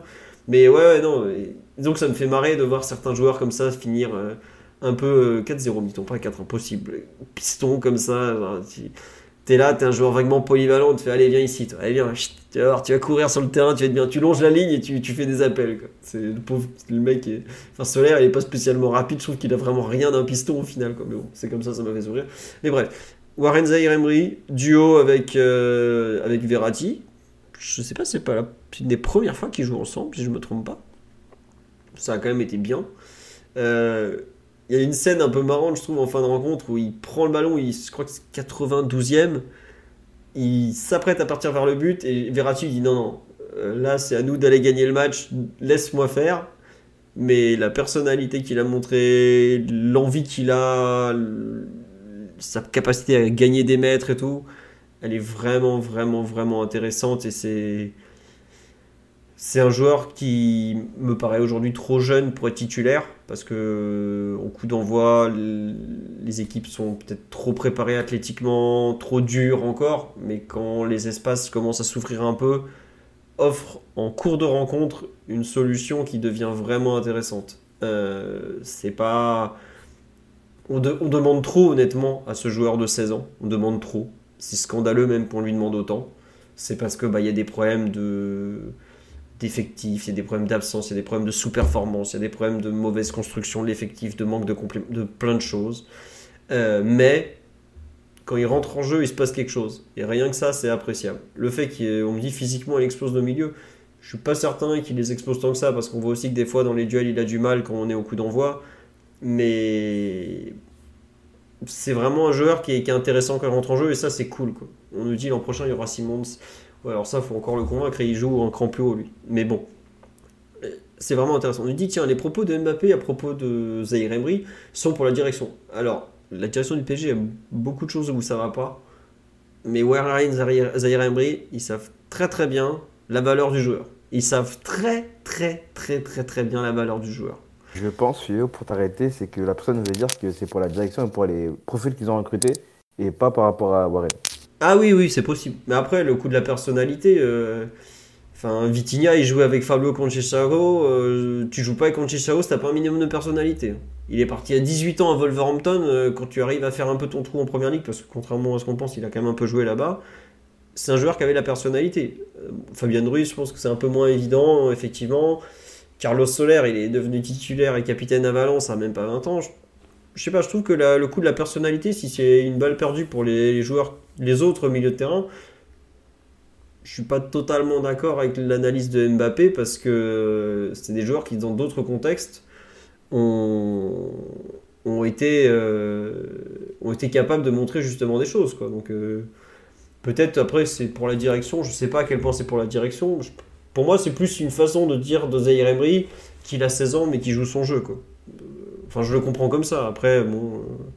Mais ouais, ouais, non. et- Disons que ça me fait marrer de voir certains joueurs comme ça finir euh, un peu euh, quatre zéro, dit-on pas quatre, impossible. Piston comme ça. genre, tu- T'es là, t'es un joueur vaguement polyvalent, on te fait allez, viens ici, toi. Allez, viens, chut, tu vas voir, tu vas courir sur le terrain, tu vas être bien. Tu longes la ligne et tu, tu fais des appels. Quoi. C'est le pauvre, le mec. Est... Enfin, Solaire, il est pas spécialement rapide, je trouve qu'il a vraiment rien d'un piston au final. Quoi. Mais bon, c'est comme ça, ça m'a fait sourire. Mais bref, Warren Zaïre-Emery, duo avec, euh, avec Verratti. Je sais pas, c'est pas la... c'est une des premières fois qu'ils jouent ensemble, si je me trompe pas. Ça a quand même été bien. Euh, Il y a une scène un peu marrante, je trouve, en fin de rencontre où il prend le ballon, il, je crois que c'est quatre-vingt-douzième, il s'apprête à partir vers le but et Verratti dit non, non, euh, là c'est à nous d'aller gagner le match, laisse-moi faire. Mais la personnalité qu'il a montré, l'envie qu'il a, l- sa capacité à gagner des mètres et tout, elle est vraiment, vraiment, vraiment intéressante et c'est. C'est un joueur qui me paraît aujourd'hui trop jeune pour être titulaire parce que au coup d'envoi, l- les équipes sont peut-être trop préparées athlétiquement, trop dures encore, mais quand les espaces commencent à s'ouvrir un peu, offre en cours de rencontre une solution qui devient vraiment intéressante. Euh, c'est pas, on, de- on demande trop honnêtement à ce joueur de seize ans, on demande trop. C'est scandaleux même qu'on lui demande autant. C'est parce que bah il y a des problèmes de d'effectifs, il y a des problèmes d'absence, il y a des problèmes de sous-performance, il y a des problèmes de mauvaise construction de l'effectif, de manque de, complé- de plein de choses. Euh, mais quand il rentre en jeu, il se passe quelque chose. Et rien que ça, c'est appréciable. Le fait qu'on me dit physiquement, il explose nos milieux, je suis pas certain qu'il les explose tant que ça, parce qu'on voit aussi que des fois, dans les duels, il a du mal quand on est au coup d'envoi. Mais c'est vraiment un joueur qui est, qui est intéressant quand il rentre en jeu, et ça, c'est cool. Quoi. On nous dit l'an prochain, il y aura Simons. Ouais, alors ça, faut encore le convaincre, et il joue un cran plus haut, lui. Mais bon, c'est vraiment intéressant. On nous dit, tiens, les propos de Mbappé à propos de Zaïre Emery sont pour la direction. Alors, la direction du P S G, il y a beaucoup de choses où ça va pas. Mais Warren Zaïre Emery, ils savent très très bien la valeur du joueur. Ils savent très très très très très bien la valeur du joueur. Je pense, Fio, pour t'arrêter, c'est que la personne veut dire que c'est pour la direction et pour les profils qu'ils ont recrutés et pas par rapport à Warren. Ah oui, oui, c'est possible. Mais après, le coup de la personnalité, euh, enfin, Vitinha, il jouait avec Fabio Conceição. Euh, tu joues pas avec Conceição si t'as pas un minimum de personnalité. Il est parti à dix-huit ans à Wolverhampton. Euh, quand tu arrives à faire un peu ton trou en première ligue, parce que contrairement à ce qu'on pense, il a quand même un peu joué là-bas. C'est un joueur qui avait la personnalité. Euh, Fabien Ruiz, je pense que c'est un peu moins évident, effectivement. Carlos Soler, il est devenu titulaire et capitaine à Valence à même pas vingt ans. Je, je sais pas, je trouve que la- le coup de la personnalité, si c'est une balle perdue pour les, les joueurs, les autres milieux de terrain, je suis pas totalement d'accord avec l'analyse de Mbappé parce que c'est des joueurs qui, dans d'autres contextes, ont, ont été, euh, ont été capables de montrer justement des choses. Quoi. Donc euh, peut-être après c'est pour la direction, je sais pas à quel point c'est pour la direction. Je- pour moi, c'est plus une façon de dire de Zaïre Emery qu'il a seize ans mais qu'il joue son jeu. Quoi. Enfin, je le comprends comme ça. Après, bon. euh,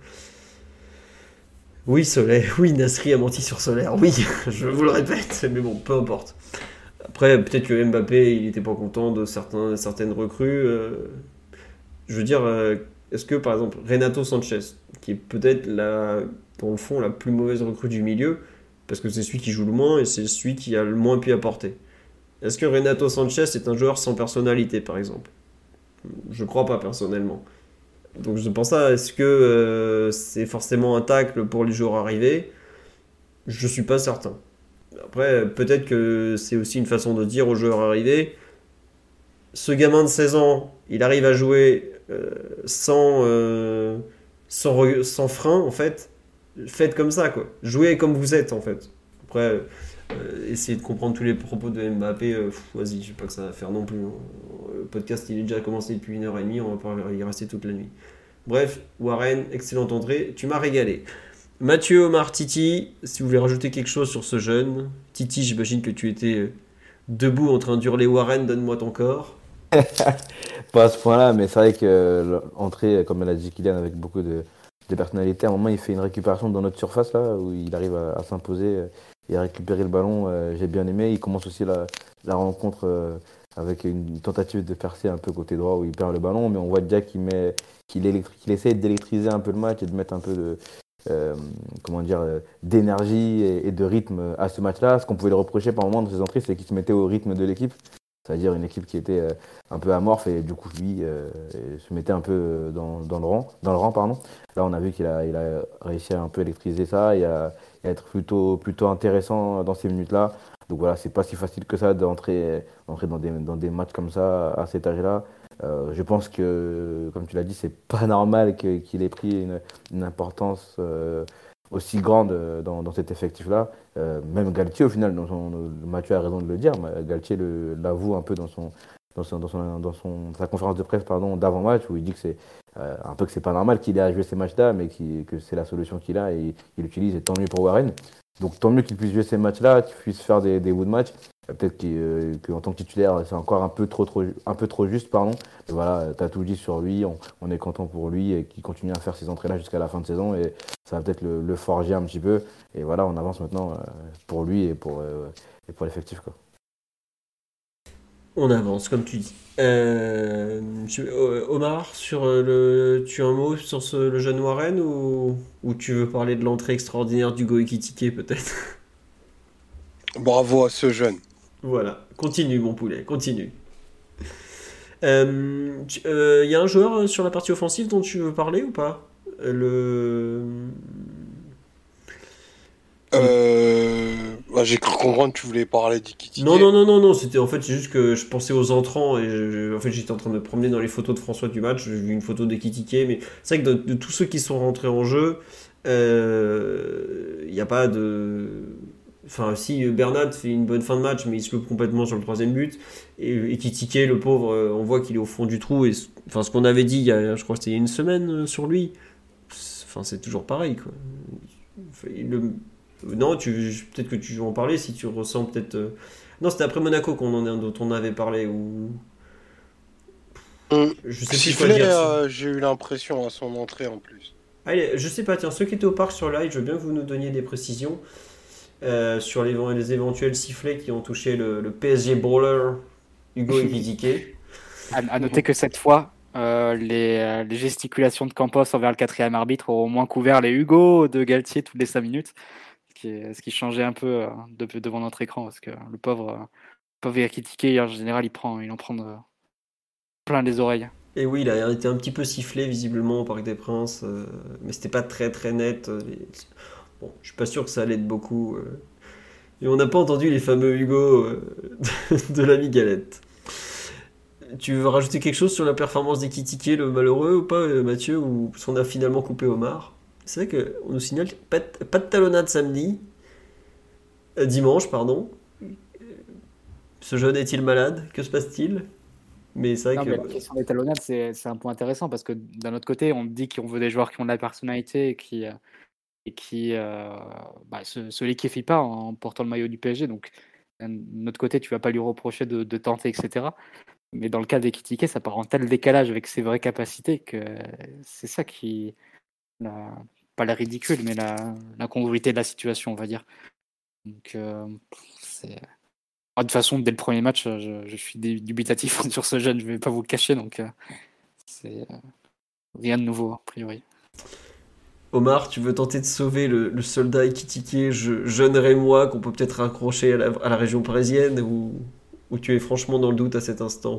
Oui, Solaire, oui, Nasri a menti sur Solaire, oui, je vous le répète, mais bon, peu importe. Après, peut-être que Mbappé, il n'était pas content de certains, certaines recrues. euh, Je veux dire, euh, est-ce que par exemple Renato Sanchez, qui est peut-être la, dans le fond la plus mauvaise recrue du milieu, parce que c'est celui qui joue le moins et c'est celui qui a le moins pu apporter. Est-ce que Renato Sanchez est un joueur sans personnalité, par exemple? Je crois pas personnellement. Donc je pense à est-ce que euh, c'est forcément un tacle pour les joueurs arrivés? Je suis pas certain. Après, peut-être que c'est aussi une façon de dire aux joueurs arrivés, ce gamin de seize ans, il arrive à jouer euh, sans, euh, sans, re- sans frein, en fait. Faites comme ça, quoi. Jouez comme vous êtes, en fait. Après, euh, essayez de comprendre tous les propos de Mbappé. euh, pff, vas-y, je sais pas que ça va faire non plus. Hein. Le podcast, il est déjà commencé depuis une heure et demie, on va pas y rester toute la nuit. Bref, Warren, excellente entrée, tu m'as régalé. Mathieu Omar Titi, si vous voulez rajouter quelque chose sur ce jeune. Titi, j'imagine que tu étais euh, debout en train d'hurler Warren, donne-moi ton corps. Pas à ce point-là, mais c'est vrai que l'entrée, comme elle a dit Kylian, avec beaucoup de, de personnalité, à un moment il fait une récupération dans notre surface là, où il arrive à, à s'imposer euh, et à récupérer le ballon. euh, J'ai bien aimé. Il commence aussi la, la rencontre euh, avec une tentative de percer un peu côté droit où il perd le ballon, mais on voit déjà qu'il met, qu'il électri- qu'il essaie d'électriser un peu le match et de mettre un peu de euh, comment dire euh, d'énergie et, et de rythme à ce match-là. Ce qu'on pouvait le reprocher par moment dans ses entrées, c'est qu'il se mettait au rythme de l'équipe. c'est-à-dire une équipe qui était euh, un peu amorphe et du coup lui euh, se mettait un peu dans, dans le rang, dans le rang pardon. Là on a vu qu'il a, il a réussi à un peu électriser ça et à, et à être plutôt, plutôt intéressant dans ces minutes-là. Donc voilà, c'est pas si facile que ça d'entrer, d'entrer dans des, dans des matchs comme ça à cet âge-là. Euh, je pense que, comme tu l'as dit, c'est pas normal que- qu'il ait pris une, une importance euh, aussi grande euh, dans, dans cet effectif-là. Euh, même Galtier, au final, dans son, Mathieu a raison de le dire, mais Galtier le- l'avoue un peu dans son, dans son, dans son, dans son- sa conférence de presse pardon, d'avant-match, où il dit que c'est euh, un peu que c'est pas normal qu'il ait à jouer ces matchs-là, mais qu'il- que c'est la solution qu'il a et il l'utilise, et tant mieux pour Warren. Donc tant mieux qu'il puisse jouer ces matchs-là, qu'il puisse faire des, des bouts de match. Euh, Peut-être qu'il, euh, qu'en tant que titulaire, c'est encore un peu trop, trop, un peu trop juste, pardon. Mais voilà, tu as tout dit sur lui, on, on est content pour lui et qu'il continue à faire ces entrées-là jusqu'à la fin de saison et ça va peut-être le, le forger un petit peu. Et voilà, on avance maintenant euh, pour lui et pour, euh, et pour l'effectif, quoi. On avance, comme tu dis. Euh, tu- euh, Omar, sur euh, le, tu as un mot sur ce- le jeune Warren ou, ou tu veux parler de l'entrée extraordinaire d'Hugo Ekitike peut-être? Bravo à ce jeune. Voilà, continue mon poulet, continue. Il euh, tu- euh, y a un joueur euh, sur la partie offensive dont tu veux parler ou pas? Euh, Le... le- Euh... bah, j'ai cru comprendre que tu voulais parler Non, d'Ikitike. non, non, non, non, c'était en fait c'est juste que je pensais aux entrants et je- je- en fait j'étais en train de me promener dans les photos de François du match, j'ai vu une photo d'Ekitike, mais c'est vrai que de, de tous ceux qui sont rentrés en jeu, il n'y a pas de... Enfin, si Bernat fait une bonne fin de match, mais il se loupe complètement sur le troisième but, et Ekitike, le pauvre, euh, on voit qu'il est au fond du trou, et c- enfin ce qu'on avait dit, il y a, je crois que c'était il y a une semaine euh, sur lui, c'est- enfin c'est toujours pareil quoi. Enfin, il le- Non, tu... peut-être que tu veux en parler si tu ressens peut-être... euh, Non, c'était après Monaco qu'on en est, dont on avait parlé. Ou Hum. je sais plus quoi Sifflet, dire. sur- euh, j'ai eu l'impression à son entrée en plus. Allez, je sais pas. Tiens, ceux qui étaient au parc sur live, je veux bien que vous nous donniez des précisions euh, sur les, les éventuels sifflets qui ont touché le, le P S G brawler Hugo Ekitike. À, à noter que cette fois, euh, les, euh, les gesticulations de Campos envers le quatrième arbitre ont au moins couvert les Hugo de Galtier toutes les cinq minutes, ce qui, est- ce qui changeait un peu euh, de- devant notre écran, parce que le pauvre, euh, pauvre Ekitike, en général, il, prend, il en prend euh, plein les oreilles. Et oui, il a été un petit peu sifflé visiblement au Parc des Princes, euh, mais c'était pas très très net. euh, les- Bon, je suis pas sûr que ça l'aide beaucoup. euh. Et on n'a pas entendu les fameux Hugo euh, de, de l'ami Galette. Tu veux rajouter quelque chose sur la performance d'Ekitike, le malheureux, ou pas, euh, Mathieu, ou parce qu'on a finalement coupé Omar? C'est vrai qu'on nous signale pas de, pas de talonnade samedi, euh, dimanche, pardon. Ce jeune est-il malade? Que se passe-t-il? Mais c'est vrai Non, que mais la question des talonnades, c'est c'est un point intéressant, parce que d'un autre côté, on dit qu'on veut des joueurs qui ont de la personnalité et qui, euh, et qui euh, bah, se, se liquéfient pas en portant le maillot du P S G. Donc, d'un autre côté, tu vas pas lui reprocher de, de tenter, et cetera. Mais dans le cas d'Ekitike, ça part en tel décalage avec ses vraies capacités que c'est ça qui, la, pas la ridicule, mais la, l'incongruité de la situation, on va dire. Donc, euh, c'est... Ah, de toute façon, dès le premier match, je, je suis dé- dubitatif sur ce jeune, je vais pas vous le cacher, donc euh, c'est euh, rien de nouveau, a priori. Omar, tu veux tenter de sauver le, le soldat Ekitike, je, jeune Rémois, qu'on peut peut-être raccrocher à la, à la région parisienne, ou, ou tu es franchement dans le doute à cet instant?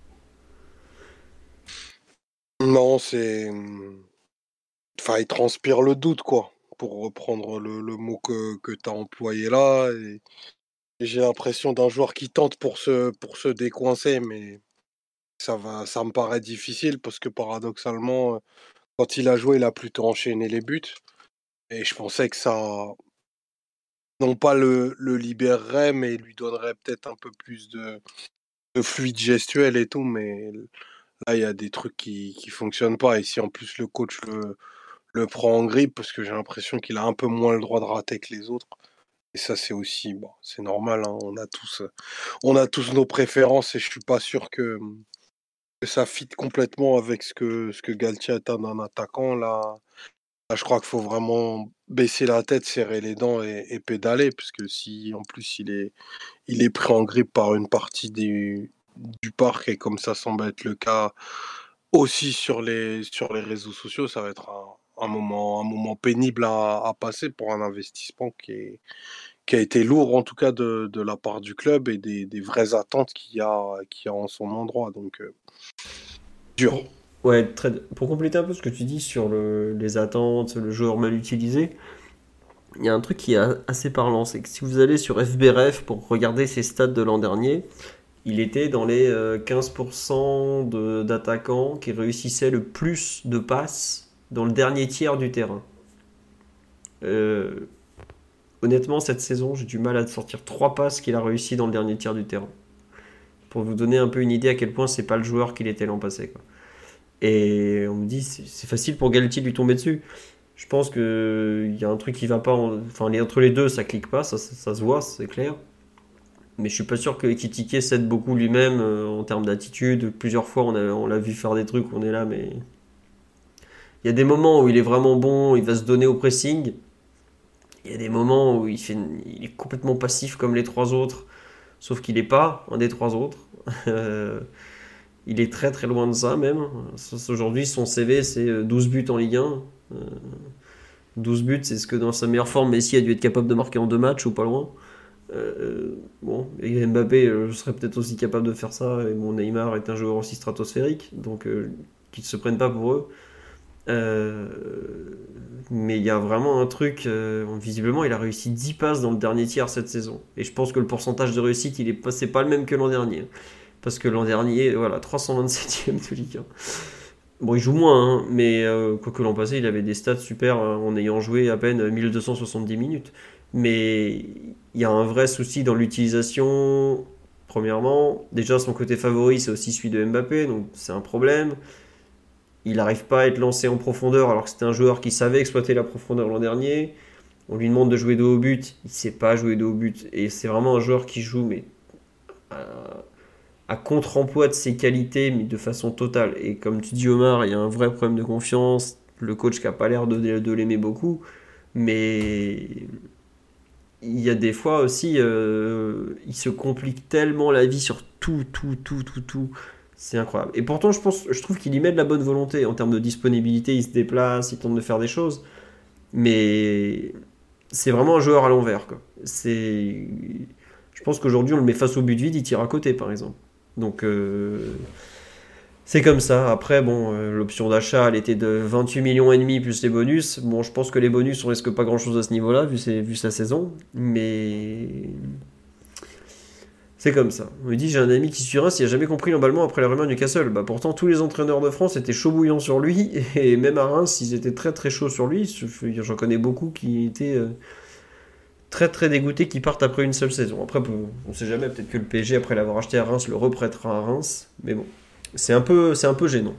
Non, c'est... Enfin, il transpire le doute, quoi, pour reprendre le, le mot que, que tu as employé là. Et, et j'ai l'impression d'un joueur qui tente pour se, pour se décoincer, mais ça va, ça me paraît difficile parce que paradoxalement, euh, quand il a joué, il a plutôt enchaîné les buts. Et je pensais que ça, non pas le, le libérerait, mais lui donnerait peut-être un peu plus de, de fluide gestuel et tout. Mais là, il y a des trucs qui qui fonctionnent pas. Et si en plus le coach le, le prend en grippe, parce que j'ai l'impression qu'il a un peu moins le droit de rater que les autres. Et ça, c'est aussi, bon, c'est normal, hein, on a tous, euh, on a tous nos préférences et je suis pas sûr que, que ça fit complètement avec ce que, ce que Galtier attend d'un attaquant. Là, là, je crois qu'il faut vraiment baisser la tête, serrer les dents et, et pédaler, puisque si en plus il est, il est pris en grippe par une partie du, du parc et comme ça semble être le cas aussi sur les, sur les réseaux sociaux, ça va être un, un moment, un moment pénible à, à passer pour un investissement qui est, qui a été lourd en tout cas de, de la part du club et des, des vraies attentes qu'il y a, qu'il y a en son endroit. Donc, euh, dur. Ouais, très... pour compléter un peu ce que tu dis sur le... les attentes, le joueur mal utilisé, il y a un truc qui est assez parlant, c'est que si vous allez sur F B R F pour regarder ses stats de l'an dernier, il était dans les euh, quinze pour cent de... d'attaquants qui réussissaient le plus de passes dans le dernier tiers du terrain. Euh... Honnêtement, cette saison, j'ai du mal à sortir trois passes qu'il a réussi dans le dernier tiers du terrain. Pour vous donner un peu une idée à quel point c'est pas le joueur qu'il était l'an passé, quoi. Et on me dit, c'est, c'est facile pour Galtier de lui tomber dessus. Je pense qu'il y a un truc qui va pas. En... Enfin, les, entre les deux, ça clique pas, ça, ça, ça se voit, c'est clair. Mais je suis pas sûr que Ekitike s'aide beaucoup lui-même euh, en termes d'attitude. Plusieurs fois, on, a, on l'a vu faire des trucs, on est là, mais. Il y a des moments où il est vraiment bon, il va se donner au pressing. Il y a des moments où il, fait, il est complètement passif comme les trois autres, sauf qu'il n'est pas un des trois autres. Il est très très loin de ça même. Aujourd'hui, son C V, c'est douze buts en Ligue un. douze buts, c'est ce que dans sa meilleure forme, Messi a dû être capable de marquer en deux matchs ou pas loin. Euh, bon, et Mbappé, je serais peut-être aussi capable de faire ça. Et mon Neymar est un joueur aussi stratosphérique, donc euh, qu'ils ne se prennent pas pour eux. Euh, mais il y a vraiment un truc, euh, visiblement il a réussi dix passes dans le dernier tiers cette saison, et je pense que le pourcentage de réussite il est pas, c'est pas le même que l'an dernier, parce que l'an dernier, voilà, trois cent vingt-septième de Ligue un. Bon, il joue moins, hein, mais euh, quoique l'an passé il avait des stats super hein, en ayant joué à peine mille deux cent soixante-dix minutes. Mais il y a un vrai souci dans l'utilisation. Premièrement, déjà son côté favori c'est aussi celui de Mbappé, donc c'est un problème. Il n'arrive pas à être lancé en profondeur alors que c'était un joueur qui savait exploiter la profondeur l'an dernier. On lui demande de jouer de haut but, il ne sait pas jouer de haut but. Et c'est vraiment un joueur qui joue mais à, à contre-emploi de ses qualités, mais de façon totale. Et comme tu dis Omar, il y a un vrai problème de confiance. Le coach qui n'a pas l'air de, de l'aimer beaucoup. Mais il y a des fois aussi, euh, il se complique tellement la vie sur tout, tout, tout, tout, tout. C'est incroyable. Et pourtant, je, pense, je trouve qu'il y met de la bonne volonté. En termes de disponibilité, il se déplace, il tente de faire des choses. Mais c'est vraiment un joueur à l'envers, quoi. C'est... Je pense qu'aujourd'hui, on le met face au but vide, il tire à côté, par exemple. Donc, euh... c'est comme ça. Après, bon, euh, l'option d'achat, elle était de vingt-huit millions et demi plus les bonus. Bon, je pense que les bonus, on risque pas grand-chose à ce niveau-là, vu, ses, vu sa saison. Mais... c'est comme ça. On me dit, j'ai un ami qui suit Reims, il n'a jamais compris l'emballement après la rumeur Newcastle. Bah, pourtant, tous les entraîneurs de France étaient chaud bouillants sur lui, et même à Reims, ils étaient très très chauds sur lui. J'en connais beaucoup qui étaient euh, très très dégoûtés, qui partent après une seule saison. Après, on ne sait jamais, peut-être que le P S G, après l'avoir acheté à Reims, le reprêtera à Reims. Mais bon, c'est un peu, c'est un peu gênant.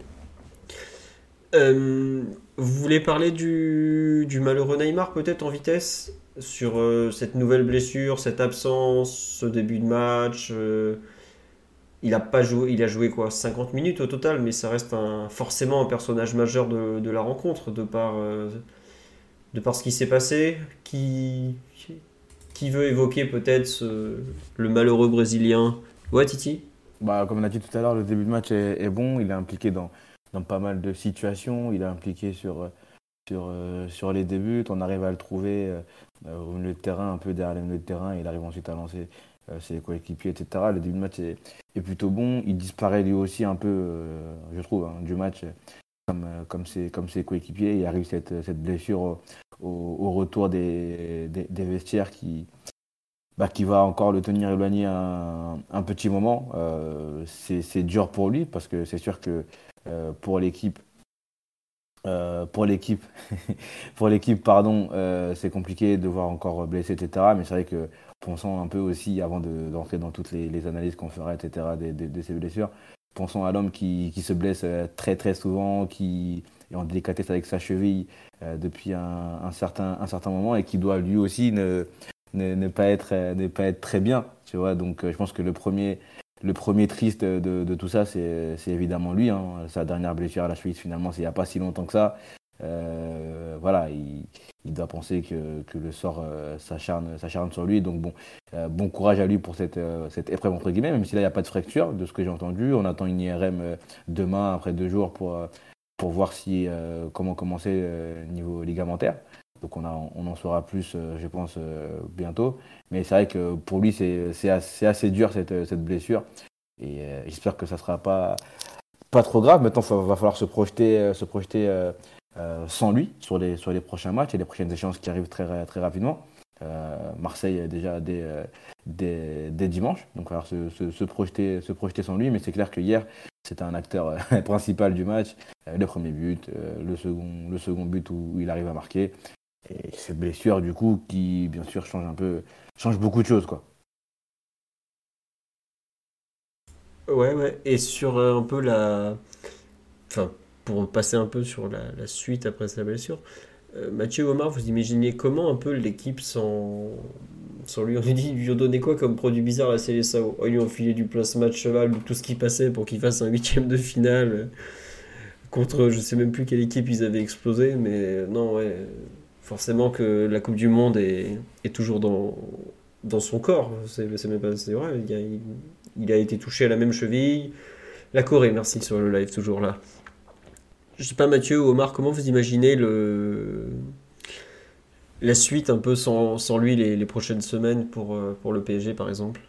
Euh, vous voulez parler du, du malheureux Neymar, peut-être, en vitesse ? Sur euh, cette nouvelle blessure, cette absence, ce début de match, euh, il a pas joué, il a joué quoi, cinquante minutes au total, mais ça reste un, forcément un personnage majeur de, de la rencontre, de par, euh, de par ce qui s'est passé. Qui, qui veut évoquer peut-être ce, le malheureux Brésilien ? Ouais, Titi ? Bah, comme on a dit tout à l'heure, le début de match est, est bon, il est impliqué dans, dans pas mal de situations, il est impliqué sur... Sur, euh, sur les débuts, on arrive à le trouver euh, au milieu de terrain, un peu derrière le milieu de terrain, il arrive ensuite à lancer euh, ses coéquipiers, et cetera. Le début de match est, est plutôt bon, il disparaît lui aussi un peu, euh, je trouve, hein, du match comme, euh, comme, ses, comme ses coéquipiers. Il arrive cette, cette blessure au, au, au retour des, des, des vestiaires qui, bah, qui va encore le tenir éloigné un, un petit moment. Euh, c'est, c'est dur pour lui parce que c'est sûr que euh, pour l'équipe, Euh, pour l'équipe, pour l'équipe, pardon, euh, c'est compliqué de voir encore blessé, et cetera. Mais c'est vrai que pensons un peu aussi, avant de, d'entrer dans toutes les, les analyses qu'on fera, et cetera, de, de, de ces blessures, pensons à l'homme qui, qui se blesse très très souvent, qui est en délicatesse avec sa cheville euh, depuis un, un, certain, un certain moment et qui doit lui aussi ne, ne, ne, pas, être, ne pas être très bien. Tu vois. Donc euh, je pense que le premier... Le premier triste de, de, de tout ça, c'est, c'est évidemment lui. Hein. Sa dernière blessure à la cheville, finalement, c'est il n'y a pas si longtemps que ça. Euh, voilà, il, il doit penser que, que le sort euh, s'acharne, s'acharne sur lui. Donc bon, euh, bon courage à lui pour cette, euh, cette épreuve, entre guillemets, même si là, il n'y a pas de fracture, de ce que j'ai entendu. On attend une I R M demain, après deux jours, pour, pour voir si, euh, comment commencer euh, niveau ligamentaire. Donc on, a, on en saura plus, euh, je pense, euh, bientôt. Mais c'est vrai que pour lui, c'est, c'est, assez, c'est assez dur cette, cette blessure. Et euh, j'espère que ça ne sera pas, pas trop grave. Maintenant, il va falloir se projeter, euh, se projeter euh, euh, sans lui sur les, sur les prochains matchs et les prochaines échéances qui arrivent très, très rapidement. Euh, Marseille déjà dès, euh, dès, dès dimanche. Donc il va falloir se, se, se, projeter, se projeter sans lui. Mais c'est clair que hier, c'était un acteur euh, principal du match. Euh, le premier but, euh, le, second, le second but où, où il arrive à marquer. Et cette blessure, du coup, qui, bien sûr, change un peu, change beaucoup de choses, quoi. Ouais, ouais. Et sur euh, un peu la. Enfin, pour passer un peu sur la, la suite après sa blessure, euh, Mathieu Omar, vous imaginez comment un peu l'équipe sans, sans lui? On lui dit, ils lui ont donné quoi comme produit bizarre à Célessao? Oh, ils lui ont filé du plasma de cheval, tout ce qui passait pour qu'il fasse un huitième de finale euh, contre je sais même plus quelle équipe ils avaient explosé, mais euh, non, ouais. Forcément que la Coupe du Monde est, est toujours dans, dans son corps. C'est, c'est même pas, c'est vrai. Il a, il, il a été touché à la même cheville. La Corée, merci sur le live, toujours là. Je sais pas, Mathieu ou Omar, comment vous imaginez le, la suite un peu sans, sans lui les, les prochaines semaines pour, euh, pour le P S G par exemple?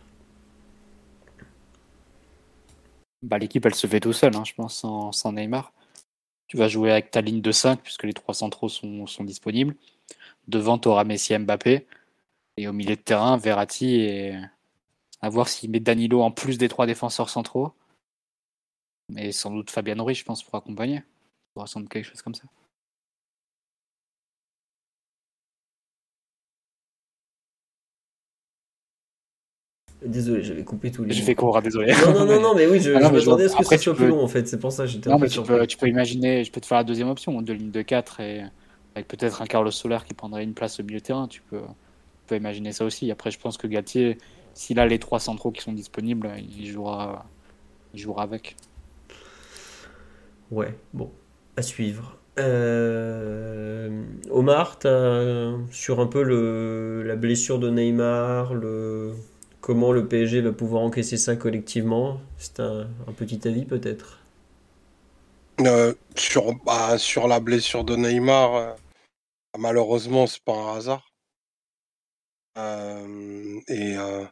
Bah, l'équipe, elle se fait tout seul, hein, je pense, sans, sans Neymar. Tu vas jouer avec ta ligne de cinq, puisque les trois centraux sont, sont disponibles. Devant, tu auras Messi et Mbappé. Et au milieu de terrain, Verratti, et à voir s'il met Danilo en plus des trois défenseurs centraux. Mais sans doute Fabian Ruiz, je pense, pour accompagner. Il faudra sans doute quelque chose comme ça. Désolé, j'avais coupé tous les J'ai mots. fait court, désolé. Non, non, non, non, mais oui, je, Ah non, je mais je m'attendais à vois- ce que après, ce tu soit plus peux- long en fait. C'est pour ça que j'étais un Non, peu mais tu surpris. peux, tu peux imaginer, je peux te faire la deuxième option, de ligne de quatre, et avec peut-être un Carlos Soler qui prendrait une place au milieu de terrain. Tu peux, tu peux imaginer ça aussi. Après, je pense que Galtier, s'il a les trois centraux qui sont disponibles, il jouera, il jouera avec. Ouais, bon, à suivre. Euh, Omar, t'as sur un peu le, la blessure de Neymar, le, comment le P S G va pouvoir encaisser ça collectivement? C'est un, un petit avis peut-être. Euh, sur, bah, sur la blessure de Neymar, euh, malheureusement, c'est pas un hasard. Euh, et euh,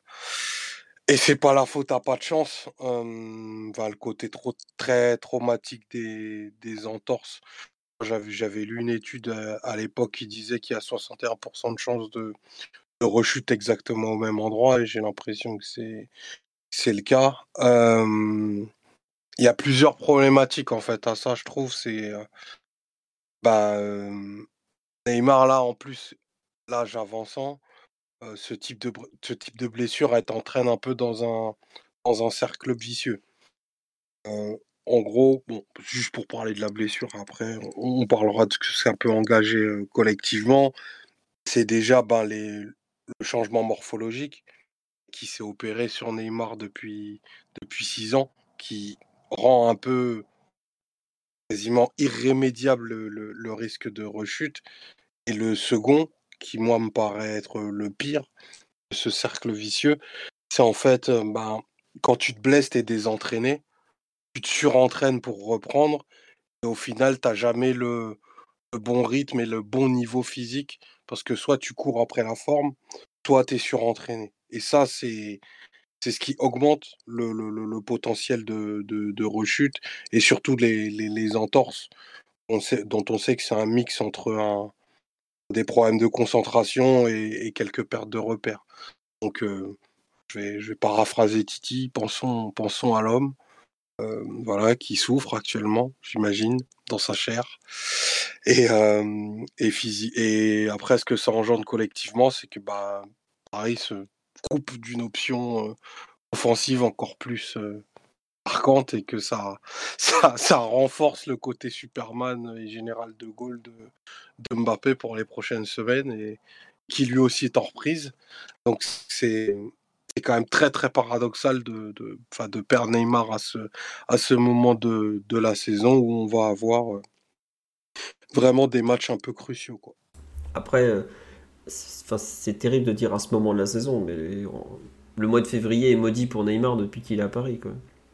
et c'est pas la faute à pas de chance. Euh, bah, le côté trop, très traumatique des, des entorses. J'avais, j'avais lu une étude euh, à l'époque qui disait qu'il y a soixante et un pour cent de chances de, de rechute exactement au même endroit, et j'ai l'impression que c'est, c'est le cas. Euh, Il y a plusieurs problématiques en fait à ça, je trouve. C'est euh, bah, euh, Neymar là en plus, l'âge avançant, euh, ce type de br- ce type de blessure, elle t'entraîne un peu dans un dans un cercle vicieux. Euh, En gros, bon, juste pour parler de la blessure, après on, on parlera de ce que ça peut engager euh, collectivement. C'est déjà ben, les, le changement morphologique qui s'est opéré sur Neymar depuis depuis six ans, qui rend un peu quasiment irrémédiable le, le- le risque de rechute. Et le second, qui moi me paraît être le pire, ce cercle vicieux, c'est en fait euh, ben, quand tu te blesses, tu es désentraîné, tu te surentraînes pour reprendre, et au final, tu n'as jamais le, le bon rythme et le bon niveau physique, parce que soit tu cours après la forme, soit tu es surentraîné. Et ça, c'est, c'est ce qui augmente le, le- le- le potentiel de, de- de rechute, et surtout les, les- les entorses, on sait- dont on sait que c'est un mix entre un- des problèmes de concentration et, et quelques pertes de repères. Donc, euh, je vais, je vais paraphraser Titi, pensons, pensons à l'homme, euh, voilà, qui souffre actuellement, j'imagine, dans sa chair. Et, euh, et, physi- et après, ce que ça engendre collectivement, c'est que bah, Paris se coupe d'une option euh, offensive encore plus euh, marquante, et que ça, ça, ça renforce le côté Superman et général de Gaulle de, de Mbappé pour les prochaines semaines, et qui lui aussi est en reprise. Donc c'est c'est quand même très très paradoxal de, de, enfin, de perdre Neymar à ce, à ce moment de, de la saison où on va avoir euh, vraiment des matchs un peu cruciaux, quoi. Après, euh, c'est, enfin, c'est terrible de dire à ce moment de la saison, mais en- le mois de février est maudit pour Neymar depuis qu'il est à Paris, quoi.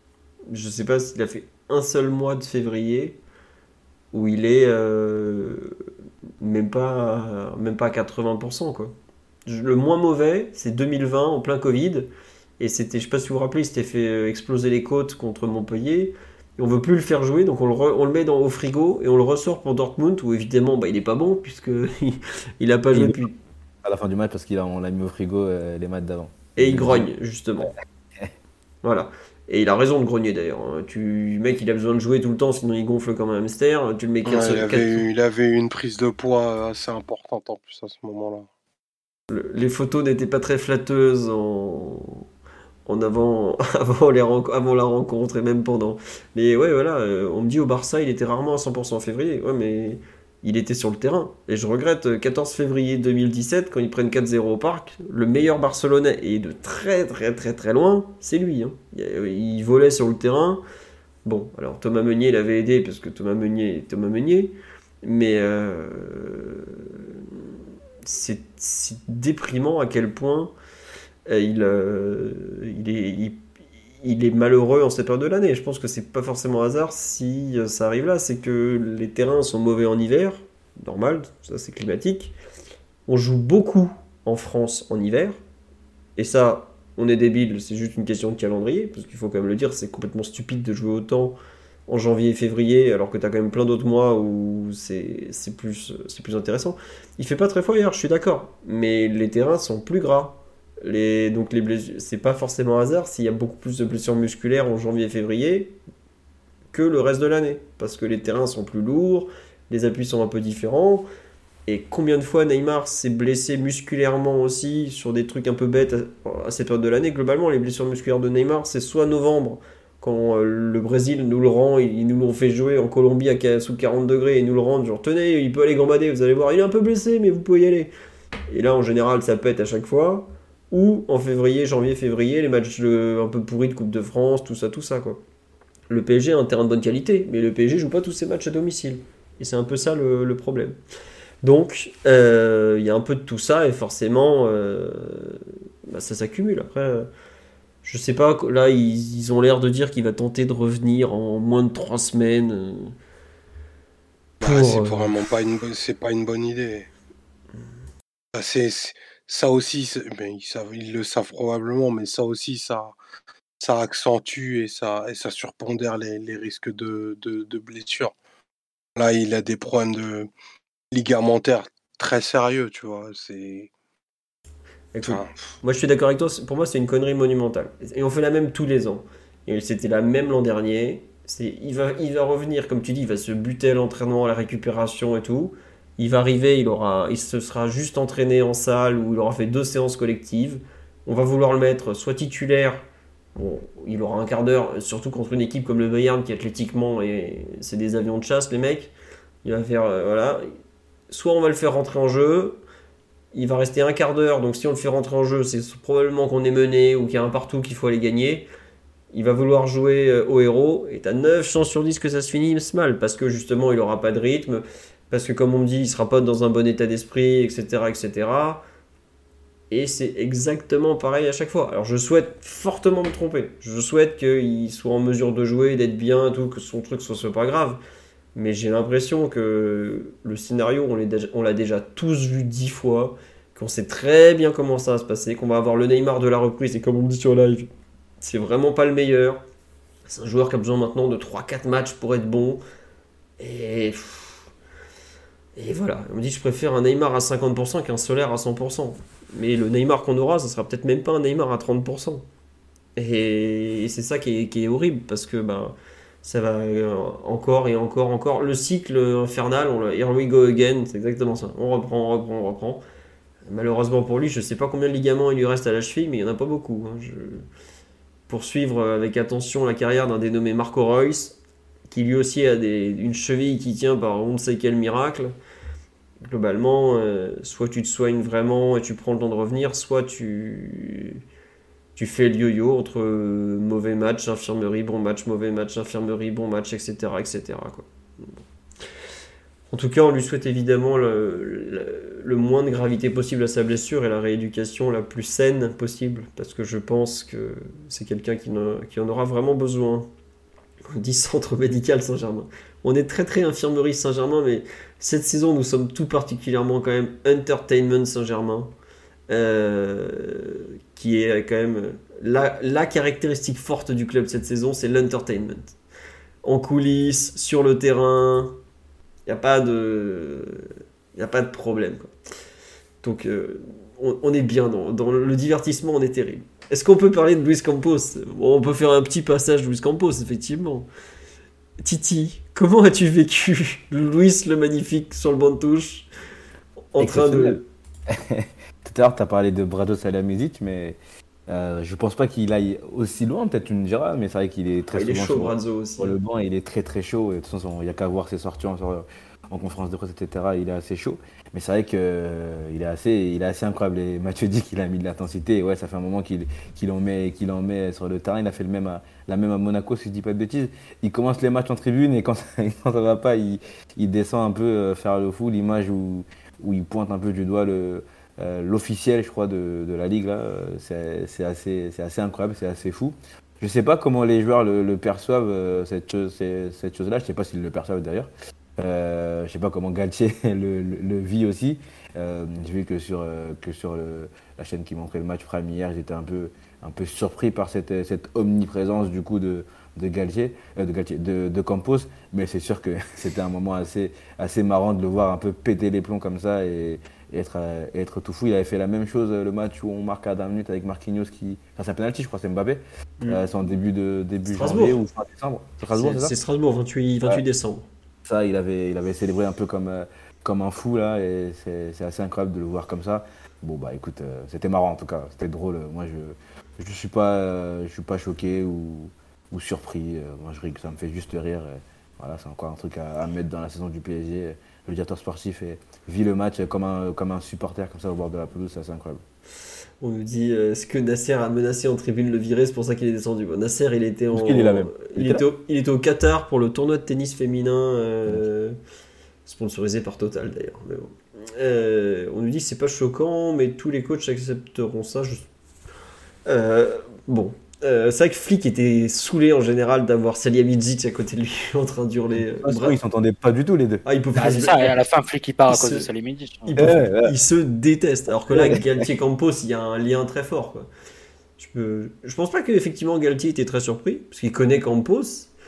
Je sais pas s'il a fait un seul mois de février où il est euh, même pas, même pas à quatre-vingts pour cent, quoi. Le moins mauvais, c'est deux mille vingt, en plein Covid. Et c'était, je sais pas si vous vous rappelez, il s'était fait exploser les côtes contre Montpellier. Et on veut plus le faire jouer, donc on le, re, on le met dans, au frigo et on le ressort pour Dortmund, où évidemment bah, il est pas bon, puisque il a pas joué depuis. À la fin du match, parce qu'on l'a mis au frigo euh, les matchs d'avant. Et il grogne, justement. Voilà. Et il a raison de grogner d'ailleurs. Tu, le mec, il a besoin de jouer tout le temps, sinon il gonfle comme un hamster. Tu le mets Ouais, il, avait eu, il avait eu une prise de poids assez importante en plus à ce moment-là. Le, les photos n'étaient pas très flatteuses en, en avant, avant, les, avant la rencontre et même pendant. Mais ouais, voilà, on me dit au Barça, il était rarement à cent pour cent en février. Ouais, mais il était sur le terrain. Et je regrette, quatorze février deux mille dix-sept, quand ils prennent quatre zéro au Parc, le meilleur Barcelonais, et de très très très très loin, c'est lui. Hein. Il volait sur le terrain. Bon, alors Thomas Meunier l'avait aidé, parce que Thomas Meunier est Thomas Meunier. Mais euh, c'est, c'est déprimant à quel point euh, il, euh, il, est, il, il est malheureux en cette période de l'année. Je pense que c'est pas forcément hasard si ça arrive là. C'est que les terrains sont mauvais en hiver, normal, ça c'est climatique. On joue beaucoup en France en hiver, et ça, on est débile, c'est juste une question de calendrier, parce qu'il faut quand même le dire, c'est complètement stupide de jouer autant en janvier et février, alors que tu as quand même plein d'autres mois où c'est, c'est, plus, c'est plus intéressant. Il fait pas très froid hier, je suis d'accord, mais les terrains sont plus gras. Les, donc les blessures, c'est pas forcément hasard s'il y a beaucoup plus de blessures musculaires en janvier et février que le reste de l'année, parce que les terrains sont plus lourds, les appuis sont un peu différents. Et combien de fois Neymar s'est blessé musculairement aussi sur des trucs un peu bêtes à, à cette période de l'année. Globalement, les blessures musculaires de Neymar, c'est soit novembre, quand euh, le Brésil nous le rend, ils, ils nous l'ont fait jouer en Colombie à, sous quarante degrés, et ils nous le rendent, genre tenez, il peut aller gambader, vous allez voir, il est un peu blessé, mais vous pouvez y aller. Et là, en général, ça pète à chaque fois. Ou en février, janvier, février, les matchs de, un peu pourris de Coupe de France, tout ça, tout ça, quoi. Le P S G a un terrain de bonne qualité, mais le P S G joue pas tous ses matchs à domicile. Et c'est un peu ça le, le problème. Donc, il euh, y a un peu de tout ça, et forcément, euh, bah, ça s'accumule. Après, euh, je sais pas, là, ils, ils ont l'air de dire qu'il va tenter de revenir en moins de trois semaines. Euh, pour, bah, c'est vraiment pas une, c'est pas une bonne idée. Bah, c'est, c'est, ça aussi, c'est, ben, ils, savent, ils le savent probablement, mais ça aussi, ça, ça accentue et ça, et ça surpondère les, les risques de, de, de blessures. Là, il a des problèmes de ligamentaires très sérieux, tu vois. C'est. Écoute, enfin... Moi, je suis d'accord avec toi. Pour moi, c'est une connerie monumentale. Et on fait la même tous les ans. Et c'était la même l'an dernier. C'est, il va, il va revenir, comme tu dis, il va se buter à l'entraînement, à la récupération et tout. Il va arriver, il aura, il se sera juste entraîné en salle où il aura fait deux séances collectives. On va vouloir le mettre soit titulaire. Bon, il aura un quart d'heure, surtout contre une équipe comme le Bayern qui athlétiquement et c'est des avions de chasse, les mecs. Il va faire, euh, voilà. Soit on va le faire rentrer en jeu. Il va rester un quart d'heure, donc si on le fait rentrer en jeu, c'est probablement qu'on est mené ou qu'il y a un partout qu'il faut aller gagner. Il va vouloir jouer au héros, et t'as neuf chances sur dix que ça se finisse mal, parce que justement il n'aura pas de rythme, parce que comme on me dit, il sera pas dans un bon état d'esprit, et cetera, et cetera. Et c'est exactement pareil à chaque fois. Alors je souhaite fortement me tromper. Je souhaite qu'il soit en mesure de jouer, d'être bien, tout, que son truc soit, soit pas grave. Mais j'ai l'impression que le scénario, on l'a, déjà, on l'a déjà tous vu dix fois, qu'on sait très bien comment ça va se passer, qu'on va avoir le Neymar de la reprise, et comme on me dit sur live, c'est vraiment pas le meilleur. C'est un joueur qui a besoin maintenant de trois quatre matchs pour être bon. Et, et voilà, on me dit je préfère un Neymar à cinquante pour cent qu'un Solaire à cent pour cent. Mais le Neymar qu'on aura, ça sera peut-être même pas un Neymar à trente pour cent. Et, et c'est ça qui est, qui est horrible, parce que... Ben, ça va encore et encore, encore. Le cycle infernal, on le, here we go again, c'est exactement ça. On reprend, on reprend, on reprend. Malheureusement pour lui, je ne sais pas combien de ligaments il lui reste à la cheville, mais il n'y en a pas beaucoup. Hein. Je... Pour suivre avec attention la carrière d'un dénommé Marco Reus, qui lui aussi a des, une cheville qui tient par on ne sait quel miracle. Globalement, euh, soit tu te soignes vraiment et tu prends le temps de revenir, soit tu... Tu fais le yo-yo entre euh, mauvais match, infirmerie, bon match, mauvais match, infirmerie, bon match, et cetera et cetera quoi. En tout cas, on lui souhaite évidemment le, le, le moins de gravité possible à sa blessure et la rééducation la plus saine possible, parce que je pense que c'est quelqu'un qui, ne, qui en aura vraiment besoin. On dit centre médical Saint-Germain. On est très très infirmerie Saint-Germain, mais cette saison, nous sommes tout particulièrement quand même Entertainment Saint-Germain, euh, qui est quand même la, la caractéristique forte du club cette saison, c'est l'entertainment. En coulisses, sur le terrain, il n'y a pas de, y a pas de problème, quoi. Donc euh, on, on est bien dans, dans le divertissement, on est terrible. Est-ce qu'on peut parler de Luis Campos ? Bon, on peut faire un petit passage de Luis Campos, effectivement. Titi, comment as-tu vécu Luis le magnifique sur le banc de touche en train de... Tout à l'heure, tu as parlé de Brado Salihamidzic, mais euh, je pense pas qu'il aille aussi loin. Peut-être tu me diras, mais c'est vrai qu'il est très Ah, il est souvent chaud, sur, Brazzo aussi. sur le banc. Et il est très très chaud. Et de toute façon, il n'y a qu'à voir ses sorties en, sur- en conférence de presse, et cetera. Il est assez chaud. Mais c'est vrai qu'il est assez, il est assez incroyable. Et Mathieu dit qu'il a mis de l'intensité. Et ouais, ça fait un moment qu'il qu'il en met, qu'il en met sur le terrain. Il a fait le même à, la même à Monaco, si je dis pas de bêtises. Il commence les matchs en tribune et quand ça, quand ça va pas, il, il descend un peu euh, faire le fou. L'image où, où il pointe un peu du doigt le, euh, l'officiel, je crois, de, de la Ligue, là, euh, c'est, c'est assez, c'est assez incroyable, c'est assez fou. Je sais pas comment les joueurs le, le perçoivent, euh, cette, chose, c'est- cette chose-là. Je sais pas s'ils le perçoivent d'ailleurs. Euh, je sais pas comment Galtier le, le- le vit aussi. Euh, j'ai vu que sur, euh, que sur le- la chaîne qui montrait le match Prime hier, j'étais un peu, un peu surpris par cette, cette omniprésence du coup de, de Galtier, euh, de, Galtier de, de Campos. Mais c'est sûr que c'était un moment assez, assez marrant de le voir un peu péter les plombs comme ça et, et être, euh, et être tout fou. Il avait fait la même chose euh, le match où on marque à vingt minutes avec Marquinhos qui. Enfin, c'est un penalty, je crois, c'est Mbappé. Mm. Euh, c'est en début, de, début Strasbourg. janvier ou fin décembre. C'est Strasbourg, C'est, c'est ça c'est Strasbourg, vingt-huit, vingt-huit Ouais. décembre. Ça, il avait, il avait célébré un peu comme, euh, comme un fou là, et c'est, c'est assez incroyable de le voir comme ça. Bon bah écoute, euh, c'était marrant en tout cas, c'était drôle. Moi je, je suis pas, euh, je suis pas choqué ou, ou surpris. Euh, moi je ris, ça me fait juste rire. Et voilà, c'est encore un truc à, à mettre dans la saison du P S G. Le directeur sportif et, vit le match comme un, comme un supporter comme ça au bord de la pelouse, c'est assez incroyable. On nous dit, euh, est-ce que Nasser a menacé en tribune le virer, c'est pour ça qu'il est descendu. Bon, Nasser, il était en, Est-ce qu'il est là même il, Il était était au, il était au Qatar pour le tournoi de tennis féminin, euh, sponsorisé par Total d'ailleurs. Mais bon. Euh, on nous dit, c'est pas choquant, mais tous les coachs accepteront ça. Je- Euh, bon, Euh, c'est vrai que Flick était saoulé en général d'avoir Salihamidzic à côté de lui en train d'hurler. euh, Parce bref. qu'ils s'entendaient pas du tout les deux. Ah, ils peuvent Ah, pas c'est se- ça, et à la fin, Flick qui part à Il cause se- de Salihamidzic. Ils, Ouais, peuvent- ouais. ils se détestent. Alors que là, Galtier Campos, il y a un lien très fort, quoi. Je, peux... je pense pas qu'effectivement Galtier était très surpris, parce qu'il connaît Campos.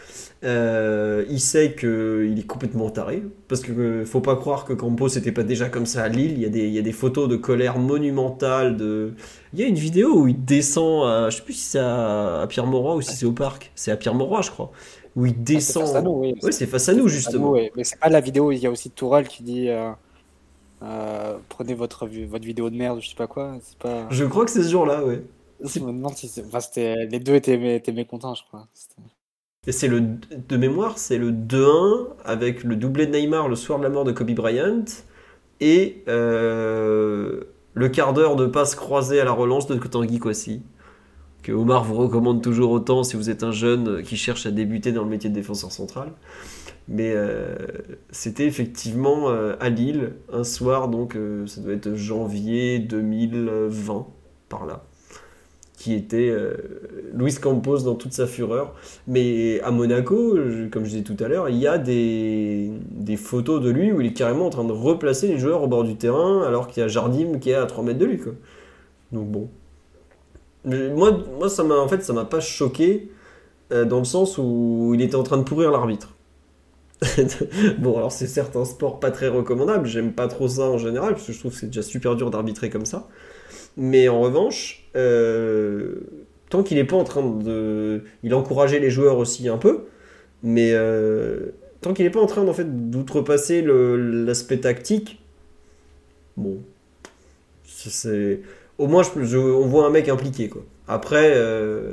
Euh, il sait qu'il est complètement taré, parce que euh, faut pas croire que Campos n'était pas déjà comme ça à Lille. Il y a des, il y a des photos de colère monumentale. De... Il y a une vidéo où il descend, à, je sais plus si c'est à, à Pierre-Mauroy ou si c'est au parc. C'est à Pierre-Mauroy, je crois. Où il Ah, c'est descend. face à nous, oui. Ouais, c'est face à nous, C'est justement. ouais. Mais c'est pas la vidéo, il y a aussi Tourelle qui dit euh, euh, prenez votre, vi- votre vidéo de merde, je sais pas quoi. C'est pas... Je crois que c'est ce jour-là, ouais. Je me demande si c'est- enfin, c'était... les deux étaient, mé- étaient mécontents, je crois. C'était- Et c'est le, de mémoire, c'est le deux un avec le doublé de Neymar le soir de la mort de Kobe Bryant et euh, le quart d'heure de passe croisée à la relance de Tanguy Kouassi, que Omar vous recommande toujours autant si vous êtes un jeune qui cherche à débuter dans le métier de défenseur central. Mais euh, c'était effectivement euh, à Lille, un soir, donc euh, ça doit être janvier deux mille vingt, par là, qui était euh, Luis Campos dans toute sa fureur. Mais à Monaco, je- comme je disais tout à l'heure, il y a des, des photos de lui où il est carrément en train de replacer les joueurs au bord du terrain alors qu'il y a Jardim qui est à trois mètres de lui, quoi. Donc bon. Mais Moi, moi ça m'a, en fait, ça m'a pas choqué euh, dans le sens où il était en train de pourrir l'arbitre. Bon, alors c'est certes un sport pas très recommandable, j'aime pas trop ça en général, parce que je trouve que c'est déjà super dur d'arbitrer comme ça. Mais en revanche, euh, tant qu'il n'est pas en train de... Il encourageait les joueurs aussi un peu, mais euh, tant qu'il n'est pas en train en fait, d'outrepasser le- l'aspect tactique, bon, c'est... c'est- Au moins, je- je- on voit un mec impliqué, quoi. Après, euh,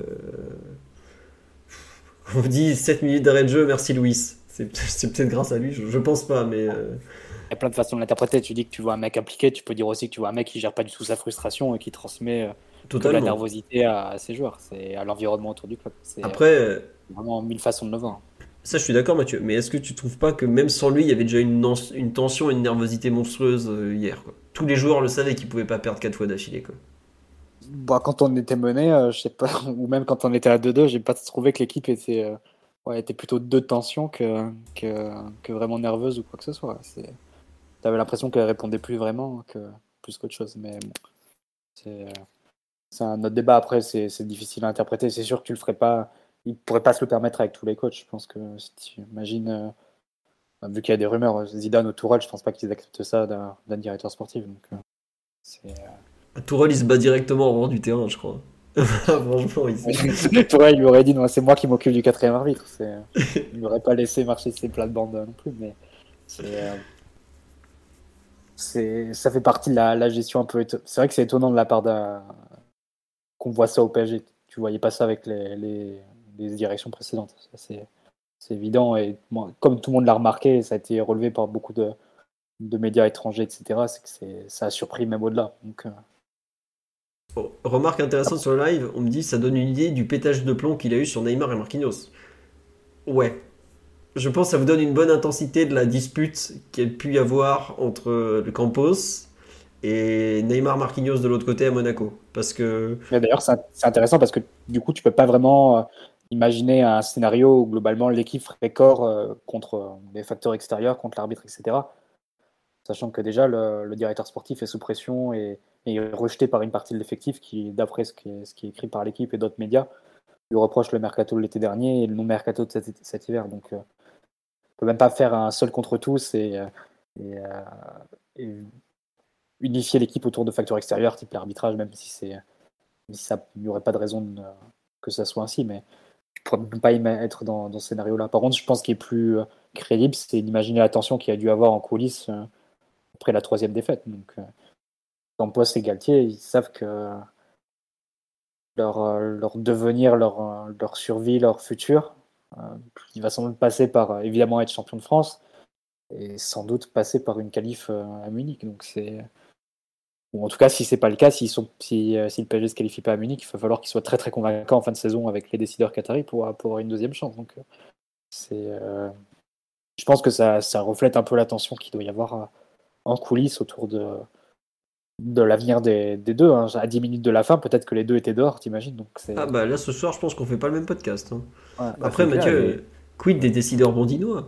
on vous dit sept minutes d'arrêt de jeu, merci Louis. C'est c'est peut-être grâce à lui, je, je pense pas, mais... euh, Il y a plein de façons de l'interpréter. Tu dis que tu vois un mec impliqué, tu peux dire aussi que tu vois un mec qui gère pas du tout sa frustration et qui transmet euh, que de la totalement. nervosité à, à ses joueurs. C'est à l'environnement autour du club. C'est euh, Après, euh, vraiment mille façons de le voir. ça je suis d'accord Mathieu, mais est-ce que tu trouves pas que même sans lui, il y avait déjà une, nans- une tension et une nervosité monstrueuse euh, hier, quoi. Tous les joueurs le savaient qu'ils pouvaient pas perdre quatre fois d'affilée, quoi. Bah, quand on était mené, euh, je sais pas, ou même quand on était à deux deux, j'ai pas trouvé que l'équipe était, euh, ouais, était plutôt de tension que, que, que vraiment nerveuse ou quoi que ce soit. C'est... T'avais l'impression qu'elle répondait plus vraiment que plus qu'autre chose. Mais bon, c'est, c'est un autre débat. Après, c'est, c'est difficile à interpréter. C'est sûr que tu le ferais pas. Il ne pourrait pas se le permettre avec tous les coachs. Je pense que si tu imagines, euh, vu qu'il y a des rumeurs, Zidane ou Tourelle, je pense pas qu'ils acceptent ça d'un, d'un directeur sportif. Donc, euh, c'est, euh... Tourelle, il se bat directement en bord du terrain, je crois. Franchement, il Tourelle, il lui aurait dit non, c'est moi qui m'occupe du quatrième arbitre. C'est... Il n'aurait pas laissé marcher ses plates-bandes non plus. Mais c'est, euh... c'est... ça fait partie de la, la gestion un peu. Éton... C'est vrai que c'est étonnant de la part d'un. Qu'on voit ça au P S G. Tu voyais pas ça avec les. les... des directions précédentes. Ça, c'est, c'est évident. Et bon, comme tout le monde l'a remarqué, ça a été relevé par beaucoup de, de médias étrangers, et cetera. C'est que c'est, ça a surpris même au-delà. Donc, euh... oh, remarque intéressante sur le live, on me dit ça donne une idée du pétage de plomb qu'il a eu sur Neymar et Marquinhos. Ouais. Je pense que ça vous donne une bonne intensité de la dispute qu'il y a pu y avoir entre le Campos et Neymar Marquinhos de l'autre côté à Monaco. Parce que... Mais d'ailleurs, c'est, c'est intéressant parce que du coup, tu peux pas vraiment... Euh... Imaginez un scénario où globalement l'équipe ferait corps euh, contre euh, des facteurs extérieurs, contre l'arbitre, et cetera. Sachant que déjà le, le directeur sportif est sous pression et, et est rejeté par une partie de l'effectif qui, d'après ce qui est, ce qui est écrit par l'équipe et d'autres médias, lui reproche le mercato de l'été dernier et le non-mercato de cet, cet hiver. Donc euh, on ne peut même pas faire un seul contre tous et, et, euh, et unifier l'équipe autour de facteurs extérieurs, type l'arbitrage, même si c'est, même si ça, il n'y aurait pas de raison de, que ça soit ainsi. Mais je ne pourrais pas y être dans, dans ce scénario-là. Par contre, je pense qu'il est plus crédible, c'est d'imaginer la tension qu'il y a dû avoir en coulisses euh, après la troisième défaite. Donc, euh, Campos et Galtier, ils savent que leur, euh, leur devenir, leur, euh, leur survie, leur futur, euh, il va sans doute passer par, euh, évidemment, être champion de France et sans doute passer par une qualif euh, à Munich. Donc, c'est... Ou en tout cas, si ce n'est pas le cas, s'ils sont, si, euh, si le P S G ne se qualifie pas à Munich, il va falloir qu'ils soient très très convaincants en fin de saison avec les décideurs qataris pour, pour avoir une deuxième chance. Donc, c'est, euh, je pense que ça, ça reflète un peu la tension qu'il doit y avoir euh, en coulisses autour de, de l'avenir des, des deux. Hein. À dix minutes de la fin, peut-être que les deux étaient dehors, t'imagines. Donc c'est... Ah bah là, ce soir, je pense qu'on ne fait pas le même podcast. Hein. Ouais, bah, après, Mathieu, clair, mais... quid des décideurs bondinois?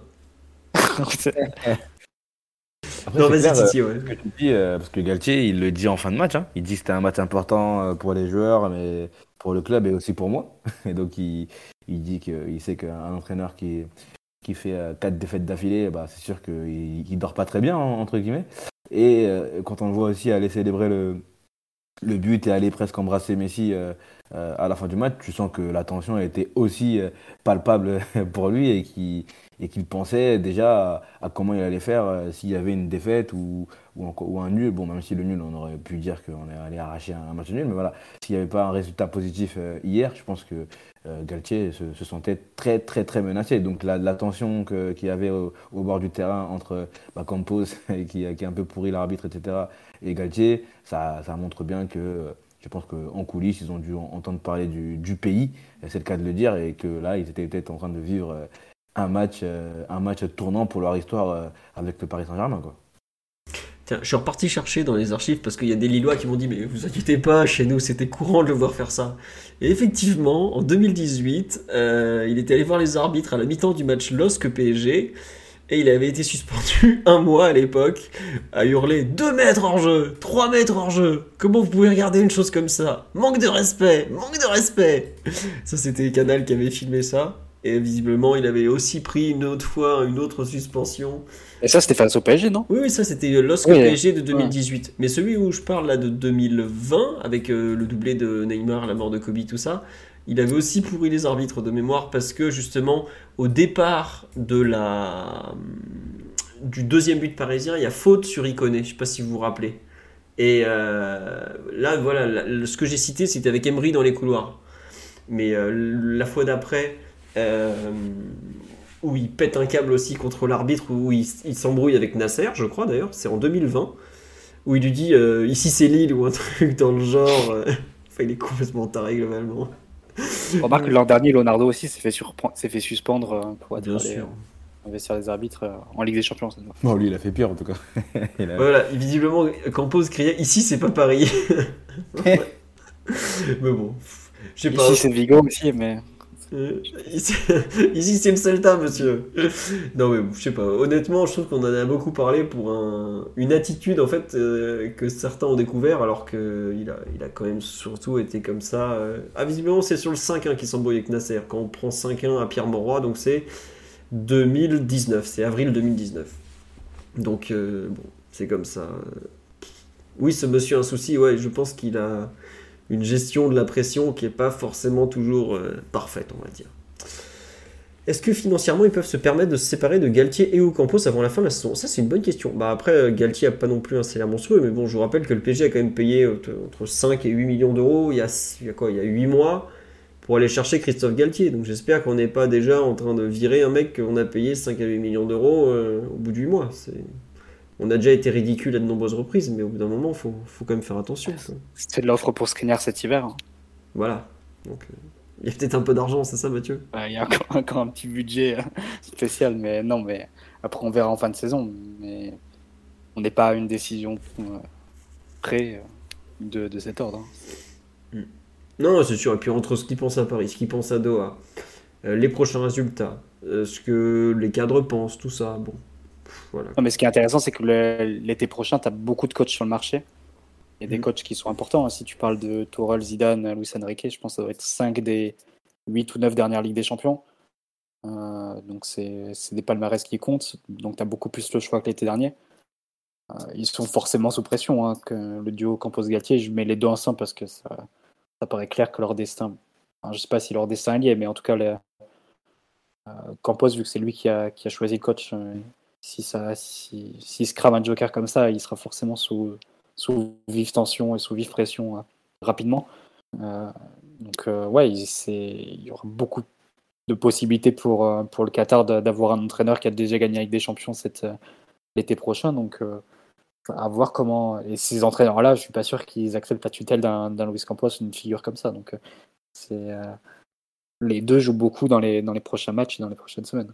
Après, non, c'est vas-y, clair, Titi, euh, ouais. ce que tu dis, euh, parce que Galtier, il le dit en fin de match. Hein. Il dit que c'était un match important euh, pour les joueurs, mais pour le club et aussi pour moi. Et donc, il, il dit qu'il sait qu'un entraîneur qui, qui fait euh, quatre défaites d'affilée, bah, c'est sûr qu'il ne dort pas très bien, hein, entre guillemets. Et euh, quand on le voit aussi aller célébrer le, le but et aller presque embrasser Messi euh, euh, à la fin du match, tu sens que la tension a été aussi euh, palpable pour lui et qu'il, et qu'il pensait déjà à, à comment il allait faire euh, s'il y avait une défaite ou, ou, un, ou un nul. Bon, même si le nul, on aurait pu dire qu'on allait arracher un match nul, mais voilà, s'il n'y avait pas un résultat positif euh, hier, je pense que euh, Galtier se, se sentait très très très menacé. Donc la, la tension que, qu'il y avait au, au bord du terrain entre bah, Campos qui, qui a un peu pourri l'arbitre, et cetera, et Galtier, ça, ça montre bien que je pense qu'en coulisses, ils ont dû entendre parler du, du pays, c'est le cas de le dire, et que là, ils étaient peut-être en train de vivre un match, un match tournant pour leur histoire avec le Paris Saint-Germain, quoi. Tiens, je suis reparti chercher dans les archives parce qu'il y a des Lillois qui m'ont dit mais vous inquiétez pas, chez nous c'était courant de le voir faire ça. Et effectivement, en deux mille dix-huit, euh, il était allé voir les arbitres à la mi-temps du match L O S C P S G et il avait été suspendu un mois à l'époque à hurler deux mètres hors jeu, trois mètres hors jeu. Comment vous pouvez regarder une chose comme ça? Manque de respect, manque de respect. Ça c'était Canal qui avait filmé ça. Et visiblement, il avait aussi pris une autre fois une autre suspension. Et ça, c'était face au P S G, non? Oui, oui, ça, c'était L O S C oui, P S G de deux mille dix-huit. Ouais. Mais celui où je parle, là, de deux mille vingt, avec euh, le doublé de Neymar, la mort de Kobe, tout ça, il avait aussi pourri les arbitres de mémoire parce que, justement, au départ de la... du deuxième but parisien, il y a faute sur Iconé. Je ne sais pas si vous vous rappelez. Et euh, là, voilà, là, ce que j'ai cité, c'était avec Emery dans les couloirs. Mais euh, la fois d'après... Euh, où il pète un câble aussi contre l'arbitre, où il, il s'embrouille avec Nasser, je crois d'ailleurs, c'est en deux mille vingt, où il lui dit euh, ici c'est Lille ou un truc dans le genre. Euh... Enfin, il est complètement taré globalement. Remarque que l'an dernier, Leonardo aussi s'est fait, surpre... s'est fait suspendre euh, pour être Bien allé, sûr. Euh, investir les arbitres euh, en Ligue des Champions. Ça bon, lui il a fait pire en tout cas. a... Voilà, visiblement, Campos criait ici c'est pas Paris. Mais bon, je sais pas. Ici c'est Vigo aussi, mais. Euh, ici, ici, c'est le Celta, monsieur. Non, mais je sais pas. Honnêtement, je trouve qu'on en a beaucoup parlé pour un, une attitude en fait euh, que certains ont découvert, alors qu'il a, il a quand même surtout été comme ça. euh. Ah, visiblement, c'est sur le cinq un qui s'embrouille avec Nasser. Quand on prend cinq un à Pierre-Mauroy, donc c'est deux mille dix-neuf, c'est avril deux mille dix-neuf. Donc, euh, bon, c'est comme ça. Oui, ce monsieur a un souci, ouais, je pense qu'il a une gestion de la pression qui n'est pas forcément toujours euh, parfaite, on va dire. Est-ce que financièrement, ils peuvent se permettre de se séparer de Galtier et Ocampos avant la fin de la saison? Ça, c'est une bonne question. Bah, après, euh, Galtier n'a pas non plus un salaire monstrueux, mais bon, je vous rappelle que le P S G a quand même payé euh, entre cinq et huit millions d'euros il y a, il y a quoi, il y a huit mois pour aller chercher Christophe Galtier. Donc j'espère qu'on n'est pas déjà en train de virer un mec qu'on a payé cinq à huit millions d'euros euh, au bout de huit mois. C'est... On a déjà été ridicule à de nombreuses reprises, mais au bout d'un moment, il faut, faut quand même faire attention. Quoi. C'était de l'offre pour Skriniar cet hiver. Hein. Voilà. Donc, euh, il y a peut-être un peu d'argent, c'est ça, Mathieu? Ouais, il y a encore, encore un petit budget spécial, mais non, mais après, on verra en fin de saison. Mais on n'est pas à une décision euh, près de, de cet ordre. Hein. Non, c'est sûr. Et puis, entre ce qu'ils pensent à Paris, ce qu'ils pensent à Doha, euh, les prochains résultats, euh, ce que les cadres pensent, tout ça, bon. Voilà. Non, mais ce qui est intéressant, c'est que le, l'été prochain, tu as beaucoup de coachs sur le marché. Il y a des mmh. coachs qui sont importants. Hein. Si tu parles de Tourelle, Zidane, Luis Enrique, je pense que ça doit être cinq des huit ou neuf dernières Ligues des Champions. Euh, donc, c'est, c'est des palmarès qui comptent. Donc, tu as beaucoup plus le choix que l'été dernier. Euh, ils sont forcément sous pression. Hein, que le duo Campos-Galtier, je mets les deux ensemble parce que ça, ça paraît clair que leur destin... Enfin, je ne sais pas si leur destin est lié, mais en tout cas, les, euh, Campos, vu que c'est lui qui a, qui a choisi le coach... Euh, Si ça, si, s'il se crame un joker comme ça, il sera forcément sous, sous vive tension et sous vive pression euh, rapidement. Euh, donc, euh, ouais, il, c'est, il y aura beaucoup de possibilités pour, euh, pour le Qatar de, d'avoir un entraîneur qui a déjà gagné avec des champions cette, euh, l'été prochain. Donc, euh, à voir comment. Et ces entraîneurs-là, je suis pas sûr qu'ils acceptent la tutelle d'un, d'un Luis Campos, une figure comme ça. Donc, euh, c'est, euh, les deux jouent beaucoup dans les, dans les prochains matchs et dans les prochaines semaines.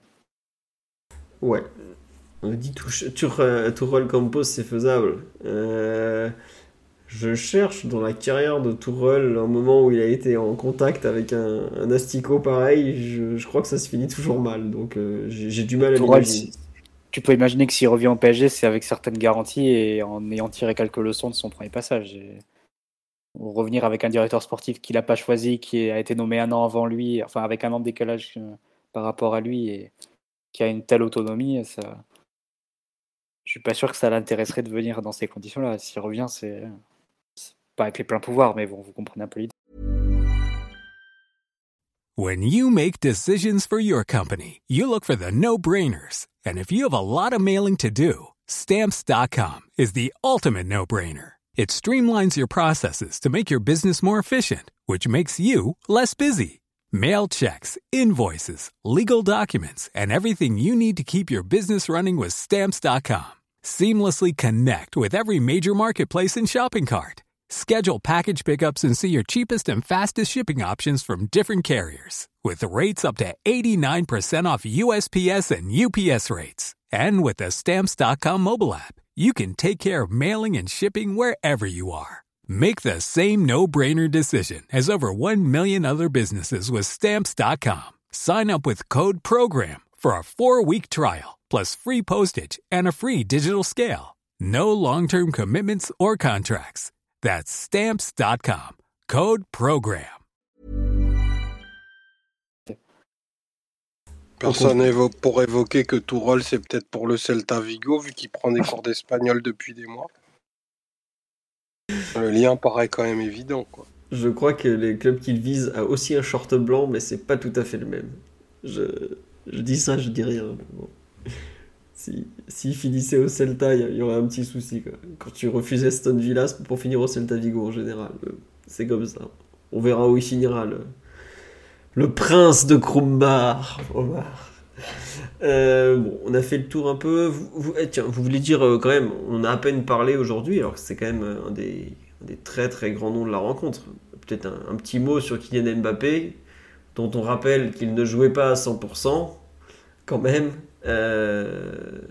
Ouais. On dit Tourelle Campos, c'est faisable. Euh, je cherche dans la carrière de Tourelle un moment où il a été en contact avec un, un asticot pareil. Je, je crois que ça se finit toujours mal. Donc euh, j'ai, j'ai du mal à Tourelle, l'imaginer. Si, tu peux imaginer que s'il revient au P S G, c'est avec certaines garanties et en ayant tiré quelques leçons de son premier passage. Et revenir avec un directeur sportif qu'il n'a pas choisi, qui a été nommé un an avant lui, enfin avec un an de décalage euh, par rapport à lui et qui a une telle autonomie, ça... je suis pas sûr que ça l'intéresserait de venir dans ces conditions-là. S'il revient, c'est, c'est pas avec les pleins pouvoirs, mais bon, vous comprenez un peu l'idée. When you make decisions for your company, you look for the no-brainers. And if you have a lot of mailing to do, Stamps dot com is the ultimate no-brainer. It streamlines your processes to make your business more efficient, which makes you less busy. Mail checks, invoices, legal documents, and everything you need to keep your business running with Stamps dot com. Seamlessly connect with every major marketplace and shopping cart. Schedule package pickups and see your cheapest and fastest shipping options from different carriers. With rates up to eighty-nine percent off U S P S and U P S rates. And with the Stamps dot com mobile app, you can take care of mailing and shipping wherever you are. Make the same no-brainer decision as over one million other businesses with Stamps dot com. Sign up with code PROGRAM for a four-week trial, plus free postage and a free digital scale. No long-term commitments or contracts. That's Stamps dot com. Code PROGRAM. Personne évo- pour évoquer que Tourelle, c'est peut-être pour le Celta Vigo, vu qu'il prend des cours d'espagnol depuis des mois. Le lien paraît quand même évident, quoi. Je crois que les clubs qu'il vise a aussi un short blanc, mais c'est pas tout à fait le même. Je, je dis ça, je dis rien. Bon. Si, s'il finissait au Celta, il y, y aurait un petit souci, quoi. Quand tu refusais Aston Villa pour finir au Celta Vigo en général, c'est comme ça. On verra où il finira, le, le prince de Krumbar. Omar. Euh, bon, on a fait le tour un peu. Vous, vous, eh, tiens, vous voulez dire euh, quand même, on a à peine parlé aujourd'hui, alors que c'est quand même un des, un des très très grands noms de la rencontre. Peut-être un, un petit mot sur Kylian Mbappé, dont on rappelle qu'il ne jouait pas à cent pour cent, quand même. Euh,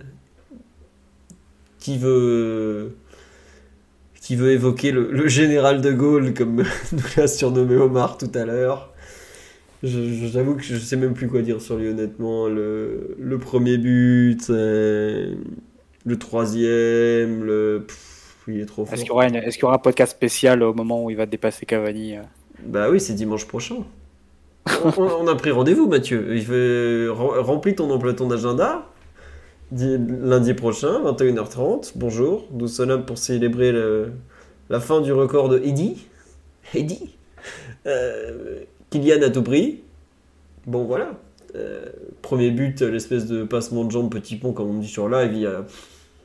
qui veut, qui veut évoquer le, le général de Gaulle, comme nous l'a surnommé Omar tout à l'heure. Je- J'avoue que je sais même plus quoi dire sur lui, honnêtement. Le, le premier but, euh, le troisième, le... pff, il est trop Est-ce qu'il y fort. aura une- est-ce qu'il y aura un podcast spécial au moment où il va dépasser Cavani euh Bah oui, c'est dimanche prochain. On, on- on a pris rendez-vous, Mathieu. Il fait... rem- Remplis ton emploi, ton agenda. Di- Lundi prochain, vingt et une heures trente. Bonjour. Nous sommes là pour célébrer le- la fin du record de Eddy. Eddy. Euh, Kylian à tout prix. Bon, voilà. Euh, premier but, l'espèce de passement de jambe, petit pont, comme on dit sur live. Il y a...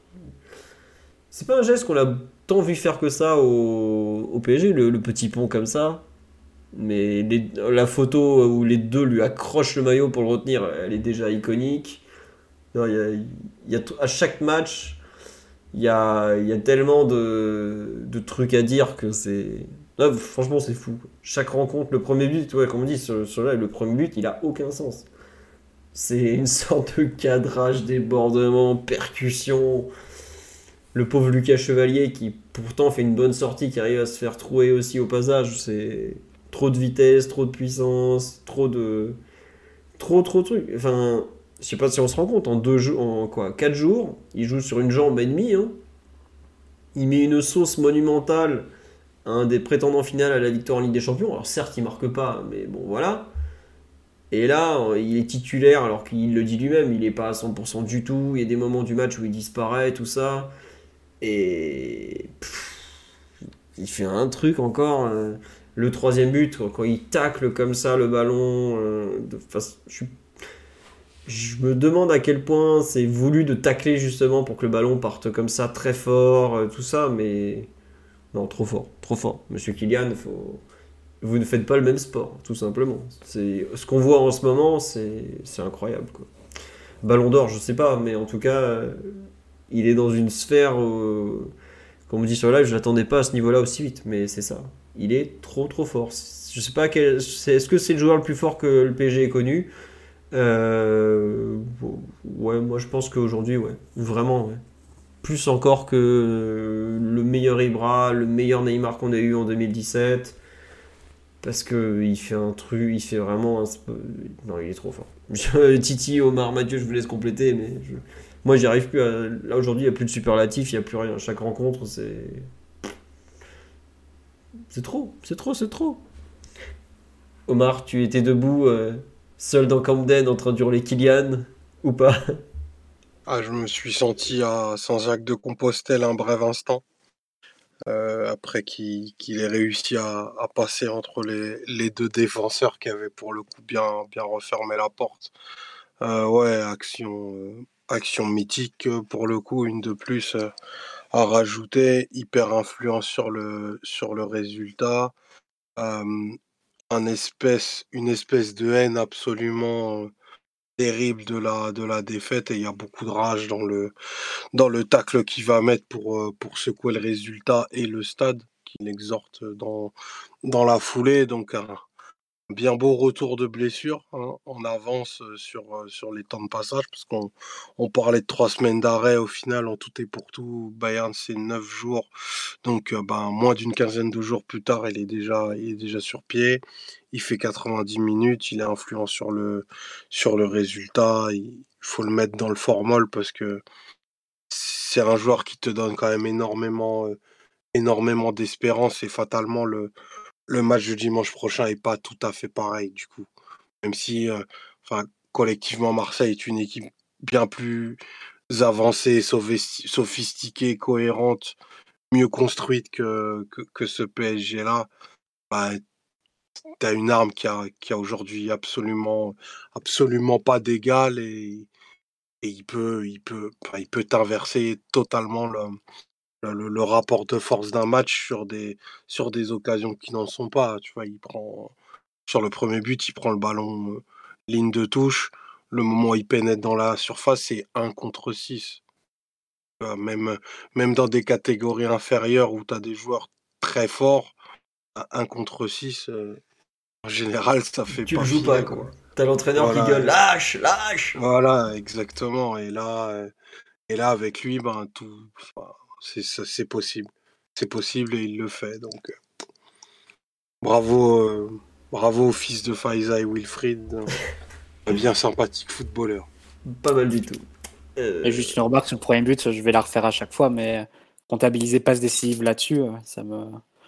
C'est pas un geste qu'on a tant vu faire que ça au, au P S G, le, le petit pont comme ça. Mais les- la photo où les deux lui accrochent le maillot pour le retenir, elle est déjà iconique. Non, il y a, il y a t- à chaque match, il y a, il y a tellement de, de trucs à dire que c'est. Non, franchement, c'est fou. Chaque rencontre, le premier but, ouais, comme on dit sur, sur live, le premier but, il a aucun sens. C'est une sorte de cadrage, débordement, percussion. Le pauvre Lucas Chevalier qui pourtant fait une bonne sortie, qui arrive à se faire trouer aussi au passage. C'est trop de vitesse, trop de puissance, trop de. Trop, trop de trucs. Enfin, je sais pas si on se rend compte, en deux jours, en quoi, quatre jours, il joue sur une jambe et demie, hein. Il met une sauce monumentale à un des prétendants finales à la victoire en Ligue des Champions. Alors certes, il marque pas, mais bon, voilà. Et là, il est titulaire, alors qu'il le dit lui-même, il est pas à cent pour cent du tout. Il y a des moments du match où il disparaît, tout ça. Et pff, il fait un truc encore. euh, le troisième but, quand il tacle comme ça le ballon, euh, de face- je, suis- je me demande à quel point c'est voulu de tacler justement pour que le ballon parte comme ça très fort, euh, tout ça, mais non, trop fort, trop fort. Monsieur Kylian, faut... vous ne faites pas le même sport, tout simplement. C'est... Ce qu'on voit en ce moment, c'est, c'est incroyable, quoi. Ballon d'or, je sais pas, mais en tout cas, euh, il est dans une sphère, euh, comme on dit sur live, je l'attendais pas à ce niveau-là aussi vite, mais c'est ça. Il est trop trop fort. Je sais pas quel, c'est, est-ce que c'est le joueur le plus fort que le P S G ait connu. Euh, ouais, moi je pense qu'aujourd'hui, ouais, vraiment, ouais. Plus encore que le meilleur Ibra, le meilleur Neymar qu'on a eu en deux mille dix-sept. Parce que il fait un truc, il fait vraiment un... Non, il est trop fort. Je- Titi, Omar, Mathieu, je vous laisse compléter, mais je... moi j'y arrive plus à... Là aujourd'hui, il n'y a plus de superlatif, il n'y a plus rien. Chaque rencontre, c'est. C'est trop, c'est trop, c'est trop. Omar, tu étais debout, euh, seul dans Camden, en train de hurler Kylian, ou pas? Ah, je me suis senti à Saint-Jacques-de-Compostelle un bref instant, euh, après qu'il qu'il ait réussi à, à passer entre les, les deux défenseurs qui avaient pour le coup bien, bien refermé la porte. Euh, ouais, action, euh, action mythique euh, pour le coup, une de plus euh, à rajouter, hyper influent sur le, sur le résultat. Euh, un espèce, une espèce de haine absolument euh, terrible de la, de la défaite et il y a beaucoup de rage dans le, dans le tacle qu'il va mettre pour, euh, pour secouer le résultat et le stade qu'il exhorte dans, dans la foulée. Donc un bien beau retour de blessure, hein. On avance euh, sur, euh, sur les temps de passage parce qu'on on parlait de trois semaines d'arrêt. Au final, en tout et pour tout, Bayern, c'est neuf jours. Donc, euh, ben, moins d'une quinzaine de jours plus tard, il est déjà, il est déjà sur pied. Il fait quatre-vingt-dix minutes. Il est influent sur le, sur le résultat. Il faut le mettre dans le formol parce que c'est un joueur qui te donne quand même énormément, euh, énormément d'espérance et fatalement le, le match de dimanche prochain est pas tout à fait pareil du coup. Même si, euh, enfin, collectivement Marseille est une équipe bien plus avancée, sophisti- sophistiquée, cohérente, mieux construite que, que, que ce P S G-là. Bah, t'as une arme qui a, qui a aujourd'hui absolument, absolument pas d'égal et, et il peut, il peut, enfin, il peut t'inverser totalement le, le, le rapport de force d'un match sur des, sur des occasions qui n'en sont pas. Tu vois, il prend sur le premier but, il prend le ballon euh, ligne de touche. Le moment où il pénètre dans la surface, c'est un contre six. Tu vois, Même, même dans des catégories inférieures où tu as des joueurs très forts, un contre six, euh, en général, ça fait Tu le pas joues pas, filer, quoi. quoi. T'as l'entraîneur qui Voilà, gueule, lâche, lâche! voilà, exactement. Et là, euh, et là avec lui, ben, tout, enfin, c'est, ça- c'est possible. C'est possible et il le fait. Donc, euh, bravo, euh, Bravo au fils de Faiza et Wilfried. Un bien sympathique footballeur. Pas mal du tout. Euh... Et juste une remarque sur le premier but, je vais la refaire à chaque fois, mais comptabiliser passe décisive là-dessus, ça me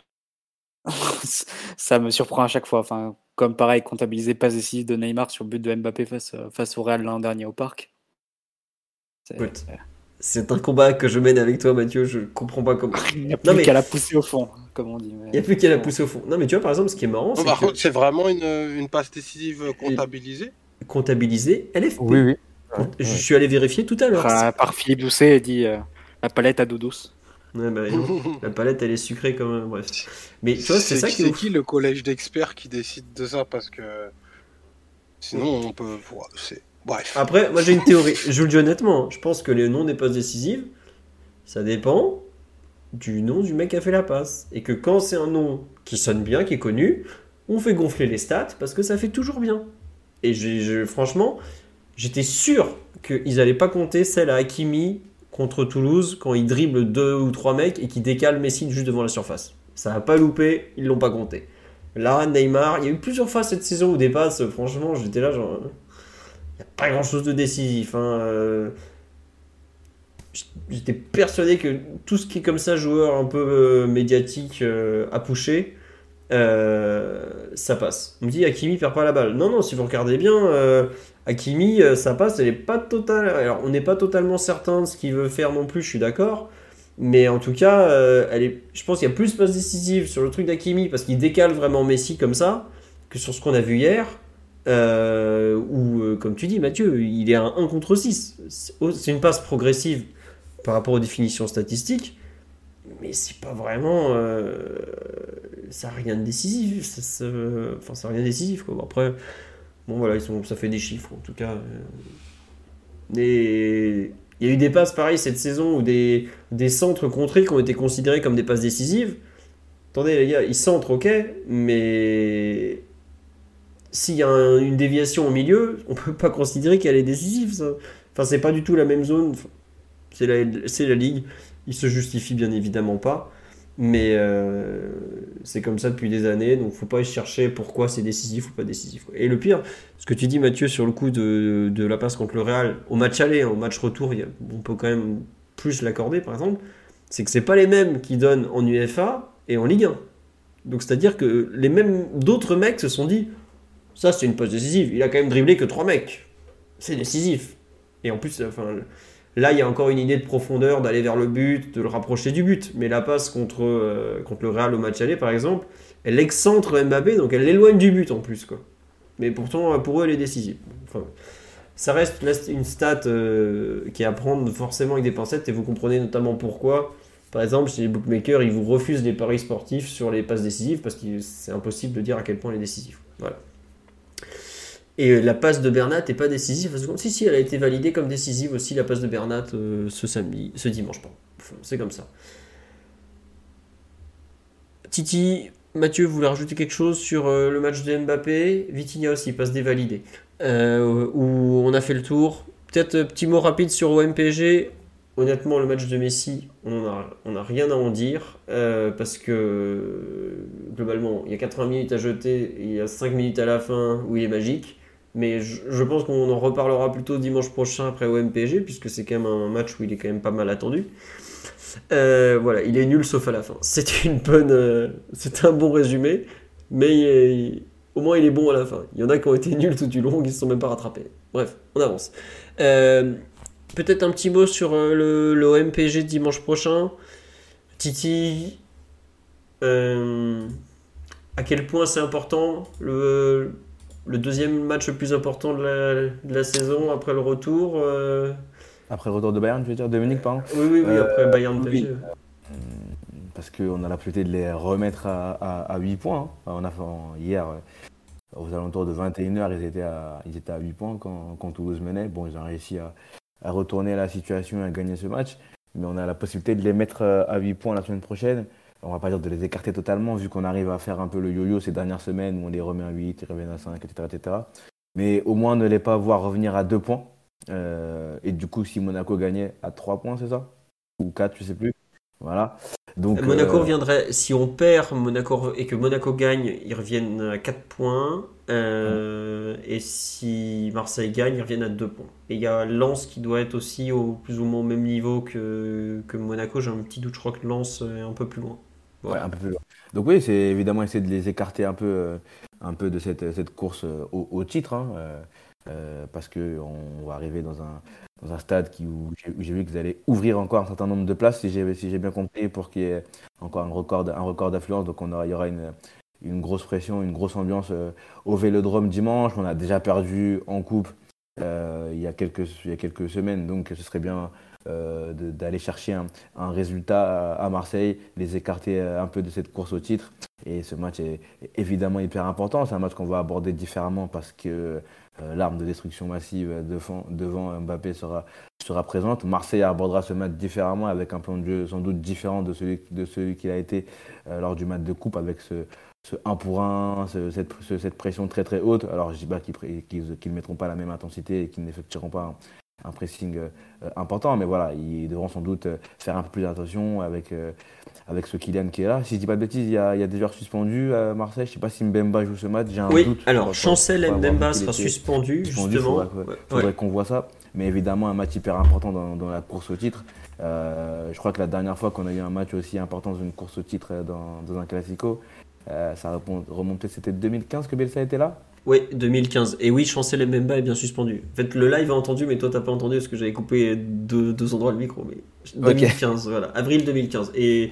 ça me surprend à chaque fois. Enfin, comme pareil, comptabiliser passe décisive de Neymar sur le but de Mbappé face, face au Real l'an dernier au Parc. C'est... Écoute, c'est un combat que je mène avec toi, Mathieu. Je comprends pas comment. Il n'y a plus mais... qu'à la pousser au fond, comme on dit. Mais... Il n'y a plus qu'à la pousser au fond. Non, mais tu vois, par exemple, ce qui est marrant, non, c'est par que... contre, c'est vraiment une, une passe décisive comptabilisée. Comptabilisée, L F P. Oui, oui. Ouais, je ouais. suis allé vérifier tout à l'heure. Ah, par Philippe Doucet, il dit euh, la palette à dos douce. Ouais, bah, la palette, elle est sucrée comme un... Bref. Mais tu vois, c'est, c'est ça qui est C'est qui le collège d'experts qui décide de ça? Parce que sinon, on peut... C'est... Bref. Après, moi, j'ai une théorie. Je vous le dis honnêtement. Je pense que les noms des passes décisives, ça dépend du nom du mec qui a fait la passe. Et que quand c'est un nom qui sonne bien, qui est connu, on fait gonfler les stats parce que ça fait toujours bien. Et j'ai, je, franchement, j'étais sûr qu'ils n'allaient pas compter celle à Hakimi contre Toulouse quand il dribble deux ou trois mecs et qui décale Messi juste devant la surface. Ça n'a pas loupé, ils l'ont pas compté. Là, Neymar, il y a eu plusieurs fois cette saison où des passes, franchement, j'étais là genre... Il n'y a pas grand chose de décisif. Hein. Euh... J'étais persuadé que tout ce qui est comme ça, joueur un peu euh, médiatique euh, à pusher, euh, ça passe. On me dit Hakimi perd pas la balle. Non, non, si vous regardez bien, euh, Hakimi, euh, ça passe, elle est pas totale. Alors, on n'est pas totalement certain de ce qu'il veut faire non plus, je suis d'accord. Mais en tout cas, euh, elle est, je pense qu'il y a plus de passes décisives sur le truc d'Hakimi parce qu'il décale vraiment Messi comme ça que sur ce qu'on a vu hier. Euh, où, euh, comme tu dis, Mathieu, il est à un contre six. C'est une passe progressive par rapport aux définitions statistiques, mais c'est pas vraiment. Euh, ça n'a rien de décisif. Ça, ça, enfin, ça n'a rien de décisif. Quoi. Bon, après, bon, voilà, ils sont, ça fait des chiffres en tout cas. Et il y a eu des passes pareilles cette saison où des, des centres contrés qui ont été considérés comme des passes décisives. Attendez, les gars, ils centrent, ok, mais. S'il y a un, une déviation au milieu, on peut pas considérer qu'elle est décisive. Ça. Enfin, c'est pas du tout la même zone. C'est la, c'est la ligue. Il se justifie bien évidemment pas, mais euh, c'est comme ça depuis des années. Donc, faut pas chercher pourquoi c'est décisif ou pas décisif. Et le pire, ce que tu dis, Mathieu, sur le coup de, de la passe contre le Real au match aller, hein, au match retour, il y a, on peut quand même plus l'accorder, par exemple. C'est que c'est pas les mêmes qui donnent en U E F A et en Ligue un. Donc, c'est-à-dire que les mêmes d'autres mecs se sont dit. Ça, c'est une passe décisive. Il a quand même dribblé que trois mecs. C'est décisif. Et en plus, enfin, là, il y a encore une idée de profondeur, d'aller vers le but, de le rapprocher du but. Mais la passe contre, euh, contre le Real au match aller, par exemple, elle excentre Mbappé, donc elle l'éloigne du but en plus. Quoi. Mais pourtant, pour eux, elle est décisive. Enfin, ça reste une stat euh, qui est à prendre forcément avec des pincettes, et vous comprenez notamment pourquoi. Par exemple, chez les bookmakers, ils vous refusent des paris sportifs sur les passes décisives, parce que c'est impossible de dire à quel point elle est décisive. Voilà. Et la passe de Bernat n'est pas décisive. Si, si, elle a été validée comme décisive aussi, la passe de Bernat euh, ce samedi, ce dimanche, pardon. Enfin, c'est comme ça. Titi, Mathieu, vous voulez rajouter quelque chose sur euh, le match de Mbappé? Vitinha aussi, passe dévalidée. Euh, où on a fait le tour. Peut-être un petit mot rapide sur O M P G. Honnêtement, le match de Messi, on n'a on a rien à en dire. Euh, parce que, globalement, il y a quatre-vingts minutes à jeter et il y a cinq minutes à la fin où il est magique. Mais je, je pense qu'on en reparlera plutôt dimanche prochain après O M P G, puisque c'est quand même un match où il est quand même pas mal attendu. Euh, voilà, il est nul sauf à la fin. C'était une bonne, euh, c'était un bon résumé, mais il est, il, au moins il est bon à la fin. Il y en a qui ont été nuls tout du long, qui ne se sont même pas rattrapés. Bref, on avance. Euh, peut-être un petit mot sur euh, le, le O M P G dimanche prochain. Titi, euh, à quel point c'est important le... Le deuxième match le plus important de la, de la saison après le retour euh... Après le retour de Bayern, tu veux dire, Dominique, pardon. Oui, oui, oui, euh, après Bayern P S G. Oui. Parce qu'on a la possibilité de les remettre à, à, à huit points. Hein. On a fait hier, aux alentours de vingt et une heures, ils étaient à, ils étaient à huit points quand, quand Toulouse menait. Bon, ils ont réussi à, à retourner la situation et à gagner ce match. Mais on a la possibilité de les mettre à huit points la semaine prochaine. On ne va pas dire de les écarter totalement, vu qu'on arrive à faire un peu le yo-yo ces dernières semaines où on les remet à huit, ils reviennent à cinq, et cetera, et cetera. Mais au moins ne les pas voir revenir à deux points. Euh, et du coup, si Monaco gagnait à trois points, c'est ça? Ou quatre, je ne sais plus. Voilà. Donc, Monaco euh, reviendrait, si on perd Monaco et que Monaco gagne, ils reviennent à quatre points. Euh, et si Marseille gagne, ils reviennent à deux points. Et il y a Lens qui doit être aussi au plus ou moins au même niveau que, que Monaco. J'ai un petit doute, je crois que Lens est un peu plus loin. ouais, Voilà. un peu plus loin. Donc oui, c'est évidemment essayer de les écarter un peu, euh, un peu de cette, cette course euh, au, au titre, hein, euh, euh, parce qu'on va arriver dans un, dans un stade qui, où j'ai où j'ai vu qu'ils allaient ouvrir encore un certain nombre de places, si j'ai si j'ai bien compris, pour qu'il y ait encore un record, un record d'affluence. Donc on aura, il y aura une, une grosse pression, une grosse ambiance euh, au Vélodrome dimanche. On a déjà perdu en coupe euh, il y a quelques, il y a quelques semaines, donc ce serait bien euh, de- d'aller chercher un, un résultat à, à Marseille, les écarter euh, un peu de cette course au titre. Et ce match est est évidemment hyper important. C'est un match qu'on va aborder différemment parce que euh, l'arme de destruction massive devant, devant Mbappé sera, sera présente. Marseille abordera ce match différemment avec un plan de jeu sans doute différent de celui, de celui qu'il a été euh, lors du match de coupe avec ce, ce un pour un, ce- cette, ce- cette pression très très haute. Alors je dis pas qu'ils pré- qu'ils- qu'ils ne mettront pas la même intensité et qu'ils n'effectueront pas un, un pressing euh, important, mais voilà, ils devront sans doute euh, faire un peu plus attention avec, euh, avec ce Kylian qui est là. Si je dis pas de bêtises, il y a, il y a des joueurs suspendus à Marseille. Je sais pas si Mbemba joue ce match, j'ai un Oui, doute. alors Pour- pour- Chancel pour avoir vu Mbemba qu'il sera était suspendu, suspendu. justement. Faudrait, Ouais, faudrait ouais. qu'on voit ça. Mais évidemment, un match hyper important dans, dans la course au titre. Euh, je crois que la dernière fois qu'on a eu un match aussi important dans une course au titre euh, dans, dans un Classico, euh, ça remonte- remontait, c'était deux mille quinze que Bielsa était là. Oui, deux mille quinze. Et oui, Chancel Mbemba est bien suspendu. En fait, le live a entendu, mais toi, t'as pas entendu parce que j'avais coupé deux, deux endroits le micro. Mais deux mille quinze, voilà. Avril deux mille quinze. Et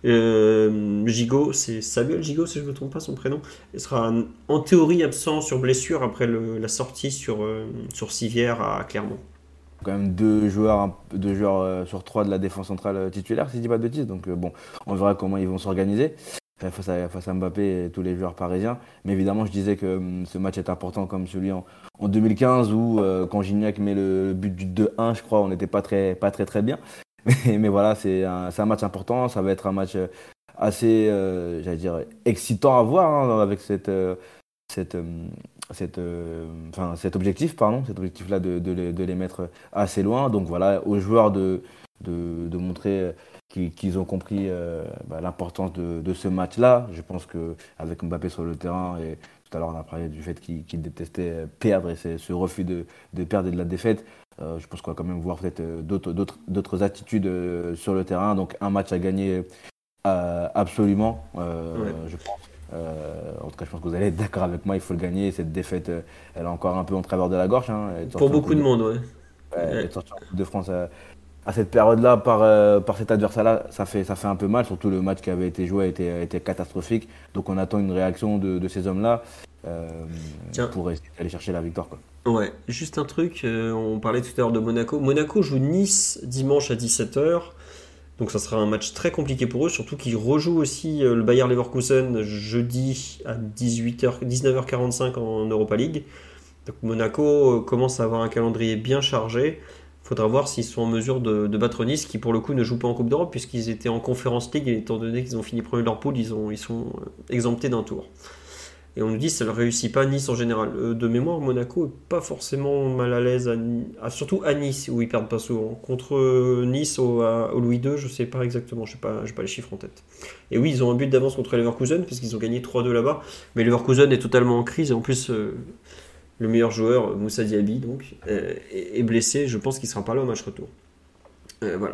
euh, Gigot, c'est Samuel Gigot, si je me trompe pas son prénom, il sera en théorie absent sur blessure après le- la sortie sur, euh, sur Civière à Clermont. Quand même deux joueurs, un peu- deux joueurs euh, sur trois de la défense centrale euh, titulaire, si je dis pas de bêtises. Donc euh, bon, on verra comment ils vont s'organiser euh, face à, face à Mbappé et tous les joueurs parisiens. Mais évidemment, je disais que hum, ce match est important comme celui en, en deux mille quinze où euh, quand Gignac met le but du deux un, je crois, on n'était pas très, pas très très bien. Mais, mais voilà, c'est un, c'est un match important. Ça va être un match euh, assez, euh, j'allais dire, excitant à voir hein, avec cette, euh, cette, euh, cette, euh, enfin, cet objectif, pardon, cet objectif-là de, de les, de les mettre assez loin. Donc voilà, aux joueurs de, de, de montrer qu'ils, qu'ils ont compris euh, bah, l'importance de, de ce match-là. Je pense qu'avec Mbappé sur le terrain, et tout à l'heure on a parlé du fait qu'il, qu'il détestait perdre et c'est ce refus de, de perdre et de la défaite. Euh, je pense qu'on va quand même voir peut-être euh, d'autres, d'autres, d'autres attitudes euh, sur le terrain. Donc un match à gagner euh, absolument, euh, Ouais. je pense. Euh, en tout cas, je pense que vous allez être d'accord avec moi, il faut le gagner. Cette défaite, euh, elle est encore un peu en travers de la gorge. Hein. Être Pour sorti en beaucoup Coupe de de- monde, ouais. ouais, Ouais. être sorti en Coupe de France à, à cette période-là par, euh, par cet adversaire-là, ça fait, ça fait un peu mal. Surtout le match qui avait été joué a été, a été catastrophique. Donc on attend une réaction de, de ces hommes-là euh, Tiens. pour essayer d'aller chercher la victoire, quoi. Ouais, juste un truc, euh, on parlait tout à l'heure de Monaco. Monaco joue Nice dimanche à dix-sept heures, donc ça sera un match très compliqué pour eux, surtout qu'ils rejouent aussi euh, le Bayer Leverkusen jeudi à dix-huit heures, dix-neuf heures quarante-cinq en Europa League. Donc Monaco euh, commence à avoir un calendrier bien chargé. Faudra voir s'ils sont en mesure de, de battre Nice, qui pour le coup ne joue pas en Coupe d'Europe, puisqu'ils étaient en Conference League, et étant donné qu'ils ont fini premier de leur poule, ils, ont, ils sont euh, exemptés d'un tour. Et on nous dit que ça ne réussit pas à Nice en général. Euh, de mémoire, Monaco n'est pas forcément mal à l'aise, à Ni- à- surtout à Nice, où ils perdent pas souvent. Contre euh, Nice au, à- au Louis deux, je ne sais pas exactement, je n'ai pas, j'ai pas les chiffres en tête. Et oui, ils ont un but d'avance contre Leverkusen, parce qu'ils ont gagné trois deux là-bas. Mais Leverkusen est totalement en crise, et en plus, euh, le meilleur joueur, Moussa Diaby, donc, euh, est, est blessé. Je pense qu'il ne sera pas là au match retour. Euh, voilà.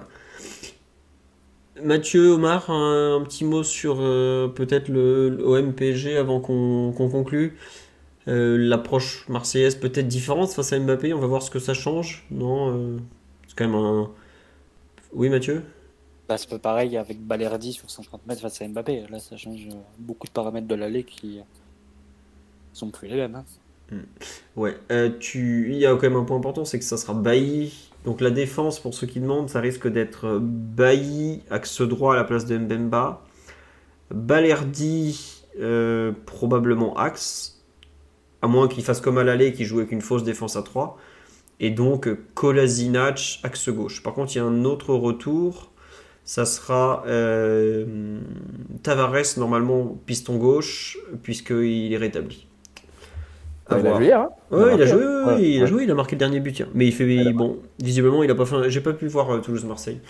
Mathieu, Omar, un, un petit mot sur euh, peut-être le, le O M P S G avant qu'on qu'on conclue. Euh, l'approche marseillaise peut-être différente face à Mbappé, on va voir ce que ça change. Non, euh, c'est quand même un. Oui, Mathieu? Bah, c'est pas pareil avec Balerdi sur cinquante mètres face à Mbappé. Là, ça change euh, beaucoup de paramètres de l'aller qui euh, sont plus les mêmes. Hein. Ouais, euh, tu... il y a quand même un point important, c'est que ça sera Bailly. Donc la défense, pour ceux qui demandent, ça risque d'être Bailly, axe droit à la place de Mbemba. Balerdi, euh, probablement axe, à moins qu'il fasse comme à l'aller, qu'il joue avec une fausse défense à trois. Et donc Kolasinac, axe gauche. Par contre, il y a un autre retour, ça sera euh, Tavares, normalement piston gauche, puisqu'il est rétabli. À Ouais, il a voir. joué hier, hein. Ouais, il a marqué, joué, hein. ouais, Ouais, il a ouais. joué, il a marqué le dernier but. Tiens. Mais il fait, Ouais, il a bon, visiblement, il a pas fait. un- J'ai pas pu voir euh, Toulouse-Marseille.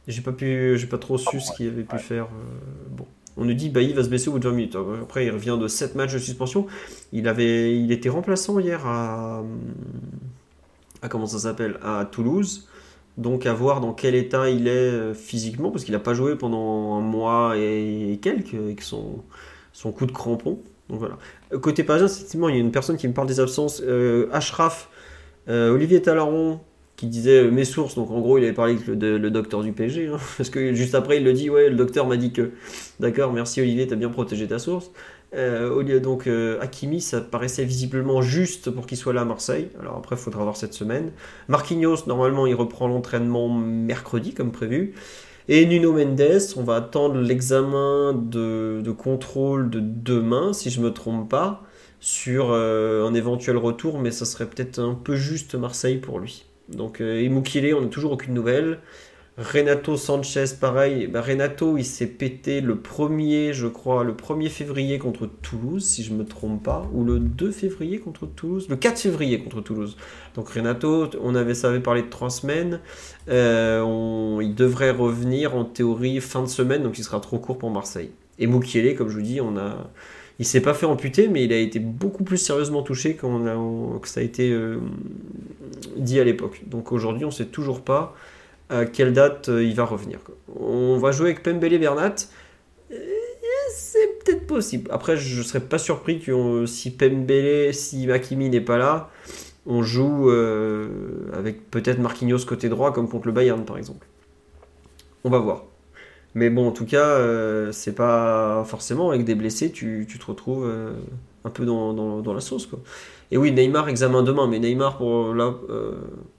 J'ai pas pu, j'ai pas trop su Ah, ce qu'il avait pu ouais. faire. euh, bon. On nous dit Bailly va se blesser au bout de vingt minutes. Après, il revient de sept matchs de suspension. Il avait, il était remplaçant hier à, à comment ça s'appelle, à Toulouse. Donc à voir dans quel état il est euh, physiquement, parce qu'il n'a pas joué pendant un mois et, et quelques avec son, son coup de crampon. Donc voilà. Euh, Côté parisien, effectivement, il y a une personne qui me parle des absences. Euh, Ashraf, euh, Olivier Talaron, qui disait euh, mes sources. Donc en gros, il avait parlé avec le, de- le docteur du P S G. Hein, parce que juste après, il le dit ouais, le docteur m'a dit que. D'accord, merci Olivier, t'as bien protégé ta source. Euh, au lieu- donc euh, Hakimi, ça paraissait visiblement juste pour qu'il soit là à Marseille. Alors après, il faudra voir cette semaine. Marquinhos, normalement, il reprend l'entraînement mercredi, comme prévu. Et Nuno Mendes, on va attendre l'examen de, de contrôle de demain, si je me trompe pas, sur euh, un éventuel retour, mais ça serait peut-être un peu juste Marseille pour lui. Donc, euh, et Mukile, on n'a toujours aucune nouvelle. Renato Sanchez, pareil. Bah, Renato, il s'est pété le premier, je crois, le premier février contre Toulouse, si je me trompe pas, ou le deux février contre Toulouse, le quatre février contre Toulouse. Donc Renato, on avait, ça avait parlé de trois semaines. Euh, on- il devrait revenir en théorie fin de semaine, donc il sera trop court pour Marseille. Et Mukiele, comme je vous dis, on a, il s'est pas fait amputer, mais il a été beaucoup plus sérieusement touché qu'on a- que ça a été euh, dit à l'époque. Donc aujourd'hui, on sait toujours pas à quelle date euh, il va revenir, quoi. On va jouer avec Pembele Bernat. Euh, C'est peut-être possible. Après, je serais pas surpris que euh, si Pembele, si Hakimi n'est pas là, on joue euh, avec peut-être Marquinhos côté droit, comme contre le Bayern par exemple. On va voir. Mais bon, en tout cas, euh, c'est pas forcément avec des blessés, tu, tu te retrouves euh, un peu dans, dans- dans la sauce, quoi. Et oui, Neymar, examen demain, mais Neymar, pour là, euh,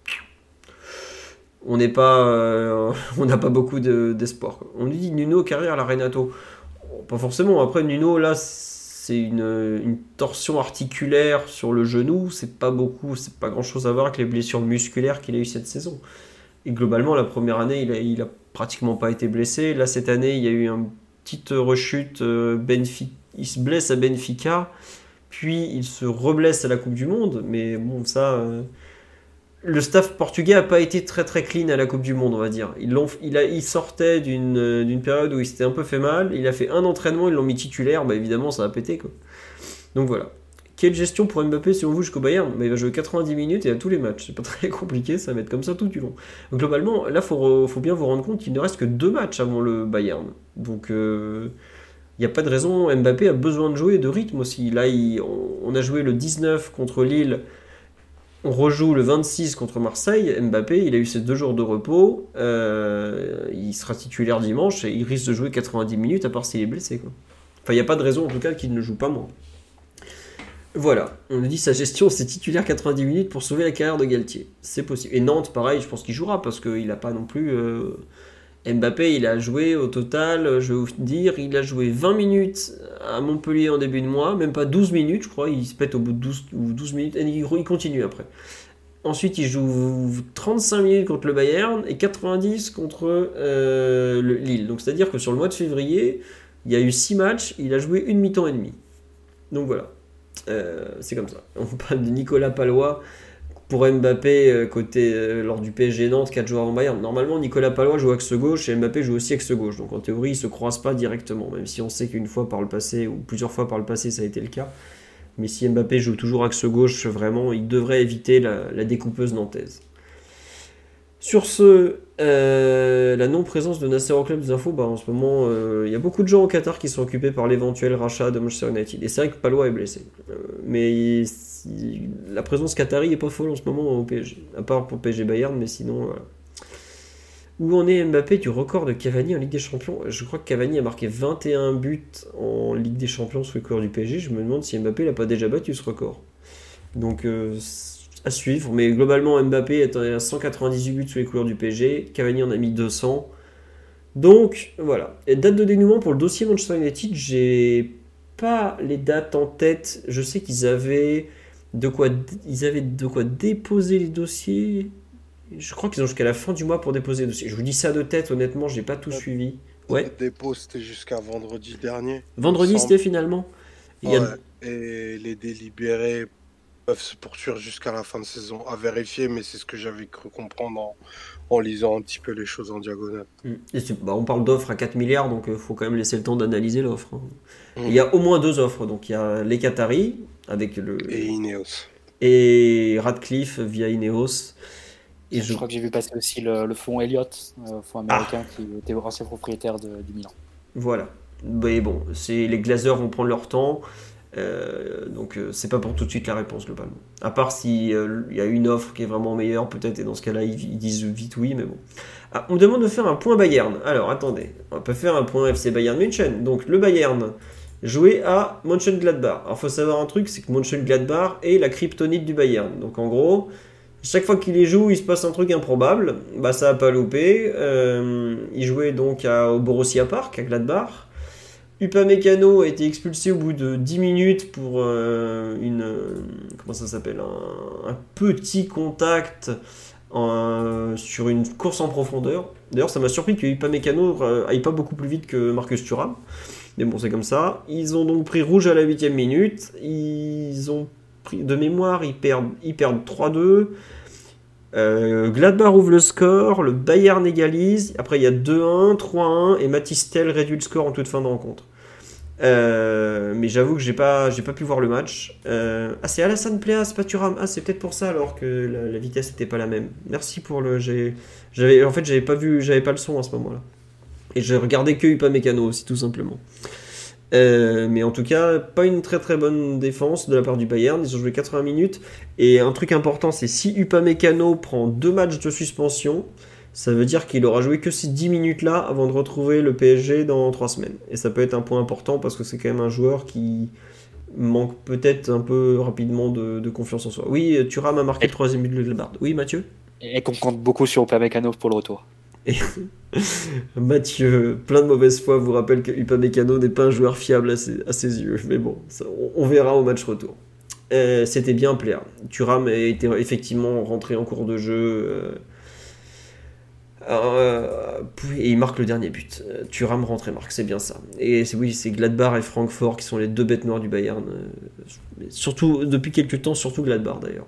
on n'est pas, euh, on n'a pas beaucoup de- d'espoir, quoi. On nous dit Nuno carrière à la Renato. Pas forcément. Après, Nuno, là, c'est une, une torsion articulaire sur le genou. C'est pas beaucoup, c'est pas grand chose à voir avec les blessures musculaires qu'il a eu cette saison. Et globalement, la première année, il a, il a pratiquement pas été blessé. Là, cette année, il y a eu une petite rechute. euh, Benfica, il se blesse à Benfica, puis il se reblesse à la Coupe du Monde. Mais bon, ça, euh, le staff portugais a pas été très très clean à la Coupe du Monde, on va dire. Ils l'ont, il, a, il sortait d'une, euh, d'une période où il s'était un peu fait mal. Il a fait un entraînement, ils l'ont mis titulaire. Bah évidemment, ça a pété, quoi. Donc voilà. Quelle gestion pour Mbappé selon vous jusqu'au Bayern? Bah, il va jouer quatre-vingt-dix minutes et à tous les matchs. C'est pas très compliqué, ça va être comme ça tout du long. Donc, globalement, là, il faut, faut bien vous rendre compte qu'il ne reste que deux matchs avant le Bayern. Donc il euh, n'y a pas de raison. Mbappé a besoin de jouer et de rythme aussi. Là, il, on, on a joué le dix-neuf contre Lille. On rejoue le vingt-six contre Marseille. Mbappé, il a eu ses deux jours de repos. Euh, il sera titulaire dimanche et il risque de jouer quatre-vingt-dix minutes, à part s'il est blessé, quoi. Enfin, il n'y a pas de raison en tout cas qu'il ne joue pas moins. Voilà, on nous dit sa gestion, c'est titulaire quatre-vingt-dix minutes pour sauver la carrière de Galtier. C'est possible. Et Nantes, pareil, je pense qu'il jouera parce qu'il n'a pas non plus. euh, Mbappé, il a joué au total, je vais vous dire, il a joué vingt minutes à Montpellier en début de mois, même pas douze minutes, je crois, il se pète au bout de douze, ou douze minutes, et il il continue après. Ensuite, il joue trente-cinq minutes contre le Bayern et quatre-vingt-dix contre euh, le Lille. Donc, c'est-à-dire que sur le mois de février, il y a eu six matchs, il a joué une mi-temps et demi. Donc voilà. Euh, c'est comme ça. On parle de Nicolas Palois pour Mbappé euh, côté euh, lors du P S G Nantes, quatre joueurs en Bayern. Normalement, Nicolas Palois joue axe gauche et Mbappé joue aussi axe gauche. Donc en théorie, ils se croisent pas directement, même si on sait qu'une fois par le passé ou plusieurs fois par le passé, ça a été le cas. Mais si Mbappé joue toujours axe gauche, vraiment, il devrait éviter la, la découpeuse nantaise. Sur ce, euh, la non-présence de Nasser au club des infos, bah, en ce moment, euh, il y a beaucoup de gens au Qatar qui sont occupés par l'éventuel rachat de Manchester United. Et c'est vrai que Palois est blessé. Euh, mais il- la présence qatari est pas folle en ce moment au P S G. À part pour P S G Bayern, mais sinon, voilà. Où en est Mbappé du record de Cavani en Ligue des Champions? Je crois que Cavani a marqué vingt et un buts en Ligue des Champions sous les couleurs du P S G. Je me demande si Mbappé n'a pas déjà battu ce record. Donc, euh, à suivre. Mais globalement, Mbappé est à cent quatre-vingt-dix-huit buts sous les couleurs du P S G. Cavani en a mis deux cents. Donc, voilà. Et date de dénouement pour le dossier Manchester United, j'ai pas les dates en tête. Je sais qu'ils avaient de quoi, ils avaient de quoi déposer les dossiers. Je crois qu'ils ont jusqu'à la fin du mois pour déposer les dossiers. Je vous dis ça de tête, honnêtement, j'ai pas tout suivi. Ouais. Le dépôt, c'était jusqu'à vendredi dernier. Vendredi, c'était finalement. Il y a- Ouais. Et les délibérés peuvent se poursuivre jusqu'à la fin de saison. À vérifier, mais c'est ce que j'avais cru comprendre en, en lisant un petit peu les choses en diagonale. Et c'est- bah, on parle d'offres à quatre milliards, donc il faut quand même laisser le temps d'analyser l'offre. hein. Mm. Il y a au moins deux offres. Donc il y a les Qataris avec le Et Ineos. et Radcliffe via Ineos. Et Je je crois que j'ai vu passer aussi le, le fonds Elliott, euh, fonds américain qui était ancien propriétaire de- du Milan. voilà. Mais bon, c'est les Glazers vont prendre leur temps. Euh, donc euh, c'est pas pour tout de suite la réponse globalement. À part si euh, il y a une offre qui est vraiment meilleure peut-être, et dans ce cas-là ils, ils disent vite oui, mais bon. Ah, on me demande de faire un point Bayern. Alors attendez, on peut faire un point F C Bayern München. Donc le Bayern joué à Mönchengladbach. Alors faut savoir un truc, c'est que Mönchengladbach est la kryptonite du Bayern. Donc en gros, chaque fois qu'il les joue, il se passe un truc improbable. Bah ça a pas loupé. Euh, il jouait donc à, au Borussia Park à Gladbach. Upamecano a été expulsé au bout de dix minutes pour euh, une euh, comment ça s'appelle un, un petit contact en- sur une course en profondeur. D'ailleurs, ça m'a surpris que Upamecano euh, aille pas beaucoup plus vite que Marcus Thuram. Mais bon, c'est comme ça. Ils ont donc pris rouge à la huitième minute. Ils ont pris de mémoire, ils perdent, ils perdent trois deux. Euh, Gladbach ouvre le score, le Bayern égalise. Après, il y a deux un, trois un et Mathys Tel réduit le score en toute fin de rencontre. Euh, mais j'avoue que j'ai pas, j'ai pas pu voir le match. Euh, ah, c'est Alassane Pléas, pas Thuram. Ah, c'est peut-être pour ça alors que la, la vitesse n'était pas la même. Merci pour le. J'ai, j'avais, en fait, j'avais pas vu, j'avais pas le son à ce moment-là. Et j'ai regardé que Upamecano aussi, tout simplement. Euh, mais en tout cas, pas une très très bonne défense de la part du Bayern. Ils ont joué quatre-vingts minutes. Et un truc important, c'est si Upamecano prend deux matchs de suspension, ça veut dire qu'il aura joué que ces dix minutes-là avant de retrouver le P S G dans trois semaines. Et ça peut être un point important parce que c'est quand même un joueur qui manque peut-être un peu rapidement de, de confiance en soi. Oui, Thuram a marqué le troisième but de Gladbach. Oui, Mathieu ? Et qu'on compte beaucoup sur Upamecano pour le retour. Et Mathieu, plein de mauvaise foi, vous rappelle que Upamecano n'est pas un joueur fiable à ses, à ses yeux. Mais bon, ça, on, on verra au match retour. Euh, c'était bien plaire. Thuram a été effectivement rentré en cours de jeu. Euh, euh, et il marque le dernier but. Euh, Thuram rentre et marque, c'est bien ça. Et c'est, oui, c'est Gladbach et Francfort qui sont les deux bêtes noires du Bayern. Euh, surtout, depuis quelques temps, surtout Gladbach d'ailleurs.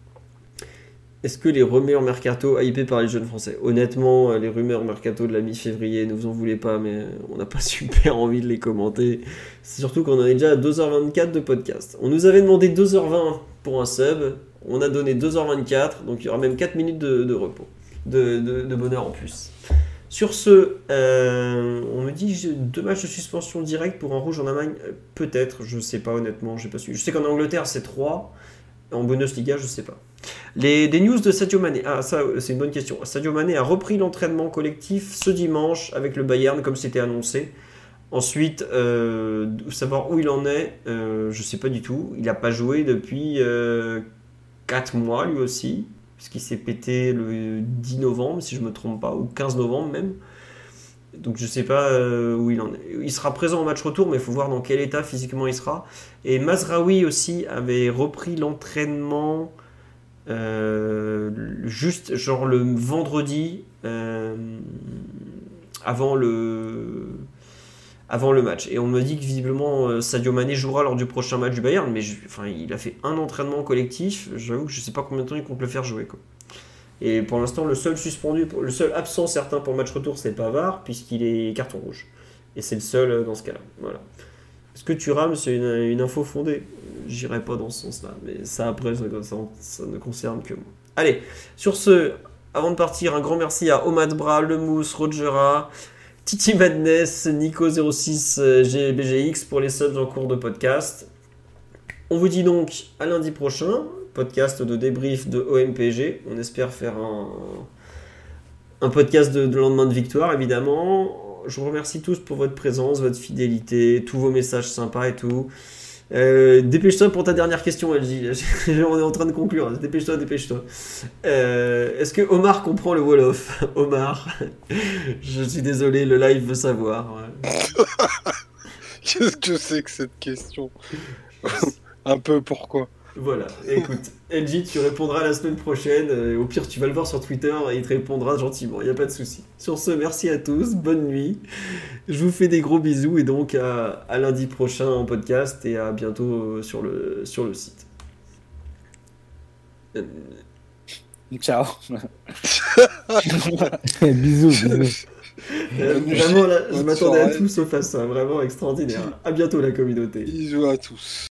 Est-ce que les rumeurs mercato hypées par les jeunes français? Honnêtement, les rumeurs mercato de la mi-février, ne vous en voulez pas, mais on n'a pas super envie de les commenter. C'est surtout qu'on en est déjà à deux heures vingt-quatre de podcast. On nous avait demandé deux heures vingt pour un sub, on a donné deux heures vingt-quatre, donc il y aura même quatre minutes de, de repos, de, de, de bonheur en plus. Sur ce, euh, on me dit j'ai deux matchs de suspension directe pour un rouge en Allemagne. Peut-être, je sais pas honnêtement, j'ai pas su. Je sais qu'en Angleterre c'est trois, en Bundesliga je sais pas. Les, des news de Sadio Mané. Ah, ça, c'est une bonne question. Sadio Mané a repris l'entraînement collectif ce dimanche avec le Bayern, comme c'était annoncé. Ensuite, euh, savoir où il en est, euh, je sais pas du tout. Il n'a pas joué depuis euh, quatre mois, lui aussi, puisqu'il s'est pété le dix novembre, si je me trompe pas, ou quinze novembre même. Donc je sais pas euh, où il en est. Il sera présent au match retour, mais il faut voir dans quel état physiquement il sera. Et Mazraoui aussi avait repris l'entraînement... Euh, juste genre le vendredi euh, avant le avant le match, et on me dit que visiblement Sadio Mané jouera lors du prochain match du Bayern, mais je, enfin, il a fait un entraînement collectif, j'avoue que je sais pas combien de temps il compte le faire jouer quoi. Et pour l'instant le seul suspendu, le seul absent certain pour le match retour c'est Pavard, puisqu'il est carton rouge, et c'est le seul dans ce cas là. Voilà. Est-ce que Thuram c'est une, une info fondée? J'irai pas dans ce sens-là, mais ça après, ça, ça, ça ne concerne que moi. Allez, sur ce, avant de partir, un grand merci à Omad Bra, Lemousse, Rogera, Titi Madness, Nico zéro six, G B G X pour les subs en cours de podcast. On vous dit donc à lundi prochain, podcast de débrief de O M P G. On espère faire un, un podcast de, de lendemain de victoire, évidemment. Je vous remercie tous pour votre présence, votre fidélité, tous vos messages sympas et tout. Euh, dépêche-toi pour ta dernière question, L J. On est en train de conclure. Dépêche-toi, dépêche-toi. Euh, est-ce que Omar comprend le Wolof? Omar, je suis désolé, le live veut savoir. Ouais. Qu'est-ce que c'est que cette question? Un peu pourquoi? Voilà, écoute, L J, tu répondras la semaine prochaine. Au pire, tu vas le voir sur Twitter et il te répondra gentiment, il n'y a pas de souci. Sur ce, merci à tous, bonne nuit. Je vous fais des gros bisous et donc à, à lundi prochain en podcast et à bientôt sur le, sur le site. Euh, Ciao. bisous, bisous. euh, Bonne vraiment, là, nuit, je bonne m'attendais à soirée. tout sauf à ça. Vraiment extraordinaire. À bientôt, la communauté. Bisous à tous.